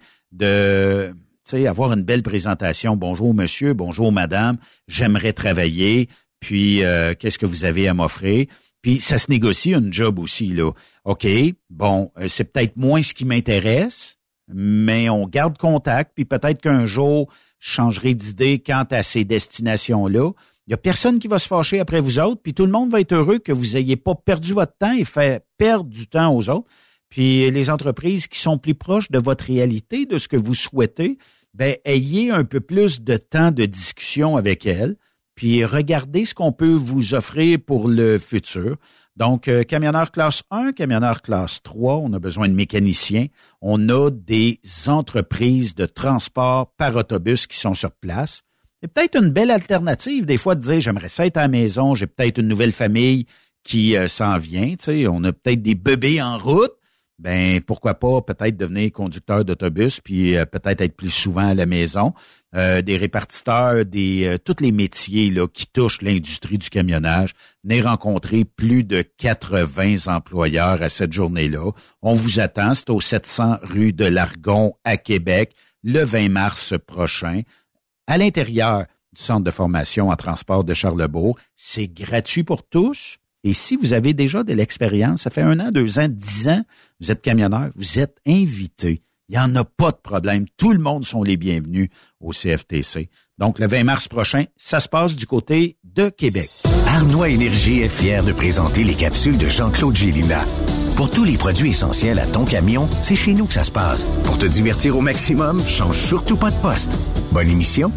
de, tu sais, avoir une belle présentation. Bonjour monsieur, bonjour madame, j'aimerais travailler. Puis euh, qu'est-ce que vous avez à m'offrir? Puis ça se négocie une job aussi là. OK, bon, euh, c'est peut-être moins ce qui m'intéresse. Mais on garde contact, puis peut-être qu'un jour, je changerai d'idée quant à ces destinations-là. Il y a personne qui va se fâcher après vous autres, puis tout le monde va être heureux que vous ayez pas perdu votre temps et fait perdre du temps aux autres. Puis les entreprises qui sont plus proches de votre réalité, de ce que vous souhaitez, ben ayez un peu plus de temps de discussion avec elles, puis regardez ce qu'on peut vous offrir pour le futur. Donc, euh, camionneur classe un, camionneur classe trois, on a besoin de mécaniciens. On a des entreprises de transport par autobus qui sont sur place. C'est peut-être une belle alternative, des fois, de dire, j'aimerais ça être à la maison, j'ai peut-être une nouvelle famille qui euh, s'en vient. Tu sais, on a peut-être des bébés en route. Ben pourquoi pas peut-être devenir conducteur d'autobus, puis euh, peut-être être plus souvent à la maison. Euh, des répartiteurs, des euh, tous les métiers là qui touchent l'industrie du camionnage. Venez rencontrer plus de quatre-vingts employeurs à cette journée-là. On vous attend, c'est au sept cents rue de l'Argon à Québec, le vingt mars prochain, à l'intérieur du Centre de formation en transport de Charlesbourg. C'est gratuit pour tous. Et si vous avez déjà de l'expérience, ça fait un an, deux ans, dix ans, vous êtes camionneur, vous êtes invité. Il n'y en a pas de problème. Tout le monde sont les bienvenus au C F T C. Donc, le vingt mars prochain, ça se passe du côté de Québec. Arnois Énergie est fier de présenter les capsules de Jean-Claude Gélina. Pour tous les produits essentiels à ton camion, c'est chez nous que ça se passe. Pour te divertir au maximum, change surtout pas de poste. Bonne émission.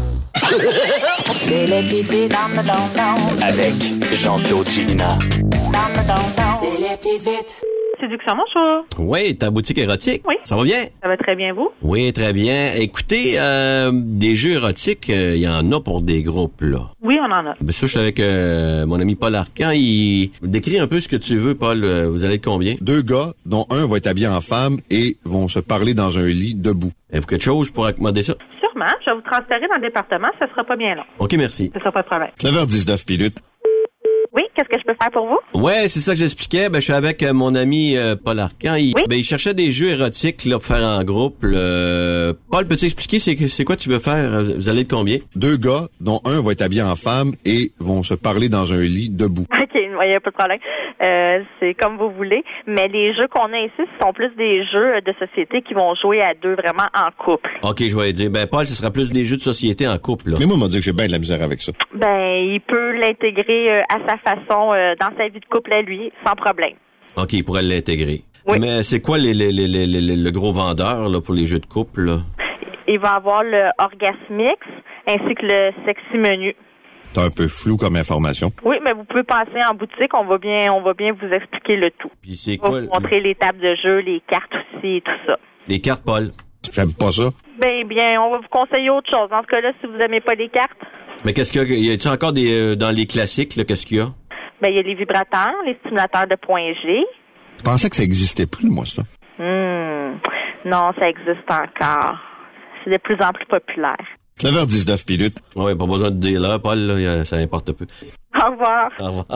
C'est les petites vites avec Jean-Claude Gélina. C'est les petites vites. Séduction, bonjour. Oui, ta boutique érotique. Oui. Ça va bien? Ça va très bien, vous? Oui, très bien. Écoutez, euh, des jeux érotiques, il euh, y en a pour des groupes, là. Oui, on en a. Ben ça, je suis avec euh, mon ami Paul Arcan. Il décrit un peu ce que tu veux, Paul. Vous allez être combien? Deux gars, dont un va être habillé en femme et vont se parler dans un lit debout. Avez-vous quelque chose pour accommoder ça? Sûrement. Je vais vous transférer dans le département. Ça sera pas bien long. OK, merci. Ça sera pas de problème. neuf heures dix-neuf minutes. Oui, qu'est-ce que je peux faire pour vous? Ouais, c'est ça que j'expliquais. Ben, je suis avec euh, mon ami euh, Paul Arcan. Il, oui? ben, il cherchait des jeux érotiques là, pour faire en groupe. Euh, Paul, peux-tu expliquer c'est, c'est quoi tu veux faire? Vous allez être combien? Deux gars, dont un va être habillé en femme et vont se parler dans un lit debout. OK, il n'y a pas de problème. Euh, c'est comme vous voulez. Mais les jeux qu'on a ici, ce sont plus des jeux de société qui vont jouer à deux vraiment en couple. OK, je vais dire. Ben, Paul, ce sera plus des jeux de société en couple. Là. Mais moi, on m'a dit que j'ai bien de la misère avec ça. Ben, il peut l'intégrer euh, à sa façon euh, dans sa vie de couple à lui, sans problème. OK, il pourrait l'intégrer. Oui. Mais c'est quoi les, les, les, les, les, le gros vendeur là, pour les jeux de couple? Là? Il va avoir le Orgasmix ainsi que le Sexy Menu. C'est un peu flou comme information. Oui, mais vous pouvez passer en boutique, on va bien on va bien vous expliquer le tout. Puis c'est on va quoi? vous montrer les tables de jeu, les cartes aussi et tout ça. Les cartes, Paul? J'aime pas ça. Ben bien, on va vous conseiller autre chose. Dans ce cas-là, si vous n'aimez pas les cartes. Mais qu'est-ce qu'il y a? Y a-t-il encore des euh, dans les classiques, là, qu'est-ce qu'il y a? Ben, il y a les vibrateurs, les stimulateurs de point G. Je pensais que ça existait plus, moi, ça. Hmm. Non, ça existe encore. C'est de plus en plus populaire. neuf heures dix-neuf minutes. Oui, pas besoin de dire là, Paul, là, ça importe peu. Au revoir. Au revoir.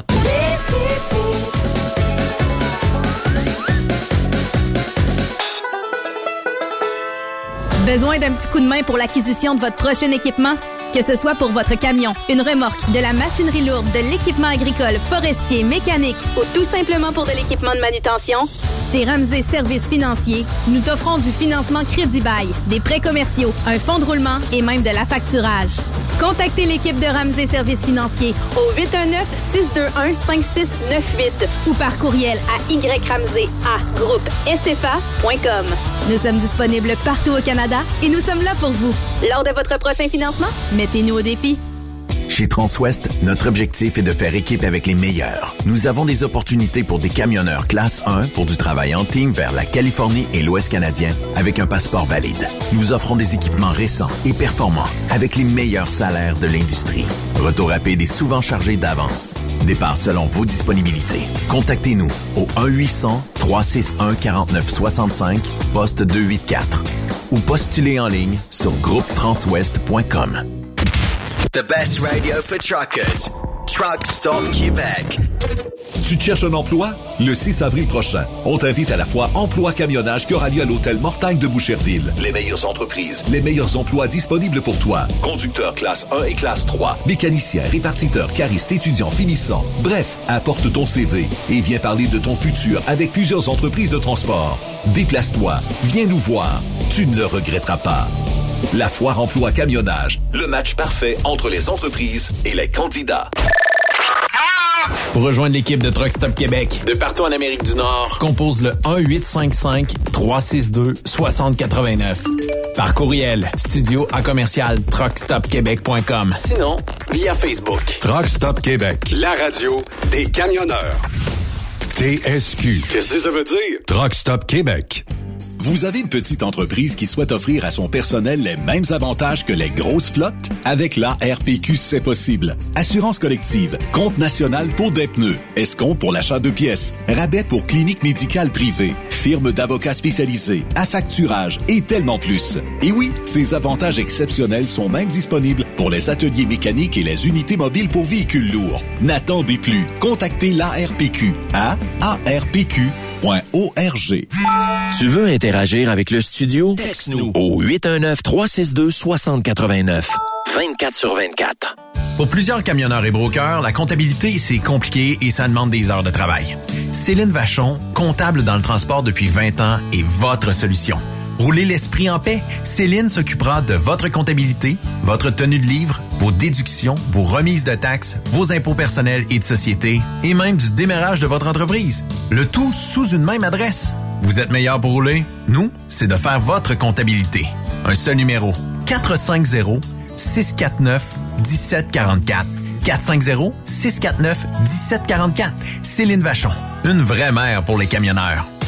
Besoin d'un petit coup de main pour l'acquisition de votre prochain équipement? Que ce soit pour votre camion, une remorque, de la machinerie lourde, de l'équipement agricole, forestier, mécanique ou tout simplement pour de l'équipement de manutention, chez Ramsey Services Financiers, nous t'offrons du financement crédit-bail, des prêts commerciaux, un fonds de roulement et même de l'affacturage. Contactez l'équipe de Ramsey Services Financiers au huit un neuf, six deux un, cinq six neuf huit ou par courriel à yramsey à groupe s f a point com. Nous sommes disponibles partout au Canada et nous sommes là pour vous. Lors de votre prochain financement, mettez-nous au défi. Chez Transwest, notre objectif est de faire équipe avec les meilleurs. Nous avons des opportunités pour des camionneurs classe un pour du travail en team vers la Californie et l'Ouest canadien avec un passeport valide. Nous offrons des équipements récents et performants avec les meilleurs salaires de l'industrie. Retour rapide et souvent chargé d'avance. Départ selon vos disponibilités. Contactez-nous au un huit cents, trois six un, quarante-neuf soixante-cinq, poste deux cent quatre-vingt-quatre ou postulez en ligne sur groupe transwest point com. The best radio for truckers. Truck Stop Québec. Tu te cherches un emploi? Le six avril prochain, on t'invite à la foire Emploi Camionnage qui aura lieu à l'hôtel Mortagne de Boucherville. Les meilleures entreprises, les meilleurs emplois disponibles pour toi. Conducteur classe un et classe trois, mécanicien, répartiteur, cariste, étudiant, finissant. Bref, apporte ton C V et viens parler de ton futur avec plusieurs entreprises de transport. Déplace-toi, viens nous voir. Tu ne le regretteras pas. La foire Emploi Camionnage, le match parfait entre les entreprises et les candidats. Pour rejoindre l'équipe de Truck Stop Québec, de partout en Amérique du Nord, compose le un huit cinq cinq, trois six deux, six zéro huit neuf. Par courriel, studio à commercial truck stop québec point com. Sinon, via Facebook. Truck Stop Québec, la radio des camionneurs. T S Q. Qu'est-ce que ça veut dire? Truck Stop Québec. Vous avez une petite entreprise qui souhaite offrir à son personnel les mêmes avantages que les grosses flottes? Avec l'A R P Q, c'est possible. Assurance collective, compte national pour des pneus, escompte pour l'achat de pièces, rabais pour clinique médicale privée, firme d'avocats spécialisés, affacturage et tellement plus. Et oui, ces avantages exceptionnels sont même disponibles pour les ateliers mécaniques et les unités mobiles pour véhicules lourds. N'attendez plus. Contactez l'A R P Q à a r p q point org. Tu veux interagir avec le studio? Texte-nous au huit un neuf, trois six deux, six zéro huit neuf. vingt-quatre sur vingt-quatre. Pour plusieurs camionneurs et brokers, la comptabilité, c'est compliqué et ça demande des heures de travail. Céline Vachon, comptable dans le transport depuis vingt ans, est votre solution. Roulez l'esprit en paix. Céline s'occupera de votre comptabilité, votre tenue de livre, vos déductions, vos remises de taxes, vos impôts personnels et de société, et même du démarrage de votre entreprise. Le tout sous une même adresse. Vous êtes meilleur pour rouler? Nous, c'est de faire votre comptabilité. Un seul numéro. quatre cinq zéro, six quatre neuf, un sept quatre quatre. quatre cinq zéro, six quatre neuf, un sept quatre quatre. Céline Vachon. Une vraie mère pour les camionneurs.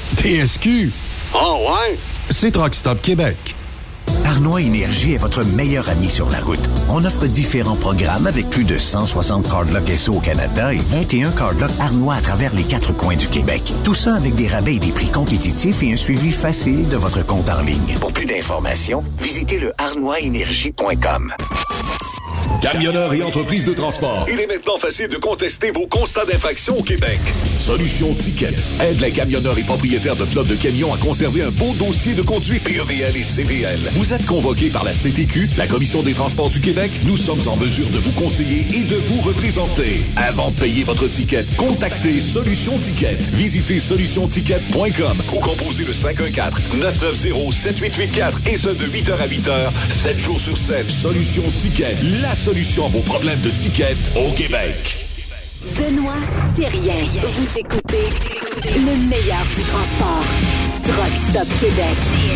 T S Q. Oh ouais? C'est Truck Stop Québec. Arnois Énergie est votre meilleur ami sur la route. On offre différents programmes avec plus de cent soixante cardlocks S O au Canada et vingt et un cardlocks Arnois à travers les quatre coins du Québec. Tout ça avec des rabais et des prix compétitifs et un suivi facile de votre compte en ligne. Pour plus d'informations, visitez le arnois énergie point com. Camionneurs et entreprises de transport. Il est maintenant facile de contester vos constats d'infraction au Québec. Solution Ticket aide les camionneurs et propriétaires de flottes de camions à conserver un beau dossier de conduite P E V L et C V L. Vous êtes convoqué par la C T Q, la Commission des transports du Québec. Nous sommes en mesure de vous conseiller et de vous représenter. Avant de payer votre ticket, contactez Solution Ticket. Visitez solution ticket point com ou composez le cinq un quatre, neuf neuf zéro, sept huit huit quatre et ce de huit heures à huit heures, sept jours sur sept. Solution Ticket, la solution à vos problèmes de ticket au Québec. Benoît Thérien. Vous écoutez le meilleur du transport. Truck Stop Québec.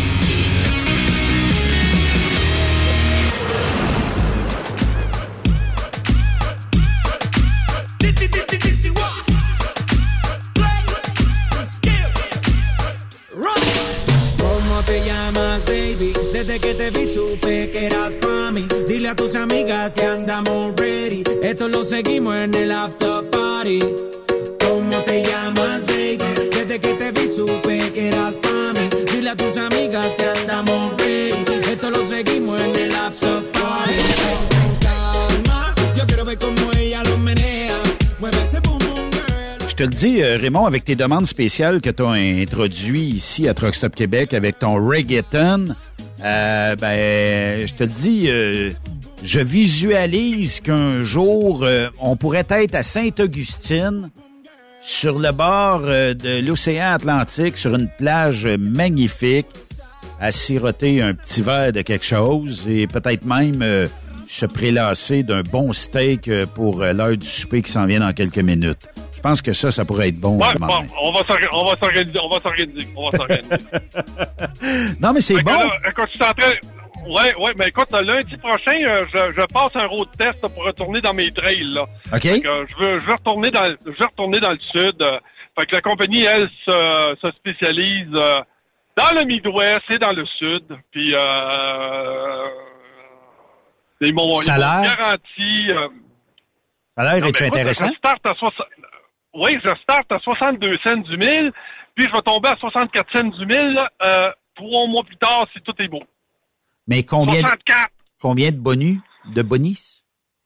¿Cómo te llamas, baby? Desde que te vi supe que eras pa' mí. Dile a tus amigas que andamos ready. Esto lo seguimos en el after party. ¿Cómo te llamas, baby? Desde que te vi supe que eras pa' mí. Dile a tus amigas que andamos ready. Esto lo seguimos en el after party. Con calma, yo quiero ver cómo ella lo menea. Mueve ese boom boom girl. Je te le dis, Raymond, avec tes demandes spéciales que tu as introduites ici à Truck Stop Québec avec ton reggaeton, euh, ben, je te le dis, euh, je visualise qu'un jour, euh, on pourrait être à Sainte-Augustine, sur le bord euh, de l'océan Atlantique, sur une plage magnifique, à siroter un petit verre de quelque chose et peut-être même euh, se prélasser d'un bon steak pour euh, l'heure du souper qui s'en vient dans quelques minutes. Je pense que ça, ça pourrait être bon. Ouais, bon, on va s'organiser, on va s'organiser, on va s'organiser, on va s'organiser. Non, mais c'est bon. Là, écoute, je suis en train... Ouais, ouais, mais écoute, lundi prochain, euh, je, je passe un road test là, pour retourner dans mes trails, là. OK. Fait que, euh, je veux, je veux retourner dans, le- je veux retourner dans le sud. euh, fait que la compagnie, elle, se, se spécialise euh, dans le Midwest et dans le sud. Puis, euh, ils m'ont, ils m'ont Salaire? garanti... Euh, Salaire, non, est-tu mais écoute, intéressant? Je starte à soixante... Oui, je starte à soixante-deux cents du mille, puis je vais tomber à soixante-quatre cents du mille euh, trois mois plus tard si tout est beau. Mais combien de, soixante-quatre, combien de bonus, de bonus?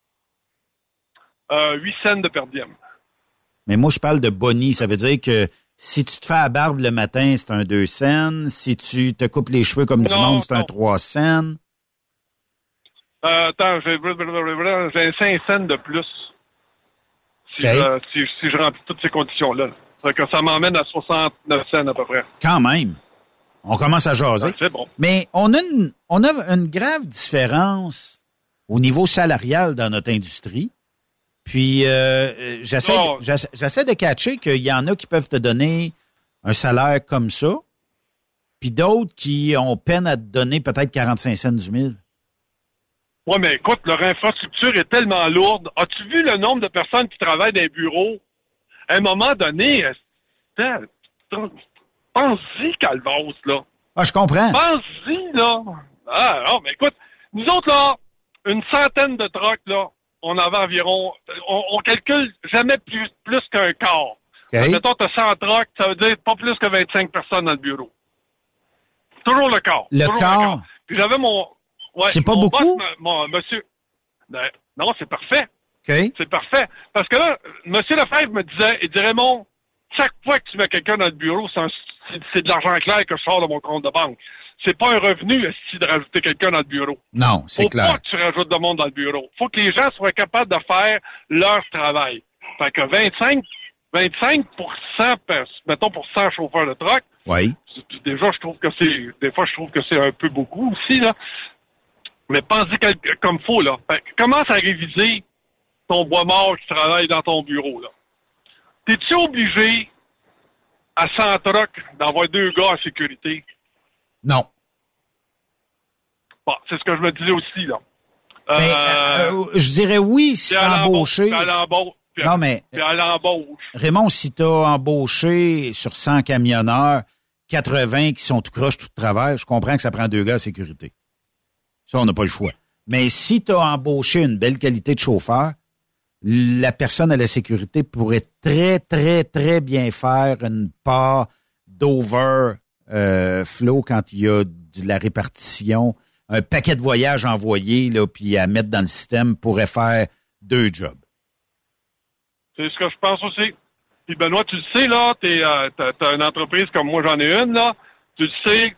euh, huit cents de per diem. Mais moi, je parle de bonus. Ça veut dire que si tu te fais à barbe le matin, c'est un deux cents. Si tu te coupes les cheveux comme du Non, monde, c'est un non. trois cents. Euh, attends, j'ai, j'ai cinq cents de plus si, OK. je, si, si je remplis toutes ces conditions-là. Fait que ça m'emmène à soixante-neuf cents à peu près. Quand même. On commence à jaser. Ouais, c'est bon. Mais on a, une, on a une grave différence au niveau salarial dans notre industrie. Puis, euh, j'essaie, Non. j'essaie, j'essaie de catcher qu'il y en a qui peuvent te donner un salaire comme ça, puis d'autres qui ont peine à te donner peut-être quarante-cinq cents du mille. Ouais, mais écoute, leur infrastructure est tellement lourde. As-tu vu le nombre de personnes qui travaillent dans les bureaux? À un moment donné, euh, pense-y, Calvos, là. Ah, je comprends. Pense-y, là. Ah, non, mais écoute, nous autres, là, une centaine de trucks, là, on avait environ, on, on calcule jamais plus, plus qu'un quart. OK. Mettons, t'as cent trucks, ça veut dire pas plus que vingt-cinq personnes dans le bureau. Toujours le quart. Le Toujours quart. Puis j'avais mon... Ouais, C'est pas mon beaucoup? boss, mon, monsieur... Ben, non, c'est parfait. OK. C'est parfait. Parce que là, M. Lefebvre me disait, il dit, Raymond, chaque fois que tu mets quelqu'un dans le bureau, c'est, un- c'est- c'est de l'argent clair que je sors de mon compte de banque. C'est pas un revenu, esti, de rajouter quelqu'un dans le bureau. Non, c'est Faut clair. pas que tu rajoutes de monde dans le bureau. Faut que les gens soient capables de faire leur travail. Fait que vingt-cinq, vingt-cinq pour cent, per- mettons pour cent chauffeurs de truck, Oui. c'est- déjà, je trouve que c'est, des fois, je trouve que c'est un peu beaucoup aussi, là. Mais pense-y quel- comme faut, là. Fait que commence à réviser ton bois mort qui travaille dans ton bureau, là. T'es-tu obligé, à cent trucks, d'avoir deux gars en sécurité? Non. Bon, c'est ce que je me disais aussi, là. Mais, euh, je dirais oui si puis t'es à embauché. l'embauche, puis à l'embauche, puis à- Non, mais- Puis à l'embauche. Raymond, si t'as embauché sur cent camionneurs, quatre-vingts qui sont tout croche, tout de travers, je comprends que ça prend deux gars à sécurité. Ça, on n'a pas le choix. Mais si tu as embauché une belle qualité de chauffeur, la personne à la sécurité pourrait très, très, très bien faire une part d'over euh, flow quand il y a de la répartition. Un paquet de voyages envoyés, là, puis à mettre dans le système pourrait faire deux jobs. C'est ce que je pense aussi. Puis Benoît, tu le sais, là, t'es, euh, t'as, t'as une entreprise comme moi, j'en ai une, là. Tu le sais,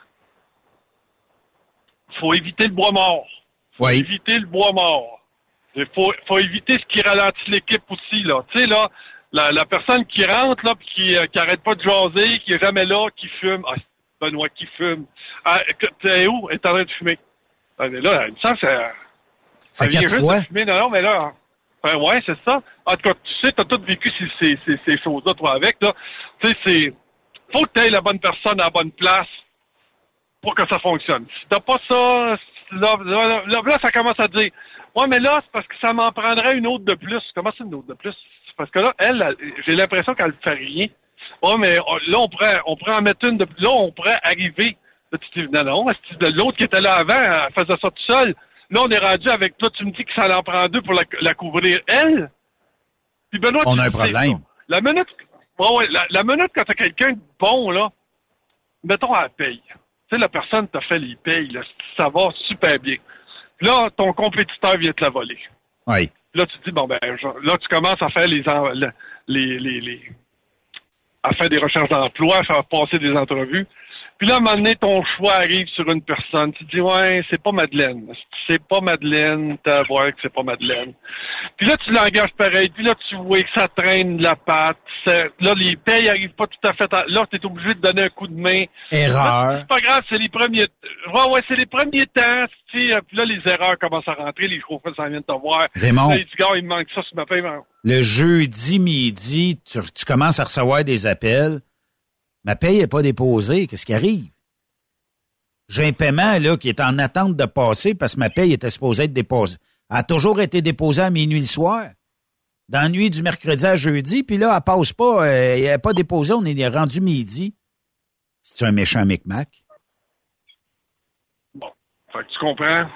faut éviter le bois mort. Faut oui. éviter le bois mort. Il faut, faut éviter ce qui ralentit l'équipe aussi, là. Tu sais, là, la, la personne qui rentre, là, puis qui, euh, qui arrête pas de jaser, qui est jamais là, qui fume. Ah, Benoît qui fume. Ah, t'es où? Elle est en train de fumer. Ah, mais là, il me semble que ça... Fait quatre fois. Fumer. Non, non, mais là... Ben ouais, c'est ça. En tout cas, tu sais, t'as tout vécu ces, ces, ces, ces choses-là, toi, avec, là. Tu sais, c'est... Faut que t'aies la bonne personne à la bonne place pour que ça fonctionne. Si t'as pas ça, là, là, là, là, ça commence à dire... Ouais, mais là, c'est parce que ça m'en prendrait une autre de plus. Comment c'est une autre de plus? C'est parce que là, elle, elle j'ai l'impression qu'elle fait rien. Ouais, mais là, on pourrait, on pourrait en mettre une de plus. Là, on pourrait arriver. Là, tu dis, non, non, l'autre qui était là avant, elle faisait ça tout seul. Là, on est rendu avec toi, tu me dis que ça en prend deux pour la, la couvrir. Elle? Puis Benoît, on a un problème. La minute, ouais, ouais, la, la minute quand t'as quelqu'un de bon, là, mettons, elle paye. Tu sais, la personne t'a fait les payes, là, ça va super bien. Puis là, ton compétiteur vient te la voler. Oui. Puis là, tu te dis, bon, ben, là, tu commences à faire les, les, les, les, à faire des recherches d'emploi, à faire passer des entrevues. Puis là, à un moment donné, ton choix arrive sur une personne. Tu te dis, ouais, c'est pas Madeleine. C'est pas Madeleine, t'as à voir que c'est pas Madeleine. Puis là, tu l'engages pareil. Puis là, tu vois que ça traîne de la patte. Ça, là, les payes arrivent pas tout à fait. À... Là, t'es obligé de donner un coup de main. Erreur. Là, c'est pas grave, c'est les premiers... Ouais, ouais, c'est les premiers temps. Tu sais, puis là, les erreurs commencent à rentrer. Les chauffeurs s'en viennent te voir. Raymond. Là, ils disent, gars, il me manque ça sur ma paye. Le jeudi midi, tu, tu commences à recevoir des appels. Ma paye n'est pas déposée. Qu'est-ce qui arrive? J'ai un paiement là qui est en attente de passer parce que ma paye était supposée être déposée. Elle a toujours été déposée à minuit le soir. Dans la nuit du mercredi à jeudi, puis là, elle passe pas. Elle n'est pas déposée, on est rendu midi. C'est un méchant micmac. Bon, fait que tu comprends.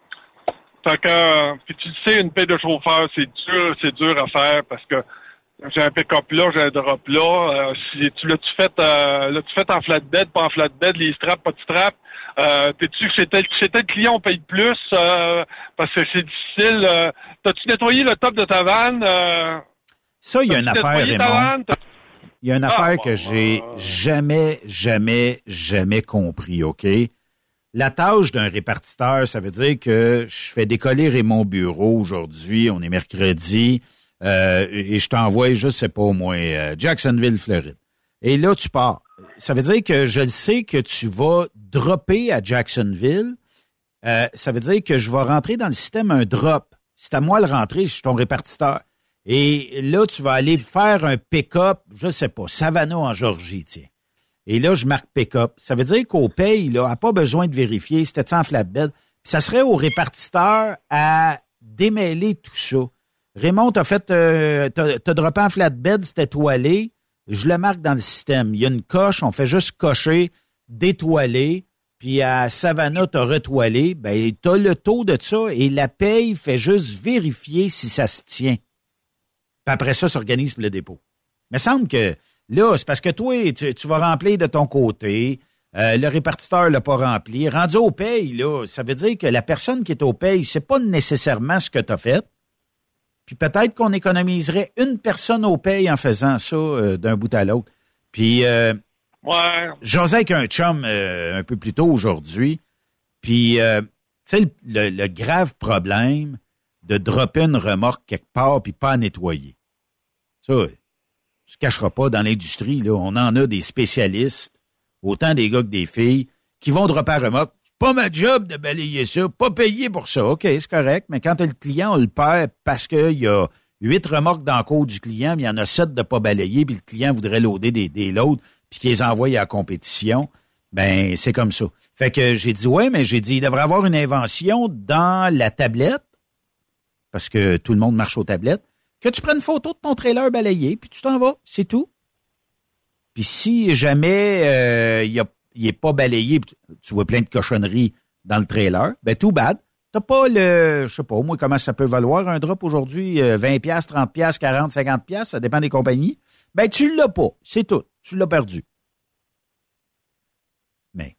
Fait que, euh, puis tu le sais, une paie de chauffeur, c'est dur, c'est dur à faire parce que j'ai un pick-up là, j'ai un drop là. Euh, si tu l'as-tu fait, euh, l'as-tu fait en flatbed, pas en flatbed, les straps, pas de straps. Euh, t'es-tu chez tel, chez tel client, on paye plus euh, parce que c'est difficile. Euh, t'as-tu nettoyé le top de ta vanne? Euh, Ça, il y a une affaire, Raymond. Il y a une affaire ah, que bon, j'ai euh... jamais, jamais, jamais compris, OK? La tâche d'un répartiteur, ça veut dire que je fais décoller Raymond Bureau aujourd'hui, on est mercredi, euh, et je t'envoie, je sais pas au moins, euh, Jacksonville, Floride. Et là, tu pars. Ça veut dire que je le sais que tu vas dropper à Jacksonville. Euh, ça veut dire que je vais rentrer dans le système un drop. C'est à moi de le rentrer, je suis ton répartiteur. Et là, tu vas aller faire un pick-up, je sais pas, Savannah en Georgie, tiens. Et là, je marque pick-up. Ça veut dire qu'au paye, là, n'a pas besoin de vérifier, c'était en flatbed. Puis ça serait au répartiteur à démêler tout ça. Raymond, t'as fait, euh, t'as, t'as droppé en flatbed, c'était toilé. Je le marque dans le système. Il y a une coche, on fait juste cocher, détoiler, puis à Savannah, t'as retoilé. Ben, t'as le taux de ça et la paye fait juste vérifier si ça se tient. Puis après ça, s'organise pour le dépôt. Mais il semble que là, c'est parce que toi, tu, tu vas remplir de ton côté. Euh, le répartiteur l'a pas rempli. Rendu au paye, là, ça veut dire que la personne qui est au paye, c'est pas nécessairement ce que tu as fait. Puis peut-être qu'on économiserait une personne au paye en faisant ça euh, d'un bout à l'autre. Puis, euh, ouais. j'osais avec un chum euh, un peu plus tôt aujourd'hui. Puis, euh, tu sais, le, le, le grave problème de dropper une remorque quelque part puis pas à nettoyer. Ça, tu se cacheras pas dans l'industrie, là. On en a des spécialistes, autant des gars que des filles, qui vont dropper la remorque. Pas ma job de balayer ça, pas payer pour ça. OK, c'est correct, mais quand t'as le client, on le perd parce qu'il y a huit remorques dans le cours du client, mais il y en a sept de pas balayer, puis le client voudrait loader des, des loads, puis qu'il les envoie à la compétition. Ben, c'est comme ça. Fait que j'ai dit, ouais, mais j'ai dit, il devrait y avoir une invention dans la tablette, parce que tout le monde marche aux tablettes, que tu prennes une photo de ton trailer balayé, puis tu t'en vas, c'est tout. Puis si jamais euh, il a, il est pas balayé, tu vois plein de cochonneries dans le trailer, ben tout bad. T'as pas le, je sais pas, moi, comment ça peut valoir un drop aujourd'hui, euh, vingt piastres, trente piastres, quarante, cinquante piastres, ça dépend des compagnies. Ben, tu l'as pas. C'est tout. Tu l'as perdu. Mais,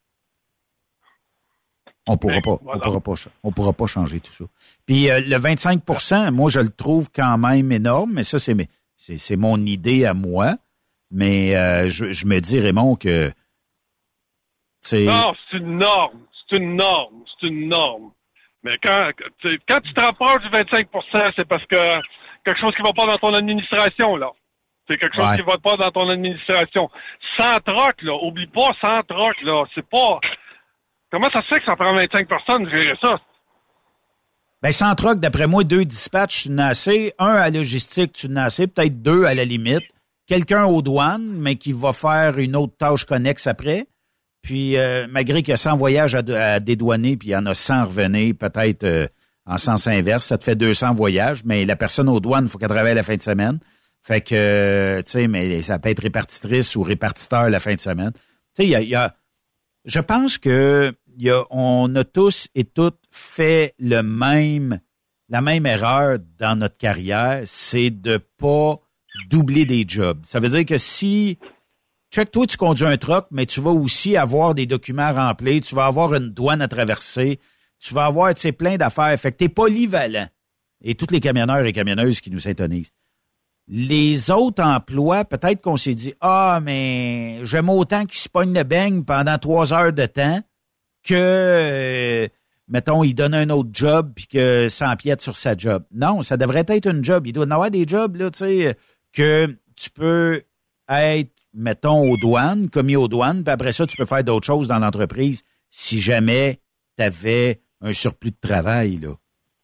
on pourra pas, on pourra pas, on pourra pas changer tout ça. Puis, euh, le vingt-cinq pour cent, moi, je le trouve quand même énorme, mais ça, c'est, mes, c'est, c'est mon idée à moi. Mais, euh, je, je me dis, Raymond, que, c'est... Non, c'est une norme. C'est une norme. C'est une norme. Mais quand, quand tu te rapproches du vingt-cinq pour cent, c'est parce que quelque chose qui va pas dans ton administration, là. C'est quelque chose ouais. qui va pas dans ton administration. Sans troc, là. Oublie pas, sans troc, là. C'est pas... Comment ça se fait que ça prend vingt-cinq personnes de gérer ça? Ben, sans troc, d'après moi, deux dispatchs, tu n'as assez. Un à logistique, tu n'as assez. Peut-être deux à la limite. Quelqu'un aux douanes, mais qui va faire une autre tâche connexe après. Puis, euh, malgré qu'il y a cent voyages à, à dédouaner, puis il y en a cent revenir, peut-être euh, en sens inverse, ça te fait deux cents voyages, mais la personne aux douanes, il faut qu'elle travaille la fin de semaine. Fait que, euh, tu sais, mais ça peut être répartitrice ou répartiteur la fin de semaine. Tu sais, il y a, y a... Je pense que y a, on a tous et toutes fait le même, la même erreur dans notre carrière, c'est de pas doubler des jobs. Ça veut dire que si... Check, toi, tu conduis un truck, mais tu vas aussi avoir des documents remplis, tu vas avoir une douane à traverser, tu vas avoir, tu sais, plein d'affaires. Fait que t'es polyvalent. Et tous les camionneurs et camionneuses qui nous syntonisent. Les autres emplois, peut-être qu'on s'est dit, ah, mais j'aime autant qu'ils se pognent le beigne pendant trois heures de temps que, euh, mettons, il donne un autre job puis que ça empiète sur sa job. Non, ça devrait être une job. Il doit y avoir des jobs, là, tu sais, que tu peux être, mettons, aux douanes, commis aux douanes, puis après ça, tu peux faire d'autres choses dans l'entreprise si jamais tu avais un surplus de travail, là.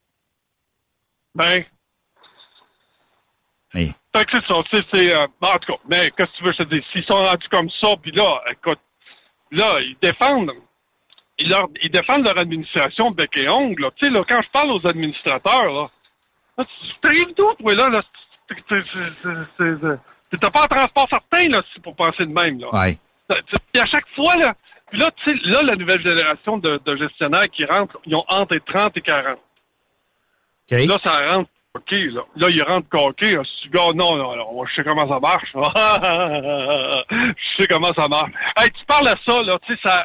Ben. Mais. Fait que c'est ça, tu sais, c'est... Euh, en tout cas, mais qu'est-ce que tu veux que je te dise? S'ils sont rendus comme ça, puis là, écoute, là, ils défendent... Ils, leur, ils défendent leur administration bec et ongle, là. Tu sais, là, quand je parle aux administrateurs, là, là tu t'arrives d'où, toi, là, là? T'as pas un transport certain, là, pour penser de même, là. Ouais. Puis à chaque fois, là, puis là, tu sais, là, la nouvelle génération de, de gestionnaires qui rentrent, ils ont entre trente et quarante. Okay. Là, ça rentre coqué, là. Là, ils rentrent coqué. Si tu gars, non, non, non, je sais comment ça marche. Je sais comment ça marche. Hey, tu parles à ça, là, tu sais, ça...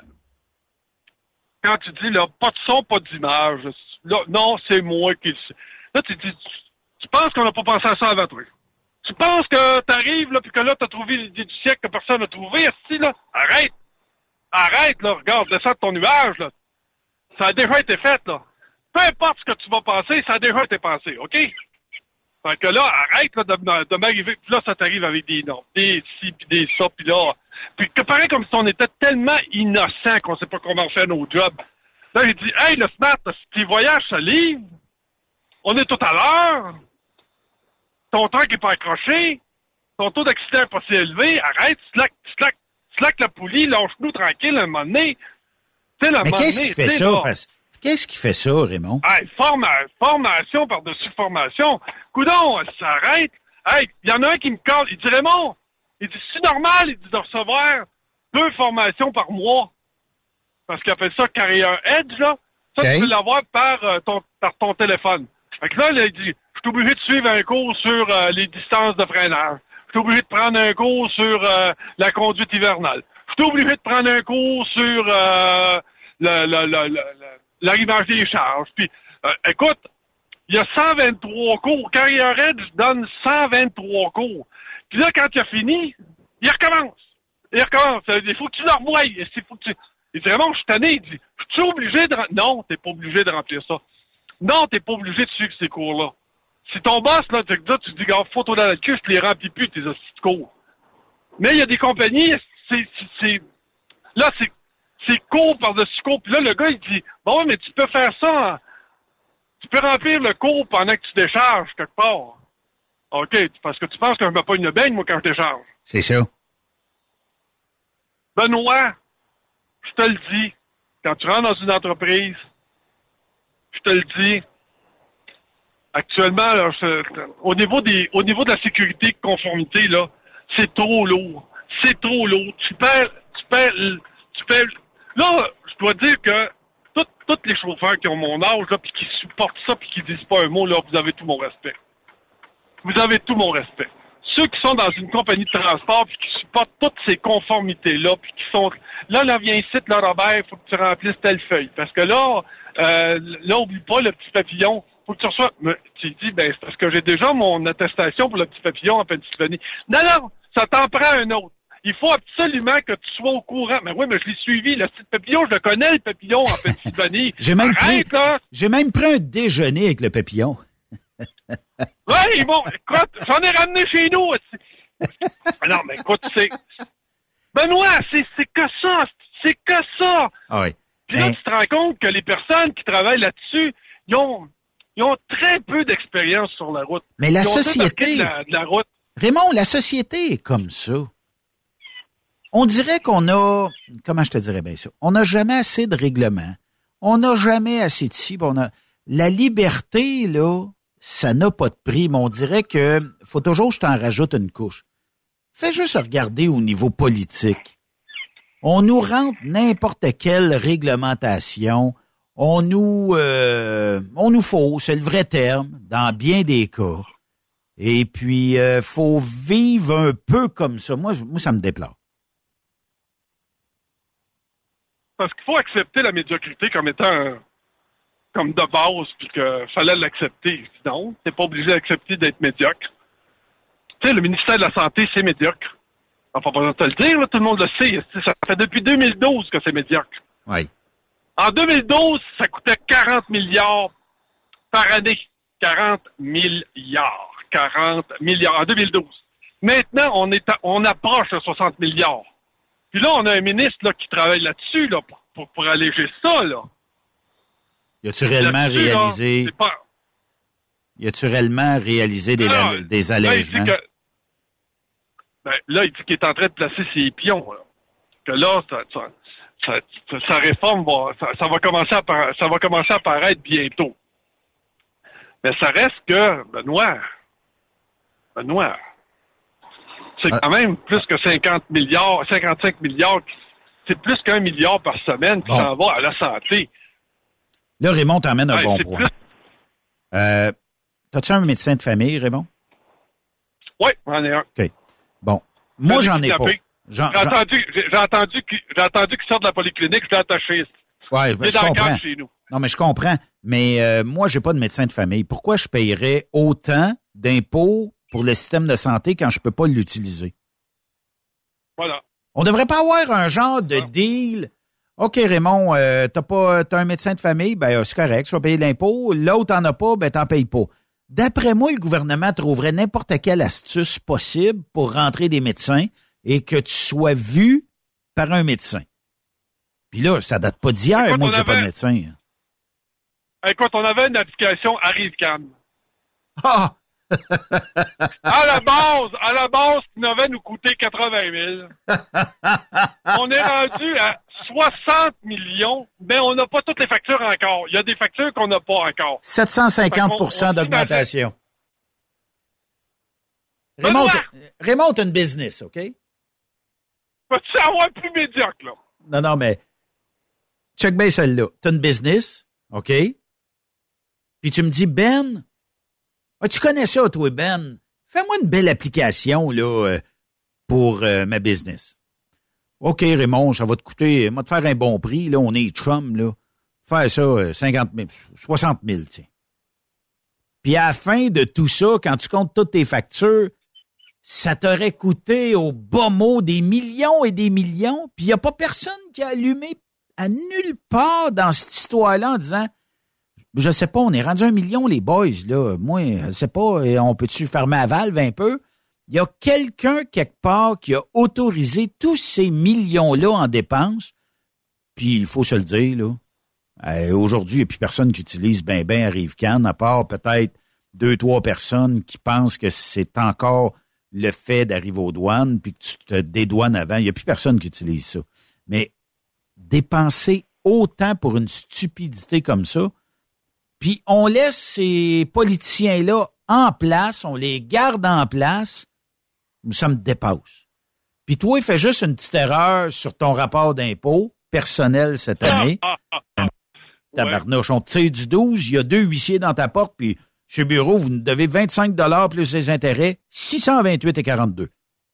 Quand tu dis, là, pas de son, pas d'image, là, non, c'est moi qui... Là, tu dis, tu, tu penses qu'on n'a pas pensé à ça avant toi. Tu penses que t'arrives, là, puis que là, t'as trouvé l'idée du siècle que personne n'a trouvé, esti, là? Arrête! Arrête, là, regarde, descends de ton nuage, là. Ça a déjà été fait, là. Peu importe ce que tu vas penser, ça a déjà été pensé, OK? Fait que là, arrête, là, de, de m'arriver, puis là, ça t'arrive avec des noms, des ci, puis des ça, puis là... Puis que pareil comme si on était tellement innocent qu'on sait pas comment faire nos jobs. Là, il dit, hey, le smart, tes voyages se livrent, on est tout à l'heure, ton truck est pas accroché, ton taux d'accident est pas si élevé, arrête, slack, slack, slack la poulie, lâche-nous tranquille un moment donné. Tu sais, le Mais moment qu'est-ce donné, qui fait ça? là, Parce... Qu'est-ce qui fait ça, Raymond? Hey, forma... formation par-dessus formation. Coudon, ça arrête. Hey, il y en a un qui me colle, il dit, Raymond, il dit, c'est normal, il dit, de recevoir deux formations par mois. Parce qu'il appelle ça Carrier Edge, là. Ça, okay. Tu peux l'avoir par, euh, ton, par ton téléphone. Fait que là, là il dit, je suis obligé de suivre un cours sur euh, les distances de freinage. Je suis obligé de prendre un cours sur euh, la conduite hivernale. Je suis obligé de prendre un cours sur euh, le, le, le, le, l'arrivage des charges. Puis, euh, écoute, il y a cent vingt-trois cours. Carrier Edge donne cent vingt-trois cours. Puis là, quand il a fini, il recommence. Il recommence. Il faut que tu le revoies. Il faut que tu... Il dit, vraiment, je suis tanné. Il dit, je suis obligé de... Non, t'es pas obligé de remplir ça. Non, t'es pas obligé de suivre ces cours-là. Si ton boss, là, tu te dis, gars, faut-toi dans le cul, je te les remplis plus, tes hosties de cours. Mais il y a des compagnies, c'est... c'est là, c'est... C'est cours par-dessus cours. Puis là, le gars, il dit, bon, mais tu peux faire ça. Hein? Tu peux remplir le cours pendant que tu décharges quelque part. OK, parce que tu penses que je me pas une baigne, moi, quand je décharge. C'est ça. Benoît, je te le dis, quand tu rentres dans une entreprise, je te le dis, actuellement, là, je, au niveau des, au niveau de la sécurité et conformité, là, c'est trop lourd. c'est trop lourd. Tu perds, tu perds, tu perds. Là, je dois dire que tous les chauffeurs qui ont mon âge, là, puis qui supportent ça, puis qui disent pas un mot, là, vous avez tout mon respect. Vous avez tout mon respect. Ceux qui sont dans une compagnie de transport, puis qui supportent toutes ces conformités-là, puis qui sont... Là, là, viens ici, là, Robert, il faut que tu remplisses telle feuille. Parce que là, euh, là, oublie pas le petit papillon. Faut que tu reçois... Mais, tu dis, ben, c'est parce que j'ai déjà mon attestation pour le petit papillon en Pennsylvanie. Non, non, ça t'en prend un autre. Il faut absolument que tu sois au courant. Mais oui, mais je l'ai suivi. Le petit papillon, je le connais, le papillon en Pennsylvanie. j'ai même Arrête, pris, là. J'ai même pris un déjeuner avec le papillon. Oui, bon, écoute, j'en ai ramené chez nous. Non, mais écoute, c'est... Benoît, c'est, c'est que ça. C'est que ça. Ah oui. Puis là, mais... tu te rends compte que les personnes qui travaillent là-dessus, ils ont, ils ont très peu d'expérience sur la route. Mais la ils ont société... De la, de la route. Raymond, la société est comme ça. On dirait qu'on a, comment je te dirais bien ça, on n'a jamais assez de règlements, on n'a jamais assez de ci, on a, la liberté, là, ça n'a pas de prix, mais on dirait que faut toujours que je t'en rajoute une couche. Fais juste regarder au niveau politique. On nous rentre n'importe quelle réglementation, on nous, euh, on nous fausse, c'est le vrai terme, dans bien des cas. Et puis, euh, faut vivre un peu comme ça. Moi, moi ça me déplore. Parce qu'il faut accepter la médiocrité comme étant un, comme de base, puis qu'il fallait l'accepter. Non, t'es pas obligé d'accepter d'être médiocre. Tu sais, le ministère de la Santé, c'est médiocre. Enfin, pas besoin de te le dire, là, tout le monde le sait. Ça fait depuis deux mille douze que c'est médiocre. Oui. En deux mille douze, ça coûtait quarante milliards par année. quarante milliards. quarante milliards. En deux mille douze. Maintenant, on est à, on approche de soixante milliards. Puis là, on a un ministre là, qui travaille là-dessus là, pour, pour, pour alléger ça. Là. Y a-tu réellement réalisé... Là, pas... Y a-tu réellement réalisé des, ah, la... des allègements? Là, il dit que... ben, là, il dit qu'il est en train de placer ses pions. Là. Que là, ça, ça, ça, sa réforme va, ça, ça, va commencer à para... ça va commencer à apparaître bientôt. Mais ça reste que, Benoît, Benoît, c'est quand même plus que cinquante milliards, cinquante-cinq milliards, c'est plus qu'un milliard par semaine qui bon. s'en va à la santé. Là, Raymond t'emmène un ouais, bon point. Plus... Euh, t'as-tu un médecin de famille, Raymond? Oui, j'en ai un. OK. Bon. Moi, j'en ai pas. J'en, j'ai, entendu, j'ai, j'ai, entendu qu'il, j'ai entendu qu'il sort de la polyclinique, je l'ai attaché. Ouais, ben, je comprends. Chez nous. Non, mais je comprends. Mais euh, moi, j'ai pas de médecin de famille. Pourquoi je payerais autant d'impôts pour le système de santé quand je peux pas l'utiliser? Voilà. On devrait pas avoir un genre de voilà. deal. OK, Raymond, euh, t'as pas t'as un médecin de famille, ben c'est correct, tu vas payer l'impôt. L'autre t'en as pas, ben t'en payes pas. D'après moi, le gouvernement trouverait n'importe quelle astuce possible pour rentrer des médecins et que tu sois vu par un médecin. Puis là, ça date pas d'hier, écoute, moi, que j'ai avait... pas de médecin. Écoute, on avait une application Arrive-Can. Ah! à la base, à la base, qui devait nous coûter quatre-vingt mille. On est rendu à soixante millions, mais on n'a pas toutes les factures encore. Il y a des factures qu'on n'a pas encore. sept cent cinquante pour cent d'augmentation. Raymond, Raymond, t'as une business, OK? Peux-tu avoir plus médiocre, là? Non, non, mais check bien celle-là. T'as une business, OK? Puis tu me dis, Ben, ah, tu connais ça, toi, Ben? Fais-moi une belle application, là, euh, pour euh, ma business. OK, Raymond, ça va te coûter, moi, te faire un bon prix, là, on est chum, là. Faire ça, euh, cinquante mille, soixante mille, tiens. Puis à la fin de tout ça, quand tu comptes toutes tes factures, ça t'aurait coûté au bas mot des millions et des millions, puis il n'y a pas personne qui a allumé à nulle part dans cette histoire-là en disant, je sais pas, on est rendu un million, les boys, là. Moi, je sais pas, on peut-tu fermer la valve un peu? Il y a quelqu'un quelque part qui a autorisé tous ces millions-là en dépenses, puis il faut se le dire, là. Euh, aujourd'hui, il n'y a plus personne qui utilise ben ben Arrive-Can, à part peut-être deux, trois personnes qui pensent que c'est encore le fait d'arriver aux douanes puis que tu te dédouanes avant. Il n'y a plus personne qui utilise ça. Mais dépenser autant pour une stupidité comme ça, puis on laisse ces politiciens-là en place, on les garde en place, ça me dépasse. Puis toi, fais juste une petite erreur sur ton rapport d'impôt personnel cette année. Ah, ah, ah. Tabarnouche, on te tire du douze, il y a deux huissiers dans ta porte, puis chez Bureau, vous nous devez vingt-cinq dollars plus les intérêts, six cent vingt-huit et quarante-deux.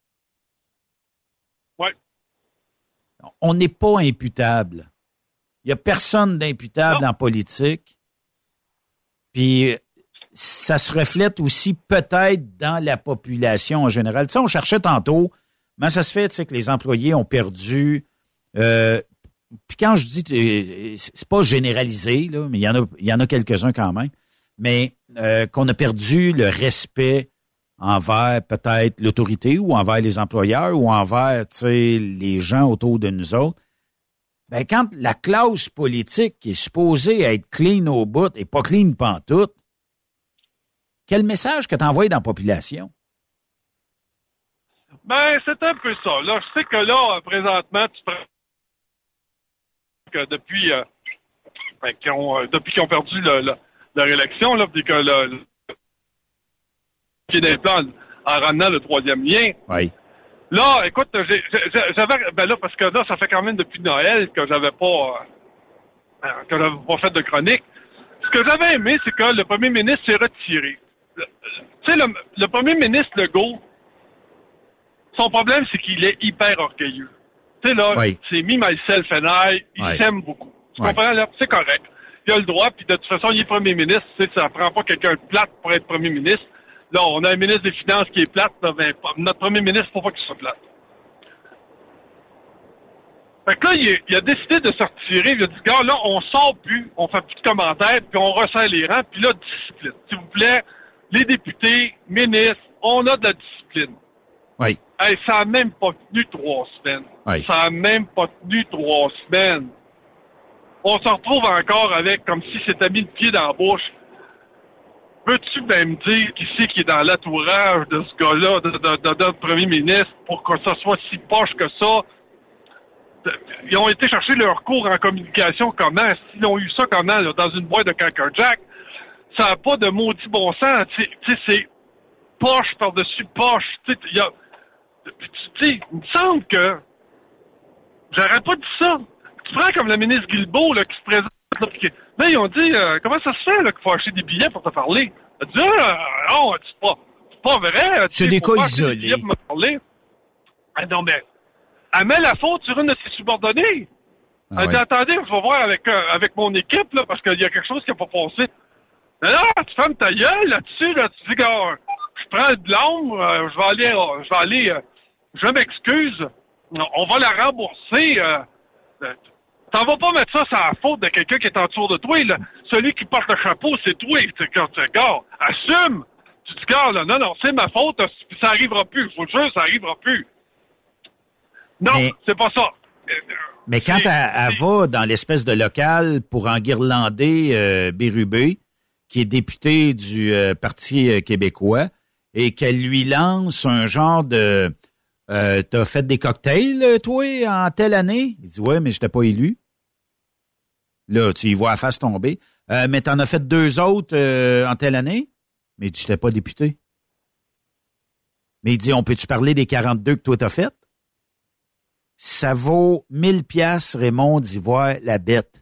Oui. On n'est pas imputable. Il n'y a personne d'imputable non. en politique. Puis ça se reflète aussi peut-être dans la population en général. Tu sais, on cherchait tantôt, mais ça se fait, tu sais, que les employés ont perdu... Euh, puis quand je dis, c'est pas généralisé, là, mais il y en a, il y en a quelques-uns quand même, mais euh, qu'on a perdu le respect envers peut-être l'autorité ou envers les employeurs ou envers, tu sais, les gens autour de nous autres. Ben, quand la classe politique qui est supposée être clean au bout et pas clean pantoute, quel message que tu envoies dans la population? Ben, c'est un peu ça. Là, je sais que là, présentement, tu prends que depuis euh, ben, qu'ils ont euh, depuis qu'ils ont perdu le, le, leur élection, là, puis que le, le qui est des plans en ramenant le troisième lien. Oui. Là, écoute, j'ai, j'ai, j'avais ben là, parce que là, ça fait quand même depuis Noël que j'avais pas euh, que j'avais pas fait de chronique. Ce que j'avais aimé, c'est que le premier ministre s'est retiré. Tu sais, le, le premier ministre Legault, son problème, c'est qu'il est hyper orgueilleux. Tu sais, là, oui. c'est me, myself and I, il oui. s'aime beaucoup. Tu oui. comprends, là? C'est correct. Il a le droit, puis de toute façon, il est premier ministre. Tu sais, ça prend pas quelqu'un de plate pour être premier ministre. Là, on a un ministre des Finances qui est plate, là, ben, notre premier ministre, faut pas qu'il soit plate. Fait que là, il, il a décidé de se retirer. Il a dit, gars, là, on sort plus, on fait plus de commentaires, puis on resserre les rangs, puis là, discipline. S'il vous plaît, les députés, ministres, on a de la discipline. Oui. Hey, ça a même pas tenu trois semaines. Oui. Ça a même pas tenu trois semaines. On se retrouve encore avec, comme si c'était mis le pied dans la bouche. Peux-tu bien me dire qui c'est qui est dans l'entourage de ce gars-là, de, de, de, de notre premier ministre, pour que ça soit si poche que ça? Ils ont été chercher leur cours en communication comment? S'ils ont eu ça comment, là, dans une boîte de Cracker Jack? Ça n'a pas de maudit bon sens. Tu sais, c'est poche par-dessus poche. Tu sais, il y a... Tu sais, il me semble que j'aurais pas dit ça. Tu prends comme le ministre Guilbeault, là, qui se présente, là, pis qui... Là, ils ont dit, euh, comment ça se fait, là, qu'il faut acheter des billets pour te parler? Elle dit, ah, non, c'est pas, c'est pas vrai. C'est des cas isolés. Pour me parler. Ah, non, mais, elle met la faute sur une de ses subordonnées. Ah, elle dit, ouais. attendez, je vais voir avec, euh, avec mon équipe, là, parce qu'il y a quelque chose qui n'a pas passé. Mais là, tu fermes ta gueule là-dessus, là, tu dis, gars, je prends le blanc, euh, je vais aller, euh, je vais aller, euh, je m'excuse, on va la rembourser, euh, euh, t'en vas pas mettre ça sur la faute de quelqu'un qui est en dessous de toi, là. Celui qui porte le chapeau, c'est toi, tu gars, assume! Tu dis, gars, là, non, non, c'est ma faute, ça arrivera plus, faut le dire, ça arrivera plus. Non, mais, c'est pas ça. Mais quand elle, elle va dans l'espèce de local pour enguirlander euh, Bérubé, qui est député du euh, Parti euh, québécois, et qu'elle lui lance un genre de euh, « T'as fait des cocktails, toi, en telle année? » Il dit « Ouais, mais j'étais pas élu. » Là, tu y vois la face tomber. Euh, « Mais t'en as fait deux autres euh, en telle année? » Mais il dit « J'étais pas député. » Mais il dit « On peut-tu parler des quarante-deux que toi t'as fait? » Ça vaut mille piastres, Raymond, d'y voir la bête.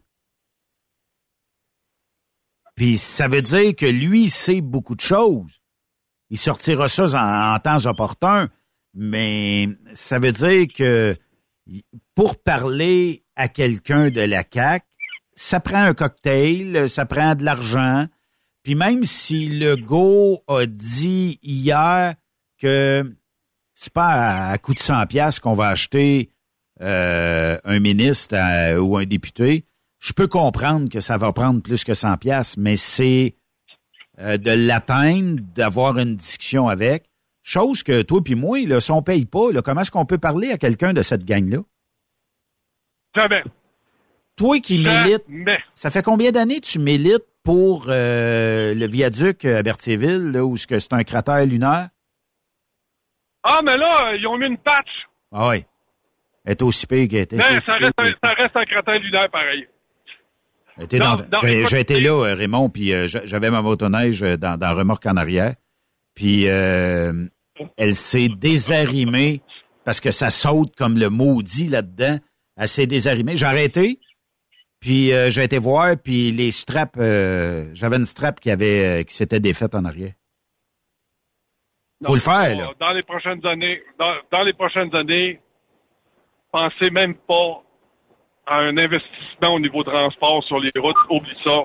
Puis ça veut dire que lui, il sait beaucoup de choses. Il sortira ça en, en temps opportun, mais ça veut dire que pour parler à quelqu'un de la C A Q, ça prend un cocktail, ça prend de l'argent. Puis même si Legault a dit hier que c'est pas à, à coût de cent piastres qu'on va acheter euh, un ministre à, ou un député, je peux comprendre que ça va prendre plus que cent piastres, mais c'est euh, de l'atteindre, d'avoir une discussion avec. Chose que toi puis moi, là, si on paye pas, là, comment est-ce qu'on peut parler à quelqu'un de cette gang-là? Jamais. Toi qui milites, ça fait combien d'années tu milites pour euh, le viaduc à Berthierville, là, où c'est un cratère lunaire? Ah, mais là, ils ont mis une patch. Ah oui. Elle est aussi pire qu'elle était. Mais ça reste, un, ça reste un cratère lunaire pareil. Non, dans, non, j'ai, écoute, j'ai été là, Raymond, puis euh, j'avais ma motoneige dans, dans la remorque en arrière. Puis euh, elle s'est désarrimée parce que ça saute comme le maudit là-dedans. Elle s'est désarrimée. J'ai arrêté, puis euh, j'ai été voir, puis les straps, euh, j'avais une strap qui avait euh, qui s'était défaite en arrière. Faut non, le faire, là. Dans les prochaines années, dans, dans les prochaines années, pensez même pas à un investissement au niveau transport sur les routes. Oublie ça.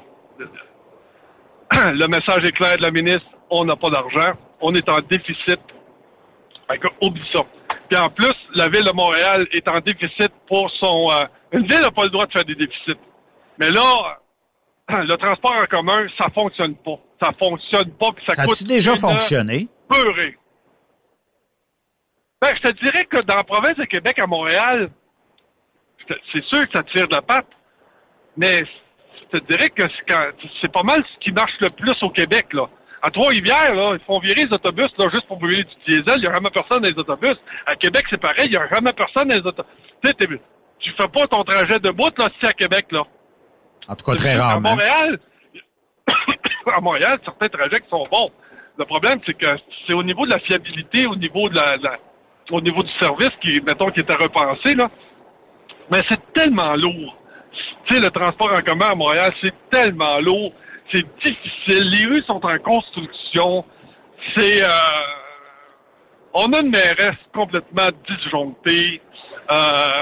Le message est clair de la ministre. On n'a pas d'argent. On est en déficit. Fait que, oublie ça. Puis en plus, la Ville de Montréal est en déficit pour son... Euh, une ville n'a pas le droit de faire des déficits. Mais là, le transport en commun, ça fonctionne pas. Ça fonctionne pas. Puis ça, ça coûte a-tu déjà fonctionné? Beurré. Ben, je te dirais que dans la province de Québec, à Montréal, c'est sûr que ça tire de la patte. Mais je te dirais que c'est, quand, c'est pas mal ce qui marche le plus au Québec, là. À Trois-Rivières, là, ils font virer les autobus là, juste pour brûler du diesel. Il n'y a jamais personne dans les autobus. À Québec, c'est pareil. Il n'y a jamais personne dans les autobus. Tu sais, tu fais pas ton trajet de bout, là, si c'est à Québec, là. En tout cas, très rarement. À Montréal, à Montréal, certains trajets qui sont bons. Le problème, c'est que c'est au niveau de la fiabilité, au niveau de la, la au niveau du service qui, mettons, qui était repensé, là. Mais c'est tellement lourd. Tu sais, le transport en commun à Montréal, c'est tellement lourd. C'est difficile. Les rues sont en construction. C'est... Euh, on a une mairesse complètement disjonctée. Euh,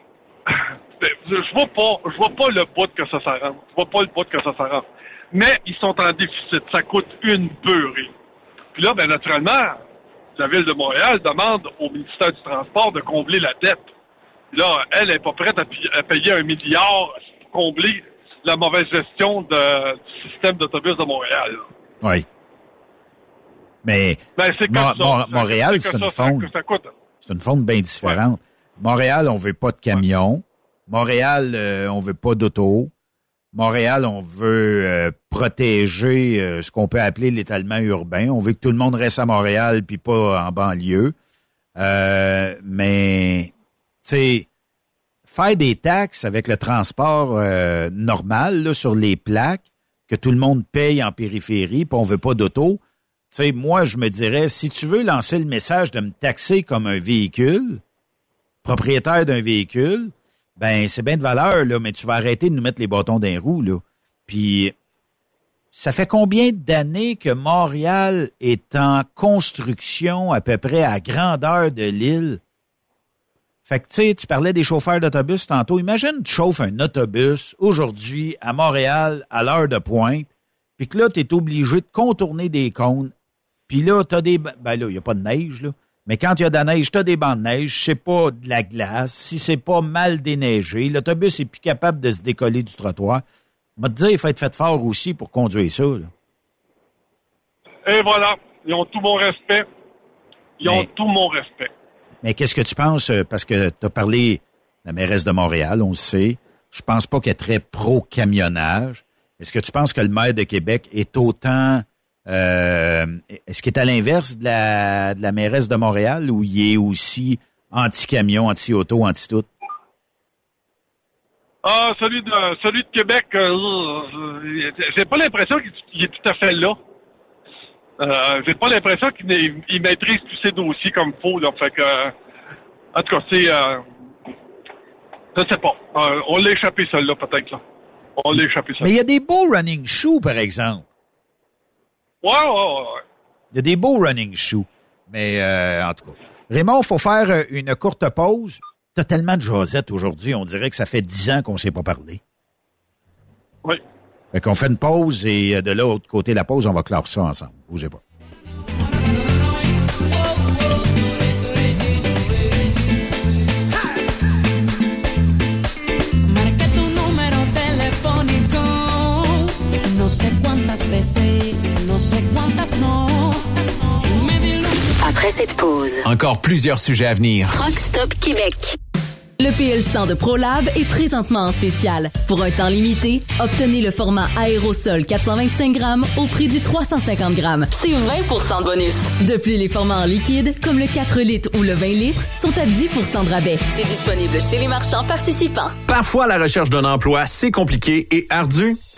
je vois pas je vois pas le bout que ça s'arrange. Je vois pas le bout que ça s'arrange. Mais ils sont en déficit. Ça coûte une beurrée. Puis là, ben naturellement, la Ville de Montréal demande au ministère du Transport de combler la dette. Puis là, elle n'est pas prête à, pi- à payer un milliard pour combler la mauvaise gestion de, du système d'autobus de Montréal. Oui. Mais ben, c'est comme Mo- ça. Mo- C'est- Montréal, c'est, c'est une ça, faune. ça, ça coûte. C'est une faune bien différente. Ouais. Montréal, on veut pas de camions. Montréal, euh, on veut pas d'auto. Montréal, on veut euh, protéger euh, ce qu'on peut appeler l'étalement urbain. On veut que tout le monde reste à Montréal puis pas en banlieue. Euh, mais, tu sais, faire des taxes avec le transport euh, normal là, sur les plaques, que tout le monde paye en périphérie, puis on veut pas d'auto. Tu sais, moi, je me dirais, si tu veux lancer le message de me taxer comme un véhicule, propriétaire d'un véhicule, ben c'est bien de valeur, là, mais tu vas arrêter de nous mettre les bâtons dans les roues, là. Puis, ça fait combien d'années que Montréal est en construction à peu près à grandeur de l'île? Fait que, tu sais, tu parlais des chauffeurs d'autobus tantôt. Imagine, tu chauffes un autobus aujourd'hui à Montréal à l'heure de pointe, puis que là, tu es obligé de contourner des cônes. Puis là, tu as des... Ben là, il n'y a pas de neige, là. Mais quand il y a de la neige, tu as des bancs de neige, c'est pas de la glace, si c'est pas mal déneigé, l'autobus est plus capable de se décoller du trottoir. Je vais te dire, il faut être fait fort aussi pour conduire ça, là. Et voilà, ils ont tout mon respect. Ils Mais... ont tout mon respect. Mais qu'est-ce que tu penses, parce que tu as parlé de la mairesse de Montréal, on le sait, je pense pas qu'elle est très pro-camionnage. Est-ce que tu penses que le maire de Québec est autant... Euh, est-ce qu'il est à l'inverse de la, de la mairesse de Montréal ou il est aussi anti-camion, anti-auto, anti-tout? Ah, celui de celui de Québec, euh, j'ai pas l'impression qu'il est tout à fait là. Euh, j'ai pas l'impression qu'il il maîtrise tous ses dossiers comme il faut, là. Fait que, en tout cas, c'est... Euh, je sais pas. Euh, on l'a échappé, celle-là, peut-être, là. On l'a échappé, celle-là. Mais il y a des beaux running shoes, par exemple. Ouais, ouais, ouais, ouais. Il y a des beaux running shoes. Mais, euh, en tout cas. Raymond, il faut faire une courte pause. T'as tellement de jasettes aujourd'hui, on dirait que ça fait dix ans qu'on ne s'est pas parlé. Oui. Fait qu'on fait une pause et de l'autre côté de la pause, on va clore ça ensemble. Bougez pas. No sé cuántas veces, no sé cuántas no. Après cette pause, Encore plusieurs sujets à venir. Truck Stop Québec. Le P L cent de ProLab est présentement en spécial. Pour un temps limité, obtenez le format aérosol quatre cent vingt-cinq grammes au prix du trois cent cinquante grammes. C'est vingt pour cent de bonus. De plus, les formats en liquide, comme le quatre litres ou le vingt litres, sont à dix pour cent de rabais. C'est disponible chez les marchands participants. Parfois, la recherche d'un emploi, c'est compliqué et ardu.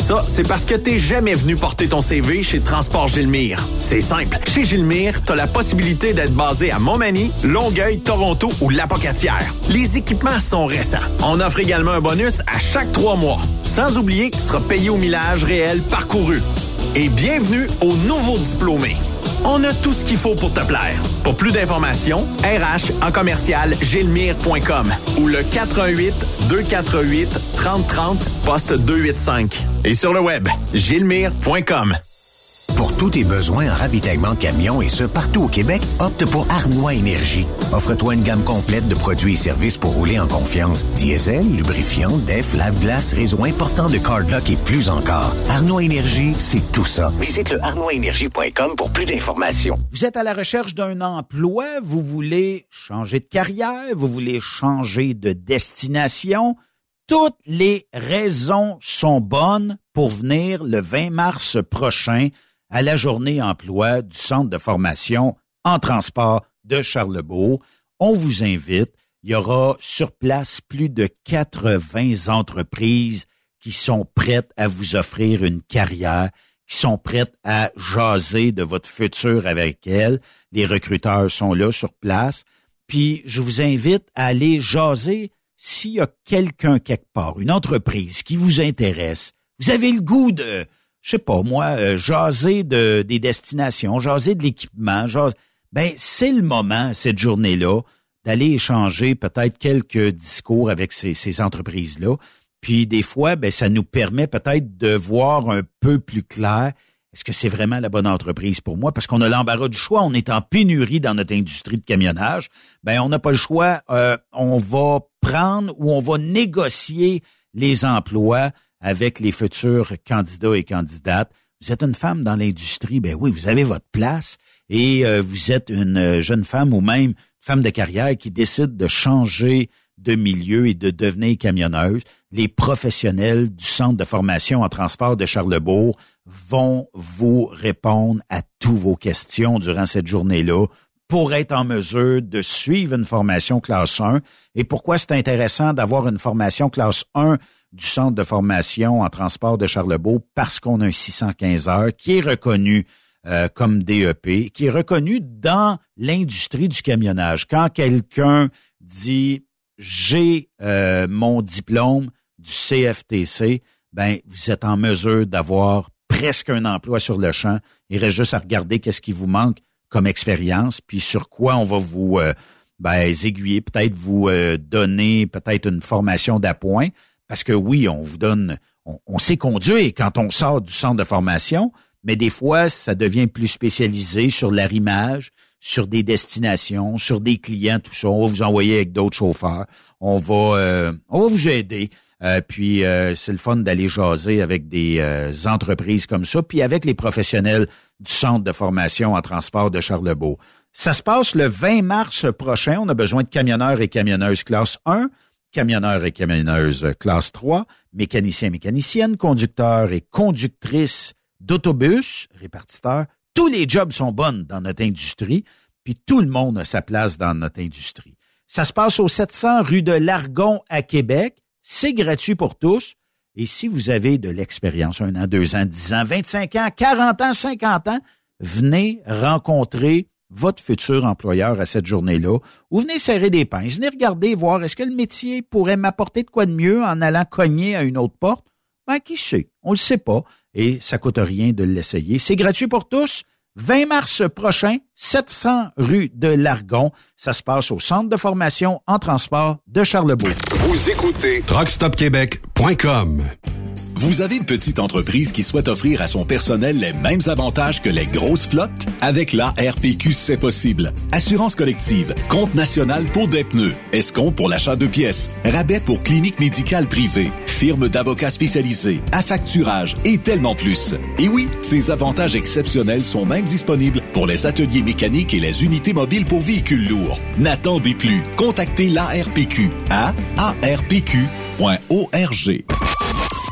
Ça, c'est parce que t'es jamais venu porter ton C V chez Transport Gilmire. C'est simple. Chez Gilmire, t'as la possibilité d'être basé à Montmagny, Longueuil, Toronto ou Lapocatière. Les équipements sont récents. On offre également un bonus à chaque trois mois. Sans oublier que tu seras payé au millage réel parcouru. Et bienvenue aux nouveaux diplômés. On a tout ce qu'il faut pour te plaire. Pour plus d'informations, R H en commercial gilmire point com ou le quatre un huit, deux quatre huit, trente trente, poste deux cent quatre-vingt-cinq. Et sur le web, gilmire point com. Pour tous tes besoins en ravitaillement de camions et ce, partout au Québec, opte pour Arnois Énergie. Offre-toi une gamme complète de produits et services pour rouler en confiance. Diesel, lubrifiant, def, lave-glace, réseau important de cardlock et plus encore. Arnois Énergie, c'est tout ça. Visite le arnois énergie point com pour plus d'informations. Vous êtes à la recherche d'un emploi, vous voulez changer de carrière, vous voulez changer de destination. Toutes les raisons sont bonnes pour venir le vingt mars prochain à la journée emploi du Centre de formation en transport de Charlebourg. On vous invite. Il y aura sur place plus de quatre-vingts entreprises qui sont prêtes à vous offrir une carrière, qui sont prêtes à jaser de votre futur avec elles. Les recruteurs sont là sur place. Puis, je vous invite à aller jaser s'il y a quelqu'un quelque part, une entreprise qui vous intéresse. Vous avez le goût de... je sais pas, moi, euh, jaser de, des destinations, jaser de l'équipement, jaser, ben, c'est le moment, cette journée-là, d'aller échanger peut-être quelques discours avec ces, ces entreprises-là. Puis, des fois, ben, ça nous permet peut-être de voir un peu plus clair, est-ce que c'est vraiment la bonne entreprise pour moi? Parce qu'on a l'embarras du choix, on est en pénurie dans notre industrie de camionnage. Ben, on n'a pas le choix, euh, on va prendre ou on va négocier les emplois avec les futurs candidats et candidates. Vous êtes une femme dans l'industrie, ben oui, vous avez votre place et euh, vous êtes une jeune femme ou même une femme de carrière qui décide de changer de milieu et de devenir camionneuse. Les professionnels du Centre de formation en transport de Charlebourg vont vous répondre à toutes vos questions durant cette journée-là pour être en mesure de suivre une formation classe un. Et pourquoi c'est intéressant d'avoir une formation classe un du Centre de formation en transport de Charlebourg? Parce qu'on a un six cent quinze heures qui est reconnu euh, comme D E P, qui est reconnu dans l'industrie du camionnage. Quand quelqu'un dit « j'ai euh, mon diplôme du C F T C », ben vous êtes en mesure d'avoir presque un emploi sur le champ. Il reste juste à regarder qu'est-ce qui vous manque comme expérience, puis sur quoi on va vous euh, ben, aiguiller, peut-être vous euh, donner peut-être une formation d'appoint. Parce que oui, on vous donne, on, on sait conduire quand on sort du centre de formation, mais des fois, ça devient plus spécialisé sur l'arrimage, sur des destinations, sur des clients, tout ça. On va vous envoyer avec d'autres chauffeurs. On va, euh, on va vous aider. Euh, puis, euh, c'est le fun d'aller jaser avec des euh, entreprises comme ça, puis avec les professionnels du Centre de formation en transport de Charlebourg. Ça se passe le vingt mars prochain. On a besoin de camionneurs et camionneuses classe un. Camionneurs et camionneuses classe trois, mécaniciens et mécaniciennes, conducteurs et conductrices d'autobus, répartiteurs. Tous les jobs sont bons dans notre industrie, puis tout le monde a sa place dans notre industrie. Ça se passe au sept cents rue de Largon à Québec. C'est gratuit pour tous. Et si vous avez de l'expérience, un an, deux ans, dix ans, vingt-cinq ans, quarante ans, cinquante ans, venez rencontrer votre futur employeur à cette journée-là, ou venez serrer des pinces, venez regarder, voir est-ce que le métier pourrait m'apporter de quoi de mieux en allant cogner à une autre porte? Ben, qui sait? On le sait pas, et ça coûte rien de l'essayer. C'est gratuit pour tous. vingt mars prochain, sept cents rue de Largon. Ça se passe au Centre de formation en transport de Charlebourg. Vous écoutez truck stop québec point com. Vous avez une petite entreprise qui souhaite offrir à son personnel les mêmes avantages que les grosses flottes? Avec l'A R P Q, c'est possible. Assurance collective, compte national pour des pneus, escompte pour l'achat de pièces, rabais pour clinique médicale privée, firme d'avocats spécialisés, affacturage et tellement plus. Et oui, ces avantages exceptionnels sont même disponibles pour les ateliers mécaniques et les unités mobiles pour véhicules lourds. N'attendez plus. Contactez l'A R P Q à a r p q point org.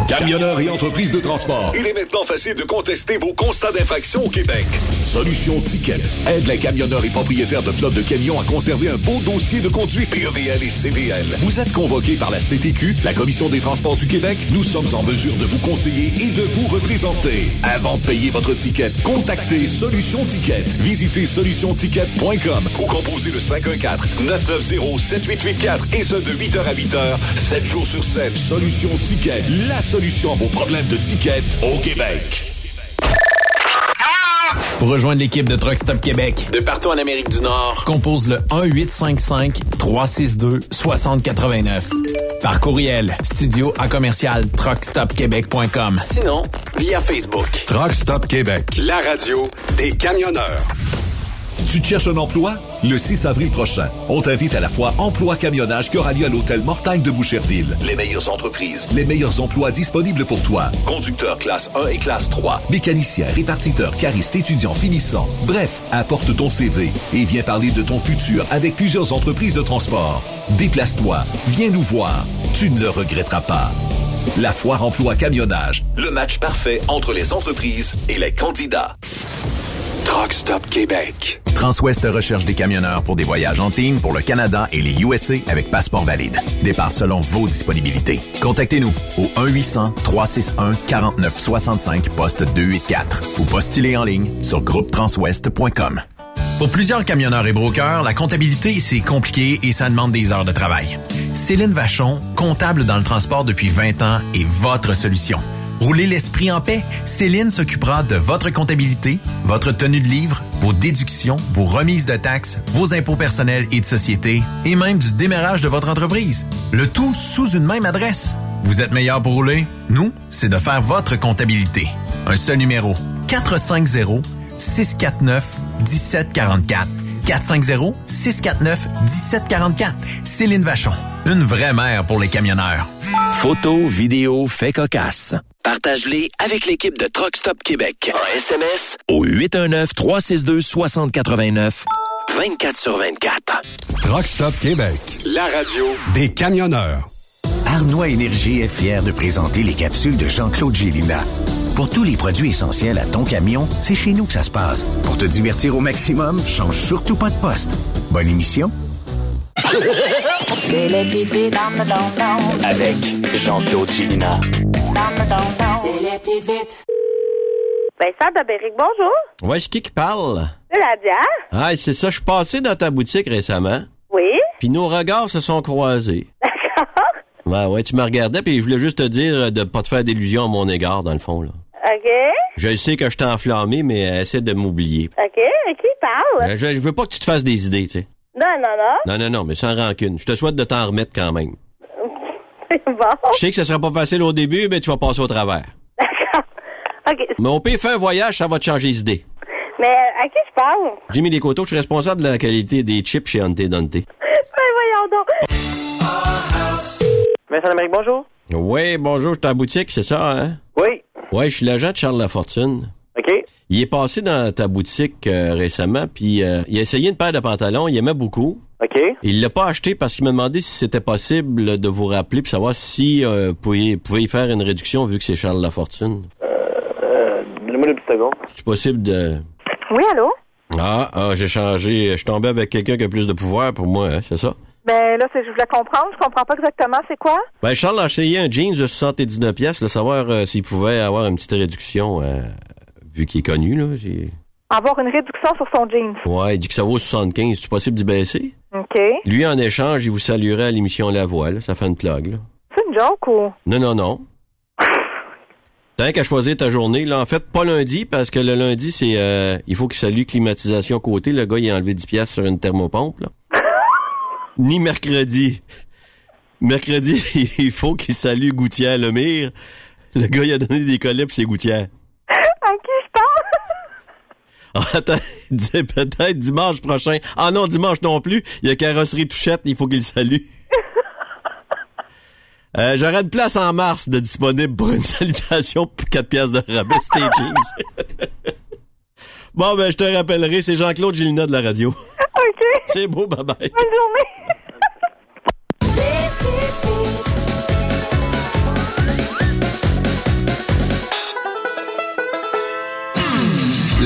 Camionneurs et entreprises de transport. Il est maintenant facile de contester vos constats d'infraction au Québec. Solution Ticket aide les camionneurs et propriétaires de flottes de camions à conserver un beau dossier de conduite P E V L et C V L. Vous êtes convoqué par la C T Q, la Commission des transports du Québec. Nous sommes en mesure de vous conseiller et de vous représenter. Avant de payer votre ticket, contactez Solution Ticket. Visitez solution ticket point com ou composez le cinq un quatre, neuf neuf zéro, sept huit huit quatre et ce de huit heures à huit heures, sept jours sur sept. Solution Ticket, la solution à vos problèmes de ticket au Québec. Pour rejoindre l'équipe de Truck Stop Québec, de partout en Amérique du Nord, compose le un huit cinq cinq, trois six deux, six zéro huit neuf. Par courriel, studio à commercial truck stop québec point com. Sinon, via Facebook. Truck Stop Québec, la radio des camionneurs. Tu cherches un emploi? Le six avril prochain, on t'invite à la foire Emploi Camionnage qui aura lieu à l'hôtel Mortagne de Boucherville. Les meilleures entreprises, les meilleurs emplois disponibles pour toi. Conducteur classe un et classe trois, mécanicien, répartiteur, cariste, étudiant, finissant. Bref, apporte ton C V et viens parler de ton futur avec plusieurs entreprises de transport. Déplace-toi, viens nous voir. Tu ne le regretteras pas. La foire Emploi Camionnage, le match parfait entre les entreprises et les candidats. Truck Stop Québec. Transwest recherche des camionneurs pour des voyages en team pour le Canada et les U S A avec passeport valide. Départ selon vos disponibilités. Contactez-nous au un huit cents, trois six un, quatre neuf six cinq, poste deux huit quatre ou postulez en ligne sur groupe transwest point com. Pour plusieurs camionneurs et brokers, la comptabilité, c'est compliqué et ça demande des heures de travail. Céline Vachon, comptable dans le transport depuis vingt ans, est votre solution. Roulez l'esprit en paix. Céline s'occupera de votre comptabilité, votre tenue de livre, vos déductions, vos remises de taxes, vos impôts personnels et de société, et même du démarrage de votre entreprise. Le tout sous une même adresse. Vous êtes meilleur pour rouler? Nous, c'est de faire votre comptabilité. Un seul numéro. quatre cinq zéro, six quatre neuf, un sept quatre quatre. quatre cinq zéro, six quatre neuf, un sept quatre quatre. Céline Vachon. Une vraie mère pour les camionneurs. Photos, vidéos, faits cocasses. Partage-les avec l'équipe de Truck Stop Québec. En S M S au huit un neuf, trois six deux, six zéro huit neuf. vingt-quatre sur vingt-quatre. Truck Stop Québec, la radio des camionneurs. Arnois Énergie est fier de présenter les capsules de Jean-Claude Gélina. Pour tous les produits essentiels à ton camion, c'est chez nous que ça se passe. Pour te divertir au maximum, change surtout pas de poste. Bonne émission. C'est les petites vites Avec Jean-Claude Gélina. C'est les petites vites. Vincent de Béric, bonjour. Ouais, c'est qui qui parle? C'est la bière. Ah, c'est ça, je suis passé dans ta boutique récemment. Oui. Puis nos regards se sont croisés. D'accord. Ouais, ouais, tu me regardais, puis je voulais juste te dire de pas te faire d'illusions à mon égard, dans le fond, là. OK. Je sais que je t'ai enflammé, mais essaie de m'oublier. OK, qui parle? Je, je veux pas que tu te fasses des idées, tu sais. Non, non, non. Non, non, non, mais sans rancune. Je te souhaite de t'en remettre quand même. Bon. Je sais que ce sera pas facile au début, mais tu vas passer au travers. D'accord. OK. Mais on peut faire un voyage, ça va te changer les idées. Mais à qui je parle? Jimmy Descoteaux, je suis responsable de la qualité des chips chez Hunté Dante. Ben voyons donc. Vincent d'Amérique, bonjour. Oui, bonjour, je suis à la boutique, c'est ça, hein? Oui. Oui, je suis l'agent de Charles Lafortune. OK. Il est passé dans ta boutique euh, récemment, puis euh, il a essayé une paire de pantalons, il aimait beaucoup. OK. Il l'a pas acheté parce qu'il m'a demandé si c'était possible de vous rappeler puis savoir si euh, vous pouviez, pouviez y faire une réduction vu que c'est Charles Lafortune. Euh, euh, donne-moi deux petites secondes. C'est possible de... Oui, allô? Ah, ah, j'ai changé, je suis tombé avec quelqu'un qui a plus de pouvoir pour moi, hein, c'est ça? Ben là, c'est, je voulais comprendre, je comprends pas exactement c'est quoi. Ben Charles a essayé un jeans de soixante-dix-neuf pièces, savoir euh, s'il pouvait avoir une petite réduction, euh, vu qu'il est connu, là. J'ai... Avoir une réduction sur son jeans. Ouais, il dit que ça vaut soixante-quinze, c'est possible d'y baisser? OK. Lui, en échange, il vous saluerait à l'émission La Voix, là, ça fait une plug, là. C'est une joke ou? Non, non, non. T'as qu'à choisir ta journée, là. En fait, pas lundi, parce que le lundi, c'est, euh, il faut qu'il salue climatisation côté. Le gars, il a enlevé dix piastres sur une thermopompe, là. Ni mercredi. Mercredi, il faut qu'il salue Gouttière Lemire. Le gars, il a donné des collets pis c'est Gouttière. À qui je parle? Ah, attends, il disait peut-être dimanche prochain. Ah non, dimanche non plus. Il y a Carrosserie Touchette, il faut qu'il le salue. Euh, j'aurais une place en mars de disponible pour une salutation pour quatre piastres de rabais, c'était jeans. Bon, ben, je te rappellerai, c'est Jean-Claude Gélina de la radio. OK. C'est beau, bye-bye. Bonne journée.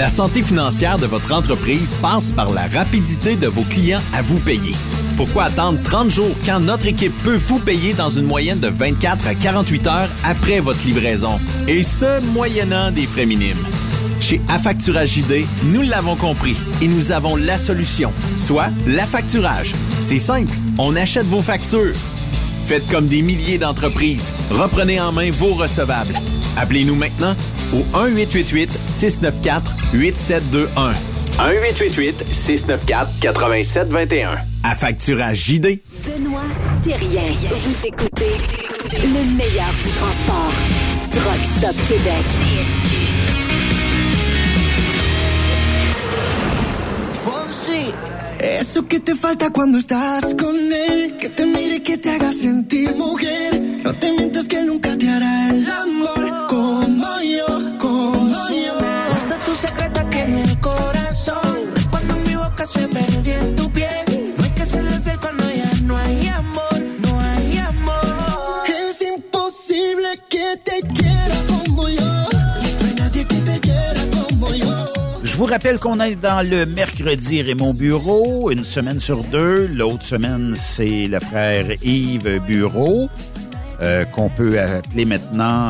La santé financière de votre entreprise passe par la rapidité de vos clients à vous payer. Pourquoi attendre trente jours quand notre équipe peut vous payer dans une moyenne de vingt-quatre à quarante-huit heures après votre livraison? Et ce, moyennant des frais minimes. Chez Affacturage J D, nous l'avons compris et nous avons la solution, soit l'affacturage. C'est simple, on achète vos factures. Faites comme des milliers d'entreprises. Reprenez en main vos recevables. Appelez-nous maintenant au un huit huit huit six neuf quatre huit sept deux un. un huit huit huit six neuf quatre huit sept deux un. Affacturage J D. Benoît Thérien. Vous écoutez le meilleur du transport. Truck Stop Québec. Fonsi, eso que te falta cuando estás con él, que te mire, que te haga sentir mujer. No te mientas que nunca te hará el amor como yo, como yo. Guarda tu secreto que en el corazón, cuando mi boca se perdió en tu piel. No hay que serle fiel cuando ya no hay amor, no hay amor. Es imposible que te quiera como yo. No hay nadie que te quiera como yo. Je vous rappelle qu'on est dans le mercredi Raymond Bureau, une semaine sur deux. L'autre semaine, c'est le frère Yves Bureau, euh, qu'on peut appeler maintenant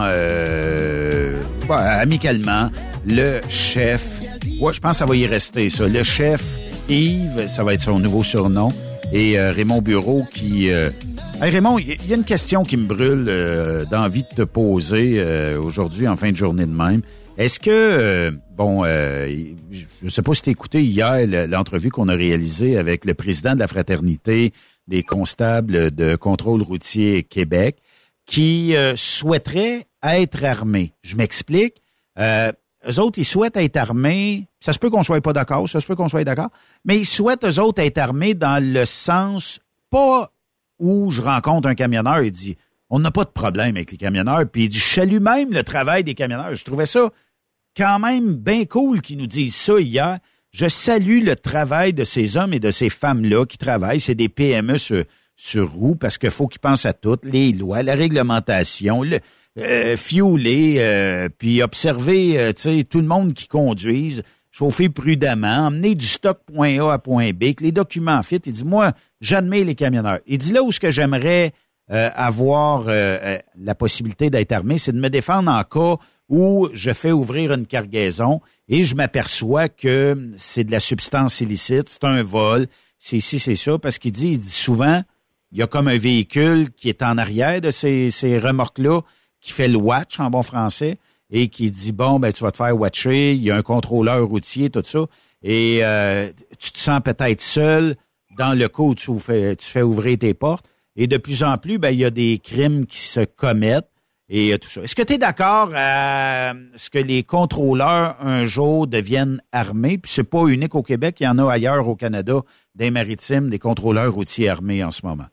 euh, bah, amicalement le chef. Ouais, je pense que ça va y rester, ça. Le chef Yves, ça va être son nouveau surnom. Et euh, Raymond Bureau qui... Euh... Hey Raymond, il y a une question qui me brûle euh, d'envie de te poser euh, aujourd'hui, en fin de journée de même. Est-ce que, euh, bon, euh, je ne sais pas si tu as écouté hier l'entrevue qu'on a réalisée avec le président de la Fraternité des constables de contrôle routier Québec, qui euh, souhaiterait être armé. Je m'explique. Euh, eux autres, ils souhaitent être armés. Ça se peut qu'on soit pas d'accord, ça se peut qu'on soit d'accord, mais ils souhaitent, eux autres, être armés dans le sens, pas où je rencontre un camionneur et dit... On n'a pas de problème avec les camionneurs. Puis il dit, je salue même le travail des camionneurs. Je trouvais ça quand même bien cool qu'ils nous disent ça hier. Je salue le travail de ces hommes et de ces femmes-là qui travaillent. C'est des P M E sur, sur roue parce qu'il faut qu'ils pensent à tout. Les lois, la réglementation, le euh, fioler, euh, puis observer euh, tu sais, tout le monde qui conduise, chauffer prudemment, emmener du stock point A à point B, que les documents fit. Il dit, moi, j'admets les camionneurs. Il dit, là où ce que j'aimerais... Euh, avoir euh, euh, la possibilité d'être armé, c'est de me défendre en cas où je fais ouvrir une cargaison et je m'aperçois que c'est de la substance illicite, c'est un vol, c'est ci, c'est ça, parce qu'il dit, il dit souvent, il y a comme un véhicule qui est en arrière de ces, ces remorques-là, qui fait le watch en bon français, et qui dit, bon, ben tu vas te faire watcher, il y a un contrôleur routier, tout ça, et euh, tu te sens peut-être seul dans le cas où tu fais, tu fais ouvrir tes portes. Et de plus en plus, ben il y a des crimes qui se commettent et tout ça. Est-ce que tu es d'accord à ce que les contrôleurs, un jour, deviennent armés? Puis c'est pas unique au Québec, il y en a ailleurs au Canada, des maritimes, des contrôleurs routiers armés en ce moment.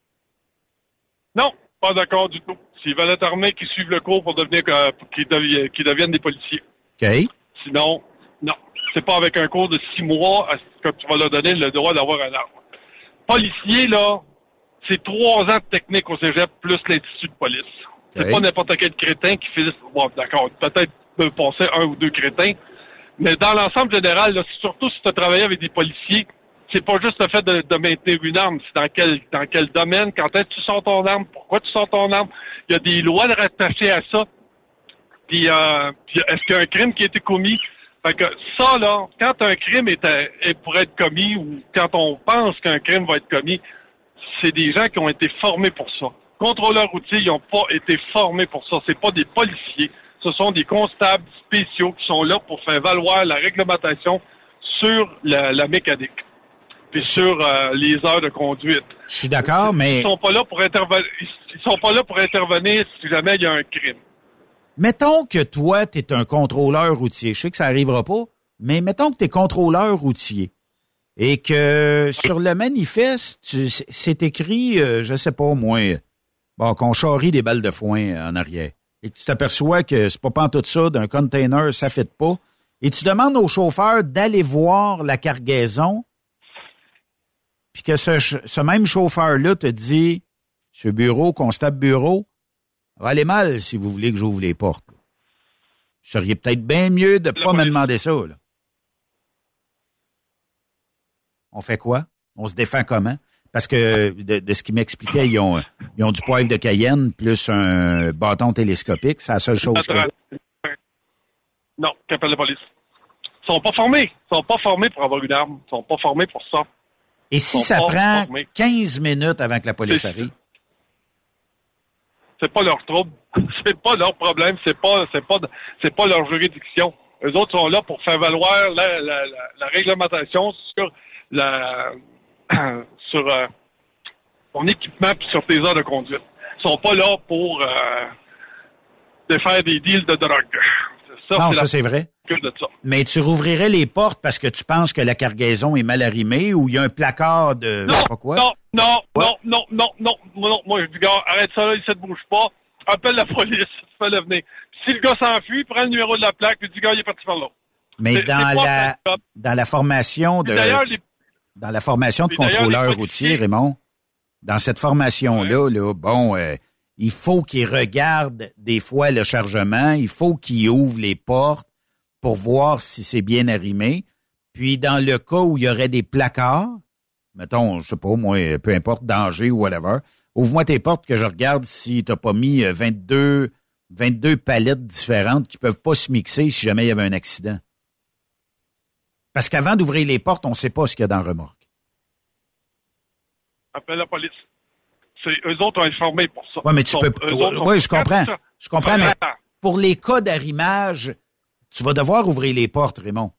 Non, pas d'accord du tout. S'ils veulent être armés, qu'ils suivent le cours pour devenir euh, qu'ils, deviennent, qu'ils deviennent des policiers. OK. Sinon, non. C'est pas avec un cours de six mois que tu vas leur donner le droit d'avoir un arme. Policier, là, c'est trois ans de technique au cégep plus l'institut de police. C'est oui. Pas n'importe quel crétin qui fait... Bon, d'accord, peut-être peut passer un ou deux crétins, mais dans l'ensemble général, là, surtout si tu as travaillé avec des policiers, c'est pas juste le fait de, de maintenir une arme, c'est dans quel dans quel domaine, quand est-ce que tu sors ton arme, pourquoi tu sors ton arme. Il y a des lois rattachées à ça. Puis, euh, puis est-ce qu'il y a un crime qui a été commis? Fait que ça, là, quand un crime est, est pour être commis ou quand on pense qu'un crime va être commis, c'est des gens qui ont été formés pour ça. Contrôleurs routiers, ils n'ont pas été formés pour ça. C'est pas des policiers. Ce sont des constables spéciaux qui sont là pour faire valoir la réglementation sur la, la mécanique puis sur euh, les heures de conduite. Je suis d'accord, mais... Ils sont pas là pour intervenir. Ils sont pas là pour intervenir si jamais il y a un crime. Mettons que toi, tu es un contrôleur routier. Je sais que ça n'arrivera pas, mais mettons que tu es contrôleur routier. Et que sur le manifeste, tu, c'est écrit, euh, je sais pas moi, bon, qu'on charrie des balles de foin en arrière. Et que tu t'aperçois que c'est pas pantoute ça, d'un container, ça fait pas. Et tu demandes au chauffeur d'aller voir la cargaison, puis que ce, ce même chauffeur-là te dit, Monsieur Bureau, constable Bureau, ça va aller mal si vous voulez que j'ouvre les portes. Vous seriez peut-être bien mieux de pas me demander ça, là. on fait quoi? On se défend comment? Parce que de, de ce qu'il m'expliquait, ils ont, ils ont du poivre de Cayenne plus un bâton télescopique. C'est la seule chose que... Non, qu'appelle la police. Ils sont pas formés. Ils sont pas formés pour avoir une arme. Ils sont pas formés pour ça. Et si ça prend quinze minutes avant que la police arrive? C'est pas leur trouble. C'est pas leur problème. C'est pas, c'est pas, c'est pas leur juridiction. Eux autres sont là pour faire valoir la, la, la, la réglementation sur la... sur euh, ton équipement puis sur tes heures de conduite. Ils sont pas là pour euh, de faire des deals de drogue. Ça, non, c'est ça, c'est vrai. De ça. Mais tu rouvrirais les portes parce que tu penses que la cargaison est mal arrimée ou il y a un placard de... Non, je sais pas quoi? non, non, non, non, non, non, non. Moi, je dis, gars, arrête ça là, il ne bouge pas. Appelle la police, fais-le venir. Si le gars s'enfuit, prends le numéro de la plaque, puis dis, gars, il est parti par là. Mais c'est, dans, c'est la, dans la formation de... Les... Dans la formation de contrôleur routier, Raymond, dans cette formation-là, ouais. là, bon, euh, il faut qu'il regarde des fois le chargement, il faut qu'il ouvre les portes pour voir si c'est bien arrimé. Puis, dans le cas où il y aurait des placards, mettons, je sais pas, moi, peu importe, danger ou whatever, ouvre-moi tes portes que je regarde si t'as pas mis vingt-deux, vingt-deux palettes différentes qui peuvent pas se mixer si jamais il y avait un accident. Parce qu'avant d'ouvrir les portes, on ne sait pas ce qu'il y a dans la remorque. Appelle la police. C'est, eux autres ont informé pour ça. Oui, mais tu sont, peux... Oui, je comprends. Je comprends, mais Attends. Pour les cas d'arrimage, tu vas devoir ouvrir les portes, Raymond.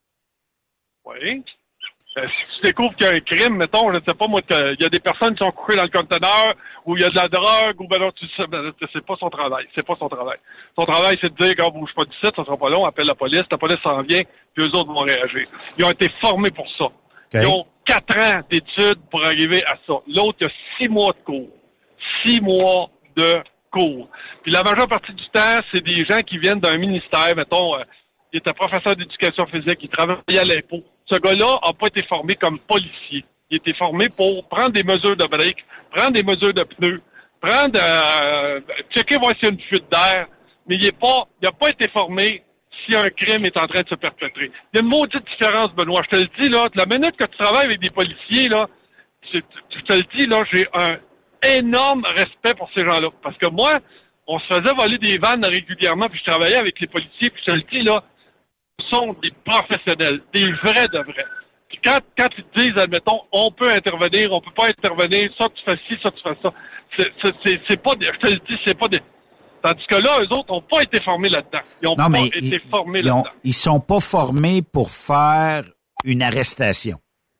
Oui. Euh, si tu découvres qu'il y a un crime, mettons, je ne sais pas, moi, il y a des personnes qui sont couchées dans le conteneur, ou il y a de la drogue, ou ben non, tu sais, ben, c'est pas son travail. C'est pas son travail. Son travail, c'est de dire, quand on bouge pas du site, ça sera pas long, appelle la police, la police s'en vient, puis eux autres vont réagir. Ils ont été formés pour ça. Okay. Ils ont quatre ans d'études pour arriver à ça. L'autre, il y a six mois de cours. Six mois de cours. Puis la majeure partie du temps, c'est des gens qui viennent d'un ministère, mettons, euh, il était professeur d'éducation physique, il travaillait à l'impôt. Ce gars-là n'a pas été formé comme policier. Il a été formé pour prendre des mesures de break, prendre des mesures de pneus, prendre, euh, checker voir s'il y a une fuite d'air, mais il n'a pas, il a pas été formé si un crime est en train de se perpétrer. Il y a une maudite différence, Benoît. Je te le dis, là, la minute que tu travailles avec des policiers, là, je, je te le dis, là, j'ai un énorme respect pour ces gens-là. Parce que moi, on se faisait voler des vannes régulièrement, puis je travaillais avec les policiers, puis je te le dis, là, sont des professionnels, des vrais de vrais. Puis quand, quand ils te disent, admettons, on peut intervenir, on peut pas intervenir, ça tu fais ci, ça tu fais ça, c'est, c'est, c'est, c'est pas des, je te le dis, c'est pas des... Tandis que là, eux autres n'ont pas été formés là-dedans. Ils ont non, pas été ils, formés ils là-dedans. Ont, ils sont pas formés pour faire une arrestation.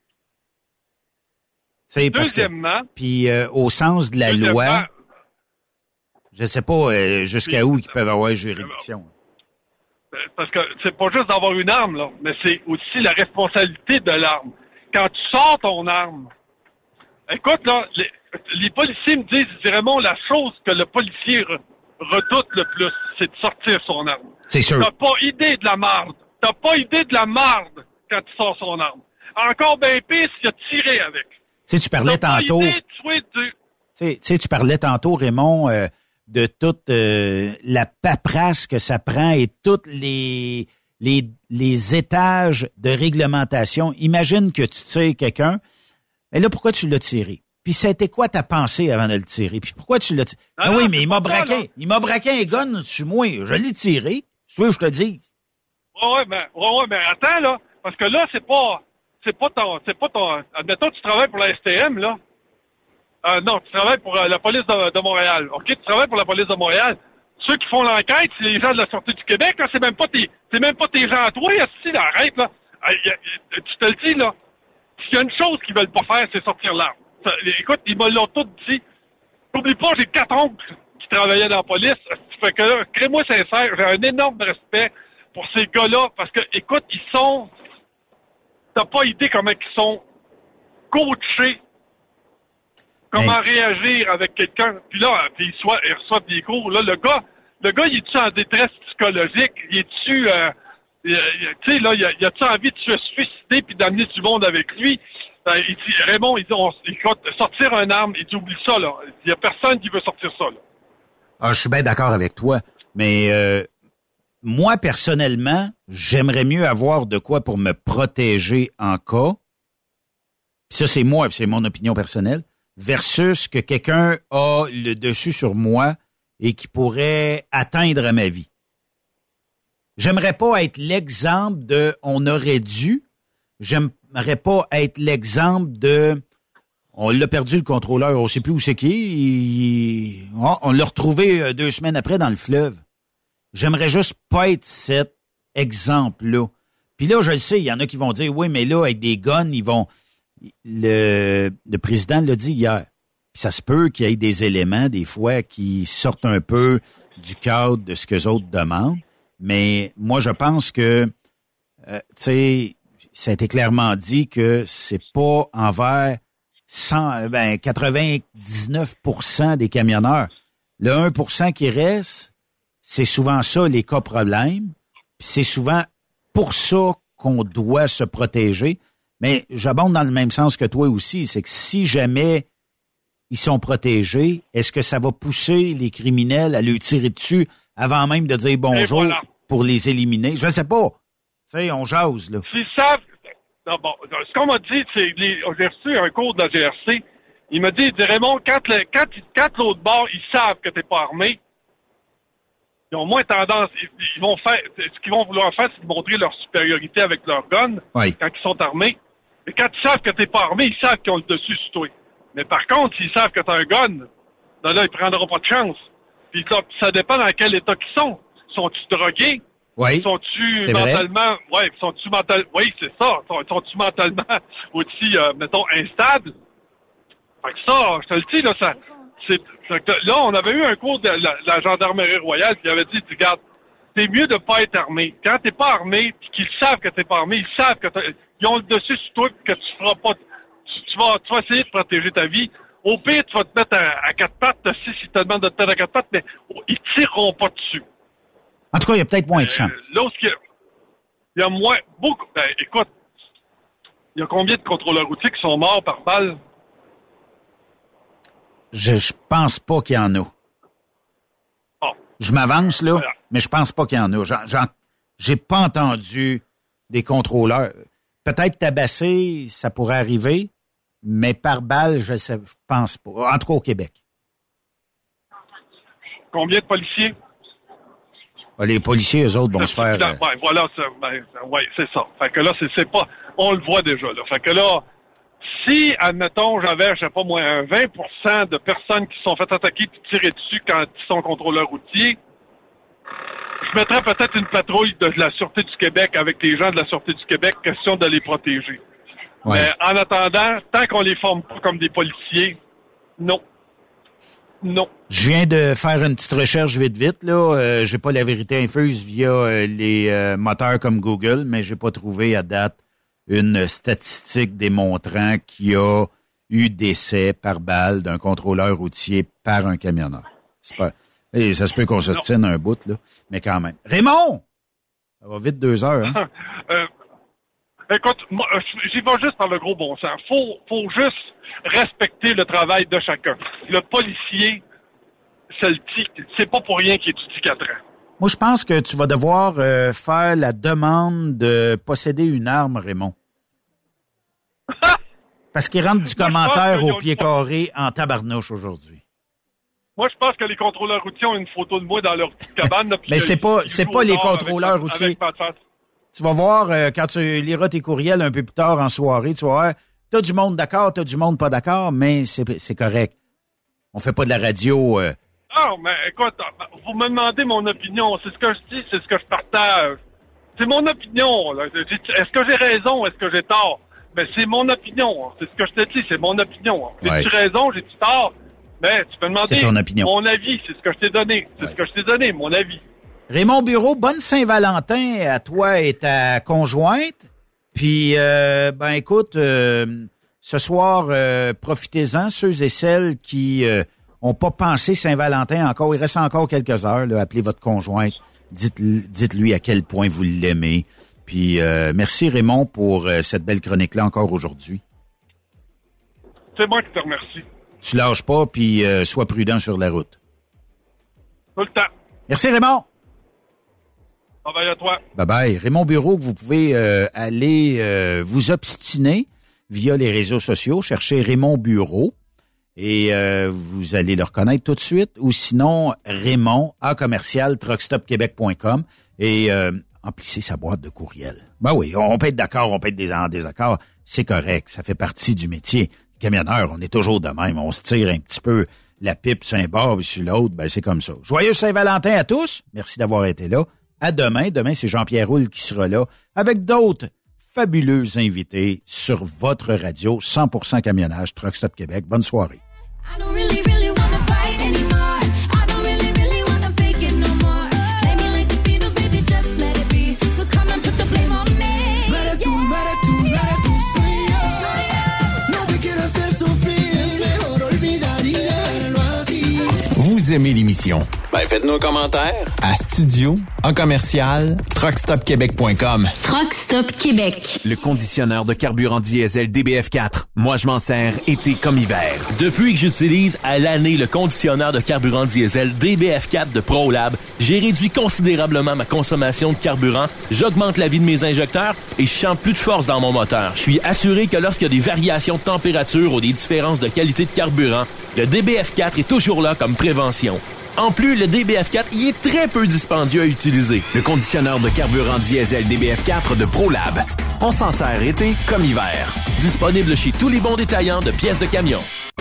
Deuxièmement... Puis euh, au sens de la loi, je sais pas euh, jusqu'à puis, où ils peuvent avoir juridiction. Parce que c'est pas juste d'avoir une arme, là, mais c'est aussi la responsabilité de l'arme. Quand tu sors ton arme, écoute, là, les, les policiers me disent, vraiment, la chose que le policier re, redoute le plus, c'est de sortir son arme. C'est sûr. T'as pas idée de la marde. T'as pas idée de la marde quand tu sors son arme. Encore bien pire s'il a tiré avec. Tu sais, tu parlais T'as tantôt... Pas idée de tuer du... Tu sais, tu parlais tantôt, Raymond... Euh... de toute euh, la paperasse que ça prend et tous les, les, les étages de réglementation. Imagine que tu tires quelqu'un, mais là, pourquoi tu l'as tiré? Puis c'était quoi ta pensée avant de le tirer? Puis pourquoi tu l'as tiré? Ah, ah oui, mais il m'a braqué. Là. Il m'a braqué un gun sur moi. Je l'ai tiré. Tu veux que je te dise? Ouais, ouais, mais, ouais, ouais, mais attends, là. Parce que là, c'est pas, c'est pas ton, c'est pas ton, admettons, tu travailles pour la S T M, là. Euh, non, tu travailles pour euh, la police de, de Montréal. OK, tu travailles pour la police de Montréal. Ceux qui font l'enquête, c'est les gens de la Sûreté du Québec, là, c'est même pas tes, c'est même pas tes gens à toi, si, là, arrête, là. Euh, tu te le dis, là. S'il y a une chose qu'ils veulent pas faire, c'est sortir l'arme. Ça, écoute, ils me l'ont tout dit. N'oublie pas, j'ai quatre oncles qui travaillaient dans la police. Fait que là, crée-moi sincère, j'ai un énorme respect pour ces gars-là, parce que, écoute, ils sont, t'as pas idée comment ils sont coachés. Comment hey. réagir avec quelqu'un. Puis là, puis ils, soient, ils reçoivent des cours. Là, le gars, le gars, il est-tu en détresse psychologique? Il est-tu, euh, tu sais, là, il a, il a-tu envie de se suicider puis d'amener du monde avec lui? Ben, il dit, Raymond, il dit, on, il, sortir un arme, il dit, oublie ça, là. Il y a personne qui veut sortir ça, là. Ah, je suis bien d'accord avec toi. Mais, euh, moi, personnellement, j'aimerais mieux avoir de quoi pour me protéger en cas. ça c'est moi, c'est mon opinion personnelle, versus que quelqu'un a le dessus sur moi et qui pourrait atteindre à ma vie. J'aimerais pas être l'exemple de « on aurait dû », j'aimerais pas être l'exemple de « on l'a perdu le contrôleur, on sait plus où c'est qui, il, oh, on l'a retrouvé deux semaines après dans le fleuve ». J'aimerais juste pas être cet exemple-là. Puis là, je le sais, il y en a qui vont dire « oui, mais là, avec des guns, ils vont… » Le, le président l'a dit hier. Puis ça se peut qu'il y ait des éléments, des fois, qui sortent un peu du cadre de ce que les autres demandent. Mais moi, je pense que, euh, tu sais, ça a été clairement dit que c'est pas envers cent, ben, quatre-vingt-dix-neuf pour cent des camionneurs. Le un pour cent qui reste, c'est souvent ça, les cas problèmes. Puis c'est souvent pour ça qu'on doit se protéger. Mais j'abonde dans le même sens que toi aussi. C'est que si jamais ils sont protégés, est-ce que ça va pousser les criminels à lui tirer dessus avant même de dire bonjour voilà. Pour les éliminer? Je sais pas. Tu sais, on jase, là. S'ils savent... Non, bon, ce qu'on m'a dit, c'est... Les... J'ai reçu un cours de la G R C. Il m'a dit, il dit Raymond, quand, le... quand, quand l'autre bord, ils savent que t'es pas armé, ils ont moins tendance... Ils vont faire... Ce qu'ils vont vouloir faire, c'est de montrer leur supériorité avec leur gun oui. Quand ils sont armés. Mais quand ils savent que t'es pas armé, ils savent qu'ils ont le dessus sur toi. Mais par contre, s'ils savent que t'as un gun, ben là, ils prendront pas de chance. Puis ça, ça dépend dans quel état qu'ils sont. Sont-tu drogués? Oui. Sont-tu mentalement... Oui, sont-tu mentalement... Oui, c'est ça. Sont, sont-tu mentalement aussi, euh, mettons, instables? Fait que ça, je te le dis, là, ça... C'est, là, on avait eu un cours de la, la gendarmerie royale qui avait dit, regarde, c'est mieux de pas être armé. Quand t'es pas armé, puis qu'ils savent que t'es pas armé, ils savent que t'as, ils ont le dessus sur toi, que tu feras pas... Tu, tu, vas, tu vas essayer de protéger ta vie. Au pire, tu vas te mettre à, à quatre pattes, si ils te demandent de te mettre à quatre pattes, mais ils tireront pas dessus. En tout cas, il y a peut-être moins de chance. Euh, là, il y, il y a moins, beaucoup. Ben, écoute, il y a combien de contrôleurs routiers qui sont morts par balle? Je, je pense pas qu'il y en a. Bon. Je m'avance, là, voilà. Mais je pense pas qu'il y en a. J'en, j'en, j'ai pas entendu des contrôleurs. Peut-être tabassé, ça pourrait arriver, mais par balle, je sais, je pense pas. En tout cas, au Québec. Combien de policiers? Les policiers, eux autres, vont se faire... Euh... Ouais, voilà, c'est, ben, ouais, c'est ça. Fait que là, c'est, c'est pas... On le voit déjà, là. Fait que là, si, admettons, j'avais, je sais pas moi, un vingt pour cent de personnes qui se sont fait attaquer puis tirer dessus quand ils sont contrôleurs routiers, je mettrais peut-être une patrouille de la Sûreté du Québec avec les gens de la Sûreté du Québec, question de les protéger. Ouais. Mais en attendant, tant qu'on les forme pas comme des policiers, non. Non. Je viens de faire une petite recherche vite vite là. Euh, j'ai pas la vérité infuse via euh, les euh, moteurs comme Google, mais j'ai pas trouvé à date une statistique démontrant qu'il y a eu décès par balle d'un contrôleur routier par un camionneur. C'est pas. Et ça se peut qu'on se tienne un bout là, mais quand même. Raymond, ça va vite deux heures. Hein? euh, écoute, moi, j'y vais juste par le gros bon sens. Faut, faut juste respecter le travail de chacun. Le policier, c'est, le t- c'est pas pour rien qu'il étudie quatre ans. Moi, je pense que tu vas devoir euh, faire la demande de posséder une arme, Raymond. Parce qu'il rentre du commentaire au pied carré en tabarnouche aujourd'hui. Moi, je pense que les contrôleurs routiers ont une photo de moi dans leur petite cabane. Là, mais c'est pas, c'est pas les contrôleurs avec, routiers. Avec tu vas voir, euh, quand tu liras tes courriels un peu plus tard en soirée, tu vas voir, t'as du monde d'accord, t'as du monde pas d'accord, mais c'est, c'est correct. On fait pas de la radio... Euh... Ah, mais écoute, vous me demandez mon opinion. C'est ce que je dis, c'est ce que je partage. C'est mon opinion. Là. Est-ce que j'ai raison? Est-ce que j'ai tort? Mais c'est mon opinion. C'est ce que je te dis, c'est mon opinion. J'ai-tu ouais. raison? J'ai-tu tort? Mais tu peux demander c'est ton opinion. Mon avis. C'est ce que je t'ai donné. C'est ouais. ce que je t'ai donné, mon avis. Raymond Bureau, bonne Saint-Valentin à toi et ta conjointe. Puis, euh, ben écoute, euh, ce soir, euh, profitez-en, ceux et celles qui euh, ont pas pensé Saint-Valentin encore. Il reste encore quelques heures. Là, appelez votre conjointe. Dites, dites-lui à quel point vous l'aimez. Puis, euh, merci Raymond pour euh, cette belle chronique-là encore aujourd'hui. C'est moi qui te remercie. Tu lâches pas, puis euh, sois prudent sur la route. Tout le temps. Merci Raymond. Bye bye à toi. Bye bye. Raymond Bureau, vous pouvez euh, aller euh, vous obstiner via les réseaux sociaux. Cherchez Raymond Bureau et euh, vous allez le reconnaître tout de suite. Ou sinon, Raymond, à commercial, truck stop québec point com et euh, emplissez sa boîte de courriel. Ben oui, on peut être d'accord, on peut être des, en désaccord. C'est correct, ça fait partie du métier. Camionneur, on est toujours de même. On se tire un petit peu la pipe sur un bord et sur l'autre, ben c'est comme ça. Joyeux Saint-Valentin à tous. Merci d'avoir été là. À demain. Demain, c'est Jean-Pierre Roule qui sera là avec d'autres fabuleux invités sur votre radio cent pour cent camionnage Truck Stop Québec. Bonne soirée. Vous aimez l'émission? Ben, faites-nous un commentaire à studio en commercial truck stop québec point com. Truck Stop Québec. Le conditionneur de carburant diesel D B F quatre. Moi, je m'en sers été comme hiver. Depuis que j'utilise à l'année le conditionneur de carburant diesel D B F quatre de ProLab, j'ai réduit considérablement ma consommation de carburant, j'augmente la vie de mes injecteurs et je sens plus de force dans mon moteur. Je suis assuré que lorsqu'il y a des variations de température ou des différences de qualité de carburant, le D B F quatre est toujours là comme prévention. En plus, le D B F quatre y est très peu dispendieux à utiliser. Le conditionneur de carburant diesel D B F quatre de ProLab. On s'en sert été comme hiver. Disponible chez tous les bons détaillants de pièces de camion.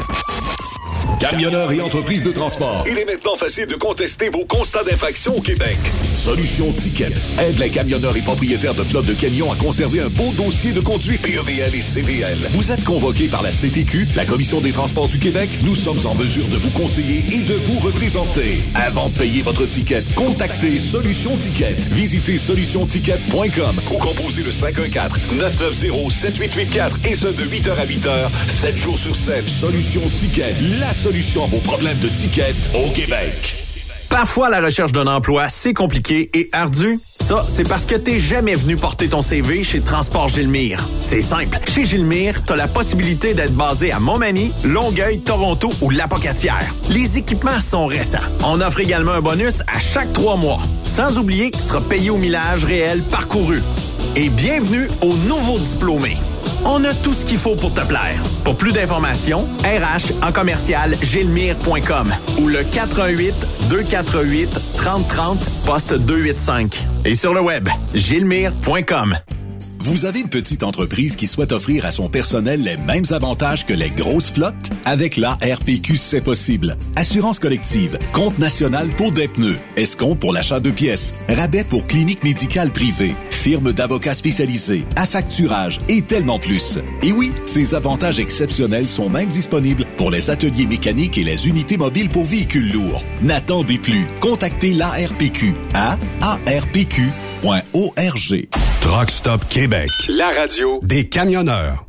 Camionneurs et entreprises de transport. Il est maintenant facile de contester vos constats d'infraction au Québec. Solution Ticket aide les camionneurs et propriétaires de flottes de camions à conserver un beau dossier de conduite P E V L et C V L. Vous êtes convoqué par la C T Q, la Commission des transports du Québec. Nous sommes en mesure de vous conseiller et de vous représenter. Avant de payer votre ticket, contactez Solution Ticket. Visitez solution ticket point com ou composez le cinq un quatre, neuf neuf zéro, sept huit huit quatre et ce de huit heures à huit heures, sept jours sur sept. Solution Ticket, la solution à vos problèmes de ticket au Québec. Parfois, la recherche d'un emploi, c'est compliqué et ardu. Ça, c'est parce que t'es jamais venu porter ton C V chez Transport Gilmire. C'est simple. Chez Gilmire, t'as la possibilité d'être basé à Montmagny, Longueuil, Toronto ou Lapocatière. Les équipements sont récents. On offre également un bonus à chaque trois mois. Sans oublier que tu seras payé au millage réel parcouru. Et bienvenue aux nouveaux diplômés. On a tout ce qu'il faut pour te plaire. Pour plus d'informations, R H en commercial gilmire point com ou le quatre un huit, deux quatre huit, trente trente, poste deux cent quatre-vingt-cinq. Et sur le web, gilmire point com. Vous avez une petite entreprise qui souhaite offrir à son personnel les mêmes avantages que les grosses flottes? Avec la R P Q, c'est possible. Assurance collective, compte national pour des pneus, escompte pour l'achat de pièces, rabais pour clinique médicale privée, firme d'avocats spécialisés, affacturage et tellement plus. Et oui, ces avantages exceptionnels sont même disponibles pour les ateliers mécaniques et les unités mobiles pour véhicules lourds. N'attendez plus. Contactez l'A R P Q à a r p q point org. Truck Stop Québec, la radio des camionneurs.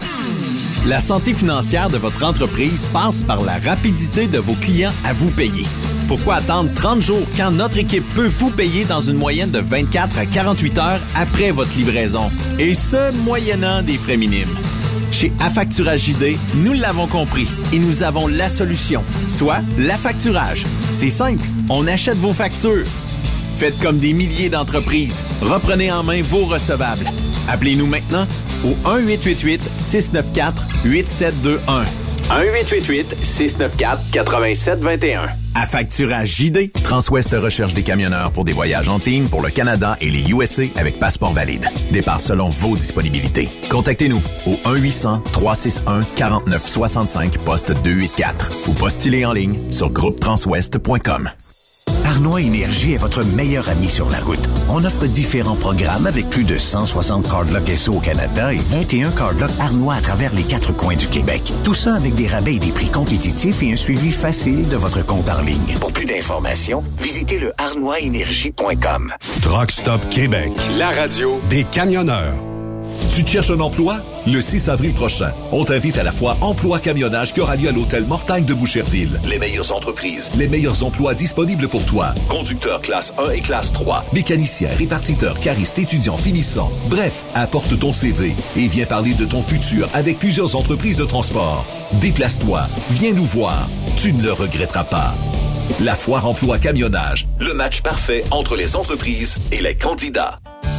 La santé financière de votre entreprise passe par la rapidité de vos clients à vous payer. Pourquoi attendre trente jours quand notre équipe peut vous payer dans une moyenne de vingt-quatre à quarante-huit heures après votre livraison? Et ce, moyennant des frais minimes. Chez Affacturage J D, nous l'avons compris et nous avons la solution, soit l'affacturage. C'est simple, on achète vos factures. Faites comme des milliers d'entreprises. Reprenez en main vos recevables. Appelez-nous maintenant au un huit huit huit, six neuf quatre, huit sept deux un. un huit huit huit, six neuf quatre, huit sept deux un. Affacturage J D. Transwest recherche des camionneurs pour des voyages en team pour le Canada et les U S A avec passeport valide. Départ selon vos disponibilités. Contactez-nous au un huit cents, trois six un, quatre neuf six cinq, poste deux cent quatre-vingt-quatre ou postulez en ligne sur groupe transwest point com. Arnois Énergie est votre meilleur ami sur la route. On offre différents programmes avec plus de cent soixante cardlocks S O au Canada et vingt et un cardlocks Arnois à travers les quatre coins du Québec. Tout ça avec des rabais et des prix compétitifs et un suivi facile de votre compte en ligne. Pour plus d'informations, visitez le arnois énergie point com. Truck Stop Québec, la radio des camionneurs. Tu te cherches un emploi? Le six avril prochain, on t'invite à la foire Emploi Camionnage qui aura lieu à l'hôtel Mortagne de Boucherville. Les meilleures entreprises, les meilleurs emplois disponibles pour toi. Conducteur classe un et classe trois, mécanicien, répartiteur, cariste, étudiant, finissant. Bref, apporte ton C V et viens parler de ton futur avec plusieurs entreprises de transport. Déplace-toi, viens nous voir. Tu ne le regretteras pas. La foire Emploi Camionnage, le match parfait entre les entreprises et les candidats.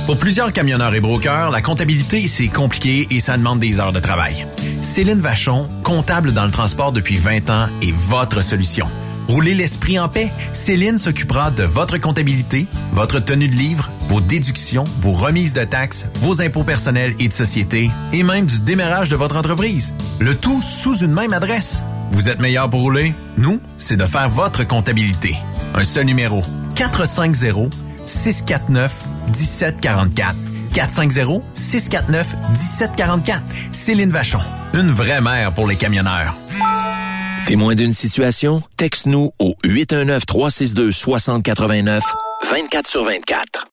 Pour plusieurs camionneurs et brokers, la comptabilité, c'est compliqué et ça demande des heures de travail. Céline Vachon, comptable dans le transport depuis vingt ans, est votre solution. Roulez l'esprit en paix. Céline s'occupera de votre comptabilité, votre tenue de livre, vos déductions, vos remises de taxes, vos impôts personnels et de société, et même du démarrage de votre entreprise. Le tout sous une même adresse. Vous êtes meilleur pour rouler? Nous, c'est de faire votre comptabilité. Un seul numéro. quatre cinq zéro, six quatre neuf, un sept quatre quatre. quatre cinq zéro, six quatre neuf, un sept quatre quatre. Céline Vachon. Une vraie mère pour les camionneurs. Témoin d'une situation? Texte-nous au huit un neuf, trois six deux, six zéro huit neuf, vingt-quatre sur vingt-quatre.